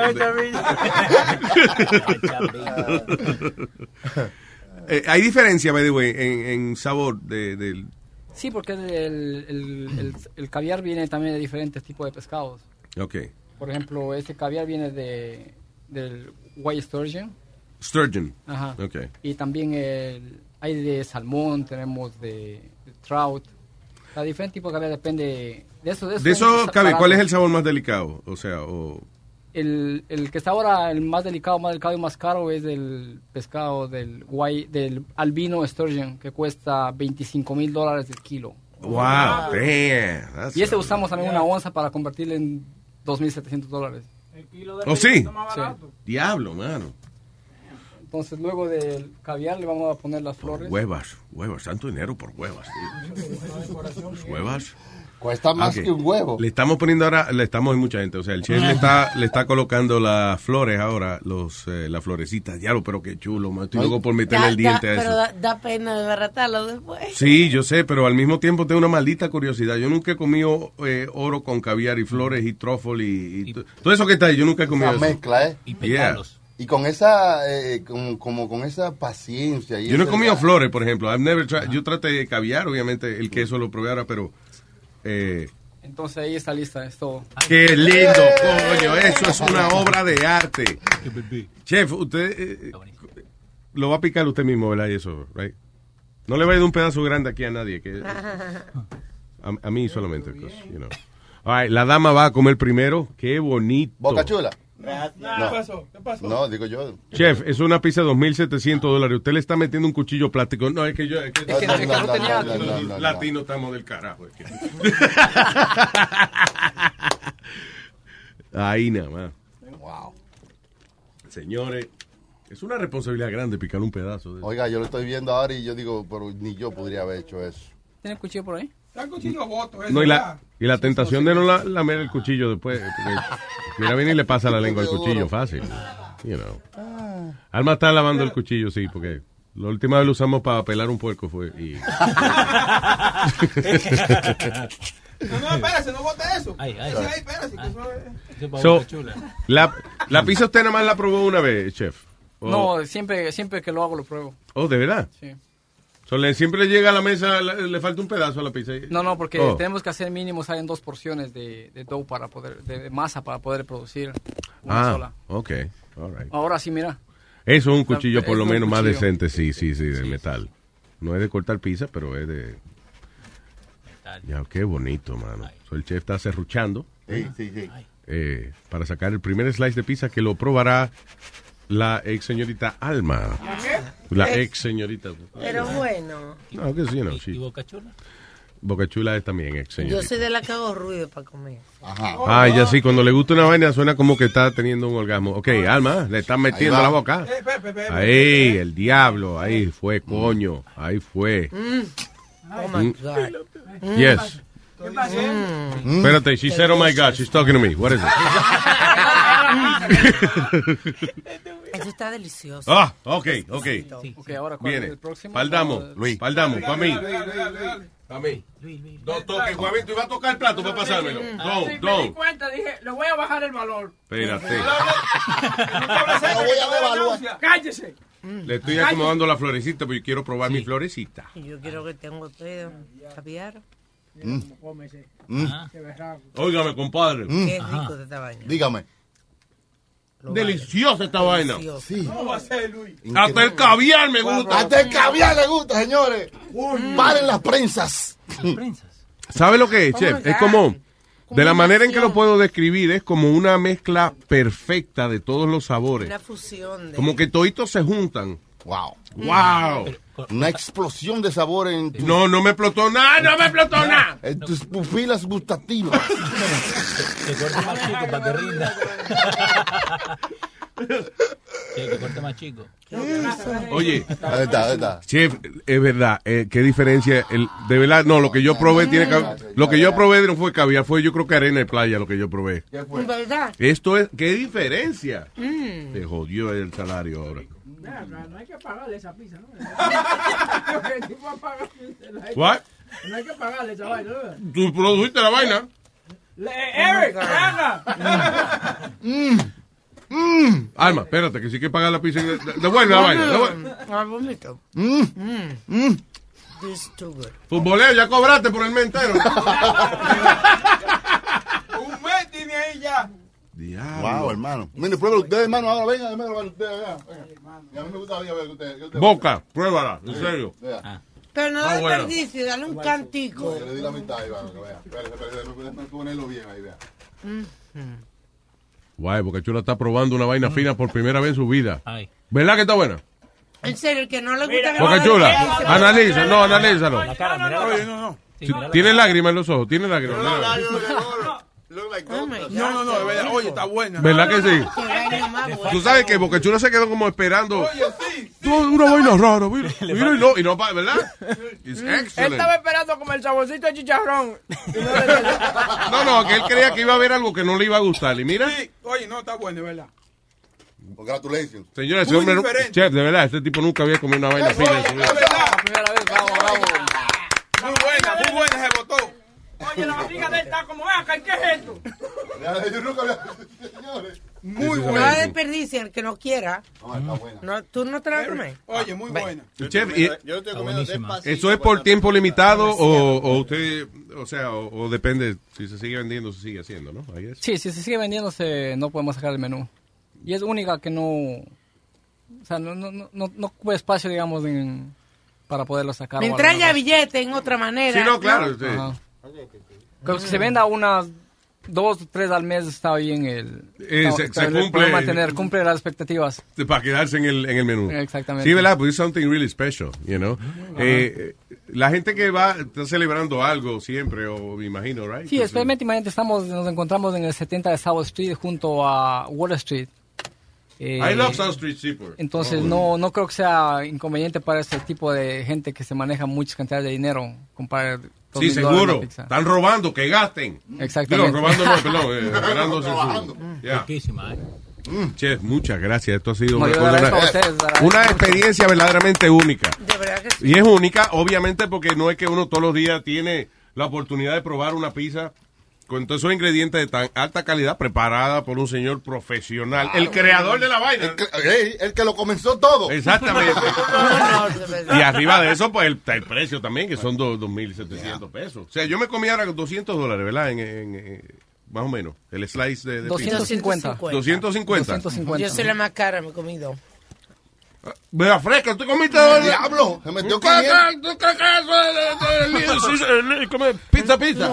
de- Eh, hay diferencia, by the way, en, en sabor de, del. Sí, porque el, el, el, el caviar viene también de diferentes tipos de pescados. Ok. Por ejemplo, este caviar viene de del white sturgeon. Sturgeon. Ajá. Ok. Y también el, hay de salmón, tenemos de, de trout. O sea, diferentes tipos de caviar depende de eso. De eso, De eso, es cabe, ¿cuál es el barato. sabor más delicado? O sea, o. El, el que está ahora el más delicado, más delicado y más caro es el pescado del white, del albino sturgeon, que cuesta veinticinco mil dólares el kilo. Wow, damn. that's- Y este usamos también una onza para convertirle en dos mil setecientos dólares. El kilo de ¿Oh, sí? está más barato. Diablo, mano. Entonces luego del caviar le vamos a poner las flores. Huevas, huevas, tanto dinero por huevas, tío. Huevas. Cuesta más Okay. que un huevo. Le estamos poniendo ahora, le estamos en mucha gente, o sea, el chef le está, le está colocando las flores ahora, los, eh, las florecitas, diablo, pero qué chulo, man. Estoy loco por meterle Da- el diente da- a eso. Pero da, da pena desbaratarlo después. Sí, yo sé, pero al mismo tiempo tengo una maldita curiosidad. Yo nunca he comido eh, oro con caviar y flores y truffle y, y t- todo eso que está ahí, yo nunca he comido Esa eso. mezcla, ¿eh? Y pétalos. Y con esa, eh, como, como con esa paciencia. Y Yo no he ese- comido flores, por ejemplo. I've never tried- yo traté de caviar, obviamente, el queso lo probé ahora, pero... Eh, Entonces ahí está lista, es todo. ¡Qué lindo, coño! Eso es una obra de arte. Chef, usted eh, lo va a picar usted mismo, ¿verdad? Y eso, right? No le vaya a dar un pedazo grande aquí a nadie. Que, a, a mí solamente, because, you know. All right, la dama va a comer primero. ¡Qué bonito! Boca Chula. ¿Qué pasó? ¿Qué pasó? No, digo yo. Chef, es una pizza de dos mil setecientos dólares. Usted le está metiendo un cuchillo plástico. No, es que yo... Es que, Es que no- es que no tenía- Los no, no, no, latinos estamos del carajo. Es que... Ahí nada más. Wow. Señores, es una responsabilidad grande picar un pedazo. De... Oiga, yo lo estoy viendo ahora y yo digo, pero ni yo podría haber hecho eso. ¿Tiene cuchillo por ahí? Está el cuchillo voto, eso, No, y la, ¿verdad? y la tentación de no la- lamer el cuchillo después. porque mira, viene y le pasa la lengua al cuchillo, fácil. You know. Alma está lavando el cuchillo, sí, porque la última vez lo usamos para pelar un puerco fue. Y... No, no, espérate, no bote eso. Ay, ay. Sí, ay, espérate, que eso es- So, la, la pizza usted nada más la probó una vez, chef. O- No, siempre, siempre que lo hago lo pruebo. Oh, ¿de verdad? Sí. So, le, siempre le llega a la mesa, le, le falta un pedazo a la pizza. No, no, porque Oh. tenemos que hacer mínimo, salen dos porciones de, de dough para poder, de, de masa para poder producir una Ah, sola. ok. All right. Ahora sí, mira. Eso es un cuchillo por Es lo un menos más cuchillo. decente, sí, sí, sí, de metal. No es de cortar pizza, pero es de... Ya, qué bonito, mano. So, el chef está serruchando Sí, sí, sí. eh, para sacar el primer slice de pizza que lo probará la ex señorita Alma. La ex señorita. Pero bueno, No, que sí, no, sí. ¿Y Boca Chula? Boca Chula es también ex yo señorita. soy de la que hago ruido para comer. Ajá. Ah, ya sí, cuando le gusta una vaina suena como que está teniendo un orgasmo. Ok, Alma, le están metiendo va. la boca. Eh, Pepe, Pepe, Ahí, el diablo, ahí fue, coño, ahí fue. Mm. Oh my Mm. God. Yes. ¿Qué pasó? Mm. Espérate, she said, oh my God, she's talking to me. What is it? Eso está delicioso. Ah, ok, ok. Ok, ahora ¿cuál es Viene. el próximo? Paldamo, Luis. Paldamo, para mí. Dale, dale, dale, dale. Para mí. Dos toques, Juanito, iba a tocar el plato para pasármelo. Sí, Don't, me di don't. cuenta, dije, le voy a bajar el valor. Espérate. Cállese. Le estoy acomodando la florecita, porque yo quiero probar mi florecita. Y yo quiero que tenga usted caviar. Mm. Cómese. Mm. Qué berraco. Óigame, compadre. Mm. Qué rico de esta vaina. Dígame. Deliciosa esta vaina. Delicioso. Sí. ¿Cómo va a ser, Luis? Hasta el caviar me gusta. Hasta el caviar le gusta, señores. Paren las prensas. ¿Sabe lo que es, Oh chef? my Es God. como, de la Una manera en que lo fusión. puedo describir, es como una mezcla perfecta de todos los sabores. Una fusión de... Como que toditos se juntan. Wow. ¡Wow! Una explosión de sabor en, tu- No, no me explotó nada, no me explotó nada. en tus pupilas gustativas. Que corte más chico para que rinda. Que, que corte más chico. Oye, Ahí está, ahí está. chef, es verdad, eh, qué diferencia. El, de verdad, no, lo que yo probé tiene que, lo que yo probé no fue caviar, fue yo creo que arena de playa lo que yo probé. ¿En verdad? Esto es, qué diferencia. Mm. Se jodió el salario ahora. Mira, no hay que pagarle esa pizza, ¿no? El tipo va a pagar- What? No hay que pagarle esa vaina, ¿no? Tú produjiste la vaina. Le- Eric, venga. Mm. Mm. Alma, espérate, que sí hay que pagar la pizza. De, de buena la vaina. De buena. Ah, bonito. Mm. Mm. Mm. This is too good. Futbolero, ya cobraste por el mes entero. Un mes tiene ahí ya. Wow, hermano. Mire, pruébalo ustedes, hermano. Ahora venga, démelo para ustedes. Venga, venga. Y a mí me gusta ver que ustedes. que ustedes- Boca, pruébala, en serio. Vea. Pero no Ah, bueno. desperdicio, dale un cantico. Yo le di la mitad ahí, va, que vea. Espérate, espérate, espérate, déjame ponerlo bien ahí, vea. Guay, Boca Chula está probando una vaina fina por primera vez en su vida. Ay. ¿Verdad que está buena? En serio, el que no le gusta... Boca Chula, analiza, no, analízalo. La cara, mira. Oye, no, no. Sí, Sí, mira la tiene cara. lágrimas en los ojos, tiene lágrimas. mira. Oh my God. No, no, no, de verdad. Oye, está buena. ¿Verdad que sí? Qué vaina más buena. Tú sabes que Boca Chula se quedó como esperando. Oye, sí. una vaina rara, mira, mira, y no, y no, ¿verdad? It's Él excellent. estaba esperando como el saborcito de chicharrón. No, no, que él creía que iba a ver algo que no le iba a gustar. Y mira. Sí, oye, no, está bueno, ¿verdad? Congratulations. Señora, ese Muy hombre, diferente. chef, de verdad, este tipo nunca había comido una vaina fina en su vida. Muy buena, muy buena, se votó. Oye, la barriga de él está como, acá, ¿qué es esto? Yo nunca había... Señores. Muy No la desperdicien, el que no quiera. No, está buena. No, ¿tú no te la comes? Oye, muy buena. Chef, y- Yo estoy comiendo despacito. ¿eso es por tiempo limitado o, o usted, o sea, o, o depende, si se sigue vendiendo, se sigue haciendo, ¿no? Ahí es. Sí, si se sigue vendiéndose, no podemos sacar el menú. Y es única que no... O sea, no, no, no, no no ocupa espacio, digamos, en, para poderlo sacar. Mientras o algo. haya billete en otra manera. Sí, no, claro. sí. Ajá. Con que se venda unas dos, tres al mes está bien. El, Eh, no, se- está se bien, cumple- puede mantener, cumple las expectativas. Para quedarse en el, en el menú. Exactamente. Sí, ¿verdad? Pues it's something really special, you know. Eh, eh, la gente que va, está celebrando algo siempre, o me imagino, right? Sí, especialmente imagínate, estamos, nos encontramos en el setenta de South Street junto a Wall Street. Eh, I love South Street Seaport. Entonces Oh. no, no creo que sea inconveniente para ese tipo de gente que se maneja muchas cantidades de dinero. Comprar dos Sí, mil dólares seguro. una pizza. Están robando, que gasten. Exactamente. Digo, robando no, perdón, eh, ganándose su... Ya. Riquísima, ¿eh? Mm, chef, muchas gracias. Esto ha sido No, una, yo cosa- agradezco a una- ustedes, agradezco una mucho. experiencia verdaderamente única. De verdad que sí. Y es única, obviamente, porque no es que uno todos los días tiene la oportunidad de probar una pizza con todos esos ingredientes de tan alta calidad preparada por un señor profesional, el creador de la vaina. El que, ey, el que lo comenzó todo. Exactamente. No, no, de verdad. Y arriba de eso, pues el, el precio también, que son dos mil setecientos pesos. O sea, yo me comí ahora con doscientos dólares, ¿verdad? En, en- en- más o menos, el slice de, de doscientos cincuenta. pizza. doscientos cincuenta. doscientos cincuenta. Yo soy la más cara, me he comido. Vea fresca, ¿tú comiste dos? Diablo, se metió ¿Qué- quinientos. qué- ¿Tú crees que eso es de- de- de- sí, sí, sí, come pizza, pizza?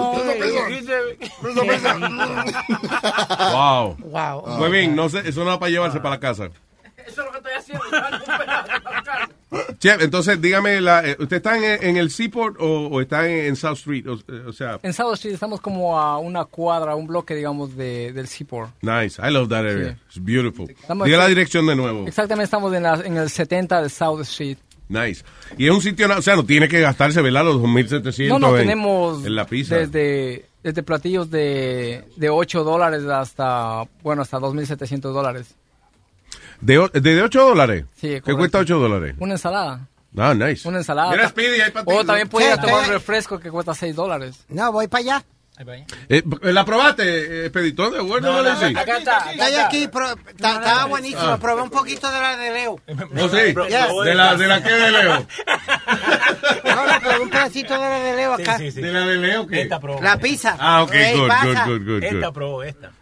Wow. Wow. Muy bien, no sé, eso no va para llevarse para la casa. Eso es lo que estoy haciendo. llevando un pedazo para la casa. Chef, entonces dígame, la, eh, ¿usted está en, en el Seaport o, o está en, en South Street? O, eh, o sea, En South Street estamos como a una cuadra, un bloque, digamos, de, del Seaport. nice, I love that area. Sí. It's beautiful. Estamos Diga la exa- dirección de nuevo. Exactamente, estamos en, la, en el setenta de South Street. Nice. Y es un sitio, o sea, no tiene que gastarse, ¿verdad? Los dos mil setecientos No, no, en, tenemos en la pizza. desde, desde platillos de, de ocho dólares hasta, bueno, hasta dos mil setecientos dólares. ¿De, o- de ocho dólares? Sí, ¿Qué correcto. cuesta ocho dólares? Una ensalada. Ah, nice. Una ensalada. Mira, Speedy, ahí para ti. O también puedes Sí, tomar sí. un refresco que cuesta seis dólares. No, voy para allá. Eh, ¿La probaste, eh, Expeditor? ¿De bueno, No, no, no, sí? acá está, acá Estoy está. aquí, pro- ta- estaba buenísimo. Ah. Probé un poquito de la de Leo. ¿No sí? Yes. ¿De la, de la que de Leo? No, no, probé un pedacito de la de Leo acá. Sí, sí, sí. ¿De la de Leo qué? Esta probó. La pizza. Ah, ok, Ey, good, pasa. good, good, good, Esta good. probó esta.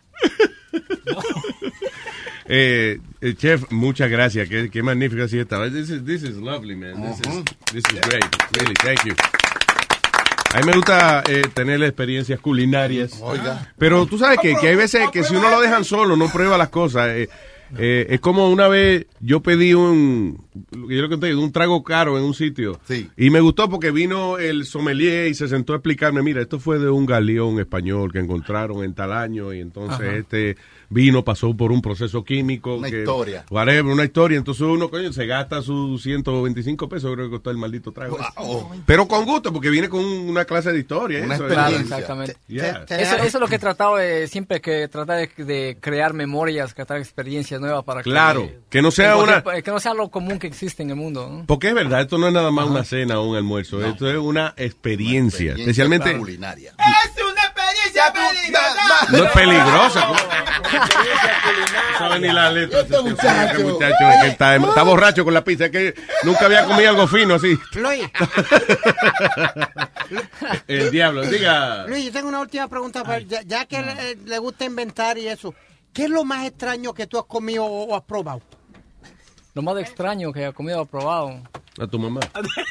Eh, eh, chef, muchas gracias. Qué, qué magnífica así estaba. This is, this is lovely, man. This, is, this is great. Really, thank you. A mí me gusta eh, tener experiencias culinarias. Oiga. Pero tú sabes que, que hay veces que si uno lo dejan solo, no prueba las cosas. Eh, eh, es como una vez yo pedí un, yo lo conté, un trago caro en un sitio. Sí. Y me gustó porque vino el sommelier y se sentó a explicarme, mira, esto fue de un galeón español que encontraron en tal año y entonces Ajá. este vino pasó por un proceso químico. Una que- historia. Whatever, una historia. Entonces uno, coño, se gasta sus ciento veinticinco pesos, creo que costó el maldito trago. Wow. Pero con gusto, porque viene con una clase de historia. Una eso, Claro, experiencia. exactamente. Yeah. Te- Eso, dejaron- eso es lo que he tratado de, siempre que tratar de, de crear memorias, crear experiencias nuevas para que... Claro, que no sea en una... cualquier- que no sea lo común que existe en el mundo, ¿no? Porque es verdad, esto no es nada más una cena o un almuerzo, esto es una experiencia, Experiencia especialmente culinaria. Es una experiencia peligrosa. no es peligrosa. ¿Cómo? No sabe ni la letra. Este muchacho. Este muchacho es que está, está borracho con la pizza, es que nunca había comido algo fino así. Luis, El diablo, diga. Luis, yo tengo una última pregunta. para- ya, ya que le, le gusta inventar y eso, ¿qué es lo más extraño que tú has comido o, o has probado? Lo más extraño que he comido o probado. A tu mamá.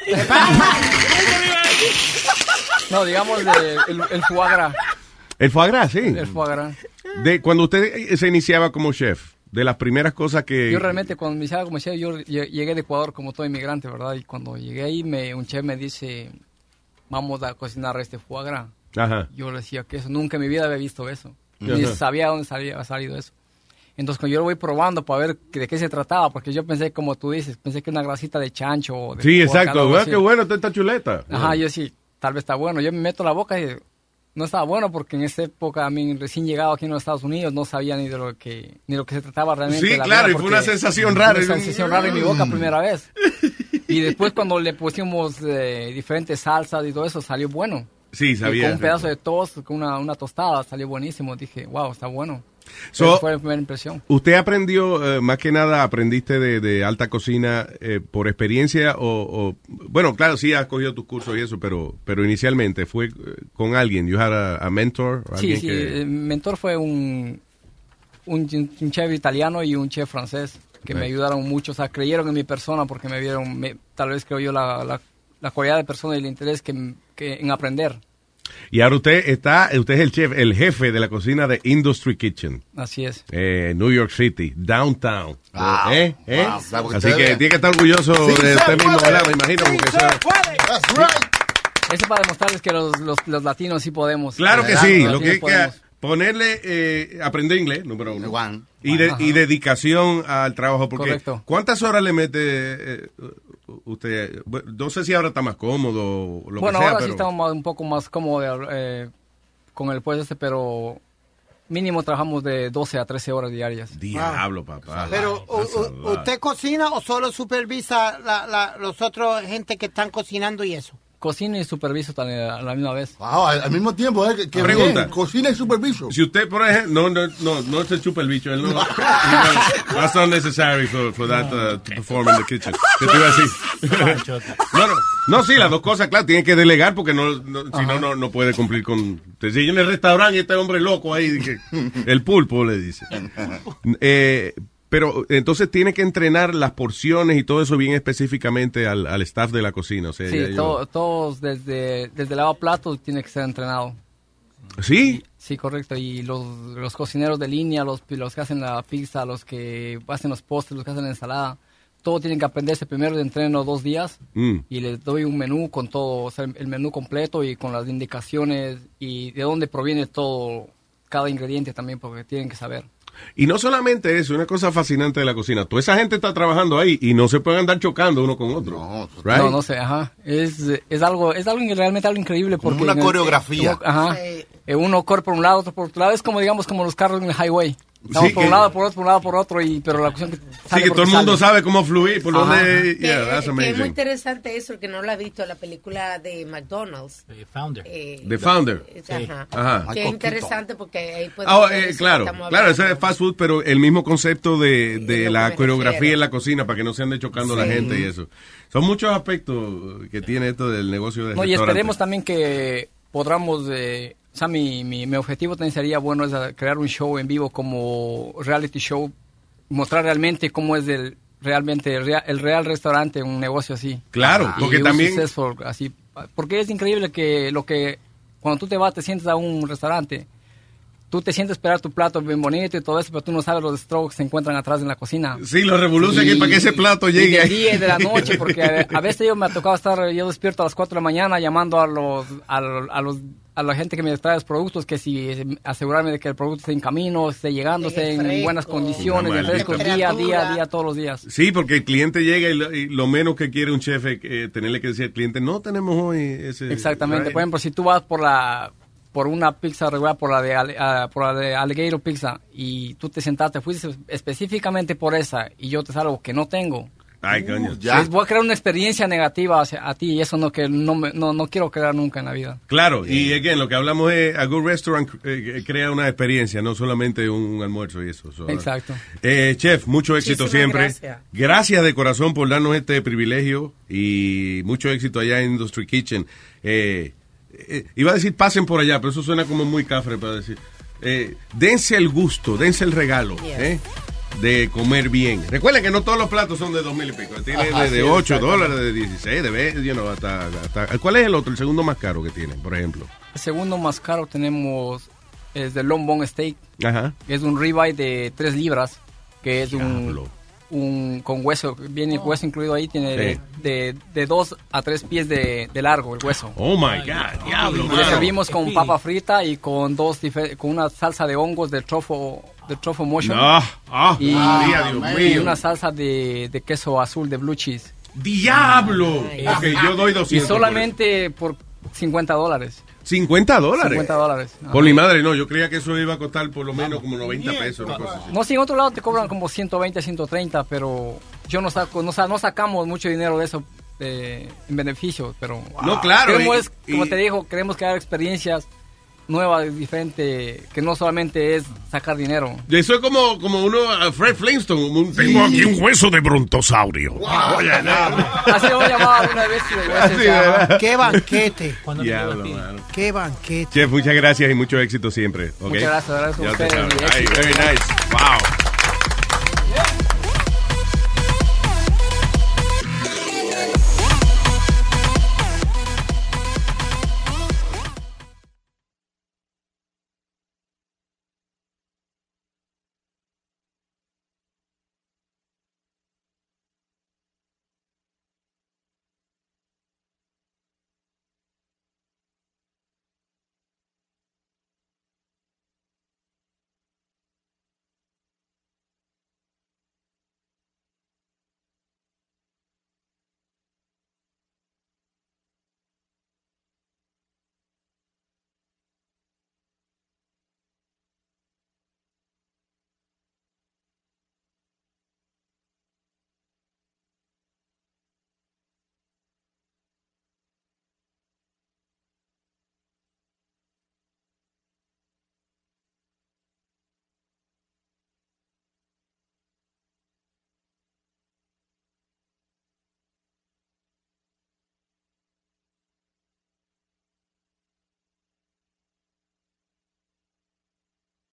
No, digamos de, el, el foie gras. El foie gras, sí. El foie gras. De, cuando usted se iniciaba como chef, de las primeras cosas que... Yo realmente cuando me iniciaba como chef, yo lle- llegué de Ecuador como todo inmigrante, ¿verdad? Y cuando llegué ahí, me, un chef me dice, vamos a cocinar este foie gras. Ajá. Yo le decía que eso, nunca en mi vida había visto eso. Ajá. Ni sabía dónde salía, ha salido eso. Entonces cuando yo lo voy probando para ver que- de qué se trataba, porque yo pensé, como tú dices, pensé que una grasita de chancho. O de Sí, porca, exacto. algo Vea así. qué bueno está esta chuleta. Ajá, yo sí, tal vez está bueno. Yo me meto la boca y no estaba bueno porque en esa época, a mí recién llegado aquí en los Estados Unidos, no sabía ni de lo que ni lo que se trataba realmente. Sí, de la claro, vida, y fue porque una sensación rara. Una sensación rara en mi boca primera vez. Y después cuando le pusimos eh, diferentes salsas y todo eso, salió bueno. Sí, Y sabía. con un pedazo de toast, con una, una tostada, salió buenísimo. Dije, wow, está bueno. So, Esa fue la primera impresión. ¿Usted aprendió, eh, más que nada, aprendiste de, de alta cocina eh, por experiencia o, o- bueno, claro, sí has cogido tus cursos y eso, pero pero inicialmente fue eh, con alguien? ¿You had a, a mentor? Sí, alguien sí, que- el mentor fue un, un, un chef italiano y un chef francés que me Right. ayudaron mucho, o sea, creyeron en mi persona porque me vieron, me- tal vez creo yo, la, la, la cualidad de persona y el interés que, que en aprender. Y ahora usted está, usted es el chef, el jefe de la cocina de Industry Kitchen. Así es. Eh, New York City, downtown. Wow. ¿Eh? ¿Eh? Wow. Claro que Así usted que ve. tiene que estar orgulloso Sí, de se usted mismo, puede. ¿verdad? Me imagino. Sí, porque se eso- puede. Eso para demostrarles que los, los, los latinos sí podemos. Claro que ¿Verdad? sí, Los lo que latinos hay que podemos. ponerle, eh, aprender inglés, número uno. Y, de- y dedicación al trabajo, porque Correcto. ¿cuántas horas le mete eh, usted? Bueno, no sé si ahora está más cómodo o lo Bueno, que sea, ahora sí pero... estamos más- un poco más cómodos eh, con el puesto este, pero mínimo trabajamos de doce a trece horas diarias. Diablo, papá. Pero, u- u- ¿usted cocina o solo supervisa la, la, los otros gente que están cocinando y eso? Cocino y superviso también a la misma vez. Ah, al, al mismo tiempo, ¿eh? Que, que Pregunta. bien, cocina y superviso. Si usted, por ejemplo, no, no, no, no se chupa el bicho, él no. That's not necessary for, for that uh, to perform in the kitchen. ¿Qué te iba a decir? No, no, no, sí, las dos cosas, claro, tiene que delegar porque no, no si no, no, no puede cumplir con. Te sigue en el restaurante y este hombre loco ahí, que- el pulpo le dice. Eh, pero entonces tiene que entrenar las porciones y todo eso bien específicamente al, al staff de la cocina. O sea, Sí, ya yo- to- todos desde, desde el lavaplatos tiene que ser entrenado. ¿Sí? Sí, correcto. Y los, los cocineros de línea, los, los que hacen la pizza, los que hacen los postres, los que hacen la ensalada, todo tienen que aprenderse primero de entreno dos días. Mm. Y les doy un menú con todo, o sea, el menú completo y con las indicaciones y de dónde proviene todo, cada ingrediente también, porque tienen que saber. Y no solamente eso, una cosa fascinante de la cocina. Toda esa gente está trabajando ahí y no se pueden andar chocando uno con otro. No, No, no sé, ajá. Es, es algo, es algo realmente algo increíble porque una en el- coreografía. uno- ajá. Eh, Uno corre por un lado, otro por otro lado. Es como digamos como los carros en el highway. Estamos Sí, por que- un lado, por otro, por un lado, por otro, y pero la cuestión que Sí, sale que por todo el donde mundo sale. sabe cómo fluir, por Ajá. dónde... Que- Yeah, that's que es muy amazing. interesante eso, que no lo ha visto, la película de McDonald's. Founder. Eh, The Founder. Ajá. Ajá. Que es interesante porque ahí podemos Ah, ver eh, eso claro, que estamos claro, hablando. eso es fast food, pero el mismo concepto de, de lo la que me coreografía refiero. en la cocina para que no se ande chocando la Sí. gente y eso. Son muchos aspectos que tiene esto del negocio de No, y restaurante. esperemos también que podamos, eh, o sea, mi, mi, mi objetivo también sería, bueno, es a- crear un show en vivo como reality show, mostrar realmente cómo es el realmente el real, el real restaurante, un negocio así. Claro, Y porque un también- successful, así, porque es increíble que lo que, cuando tú te vas, te sientes a un restaurante, tú te sientes esperar tu plato bien bonito y todo eso, pero tú no sabes los strokes que se encuentran atrás en la cocina. Sí, los revoluciones Y- que para que ese plato y llegue del ahí. día y de la noche, porque a, a veces yo me ha tocado estar, yo despierto a las cuatro de la mañana llamando a los, a, lo- a los, a la gente que me trae los productos, que si asegurarme de que el producto esté en camino, esté llegando, esté en fresco. buenas condiciones, Una de fresco, maldita. día a día, día, todos los días. Sí, porque el cliente llega y lo, y lo menos que quiere un chef es eh, tenerle que decir al cliente, no tenemos hoy ese... Exactamente. Right. Por ejemplo, si tú vas por la por una pizza regular, por la de Ale- ah, por la de Alligator Pizza, y tú te sentaste, fuiste específicamente por esa, y yo te salgo que no tengo. Ay, coño. Les voy a crear una experiencia negativa hacia a ti, y eso no que no, me- no, no quiero crear nunca en la vida. Claro, y again, lo que hablamos es, a good restaurant eh, crea una experiencia, no solamente un almuerzo y eso. So, Exacto. eh, chef, mucho éxito Muchísimas siempre. gracias. Gracias de corazón por darnos este privilegio y mucho éxito allá en Industry Kitchen. Eh, eh, iba a decir pasen por allá, pero eso suena como muy cafre para decir. Eh, dense el gusto, dense el regalo. Eh, de comer bien. Recuerden que no todos los platos son de dos mil y pico. Tiene Ajá, de, de sí, ocho exactamente. dólares, de dieciséis, de veinte, you know, hasta, hasta... ¿Cuál es el otro, el segundo más caro que tienen, por ejemplo? El segundo más caro tenemos es de long bone steak, Ajá. que es un ribeye de tres libras, que es un, un con hueso, viene hueso incluido ahí, tiene de, Sí. de, de dos a tres pies de, de largo el hueso. Oh my God, diablo, Y le mano. servimos con papa frita y con dos dife- con una salsa de hongos del trofo de Truffle Motion. No. Ah, y, María, Dios y mío. una salsa de, de queso azul de blue cheese. ¡Diablo! Ok, yo doy doscientos. Y solamente por, por cincuenta dólares. ¿cincuenta dólares? cincuenta dólares. Por mi madre, no. Yo creía que eso iba a costar por lo menos como noventa pesos. Una cosa así. No, si en otro lado te cobran como ciento veinte, ciento treinta, pero yo no saco, no, no sacamos mucho dinero de eso eh, en beneficios, pero... No, claro. Queremos, y, como y, te dijo, queremos crear experiencias nuevas, diferentes, que no solamente es sacar dinero. Eso es como, como uno, uh, Fred Flintstone. Un, Tengo aquí un hueso de brontosaurio. Wow. Oye, no. Así lo voy a llamar una vez. Así, qué banquete. Diablo, mano. Qué banquete. Chef, muchas gracias y mucho éxito siempre. ¿Okay? Muchas gracias. Gracias a ustedes. Very nice. Wow.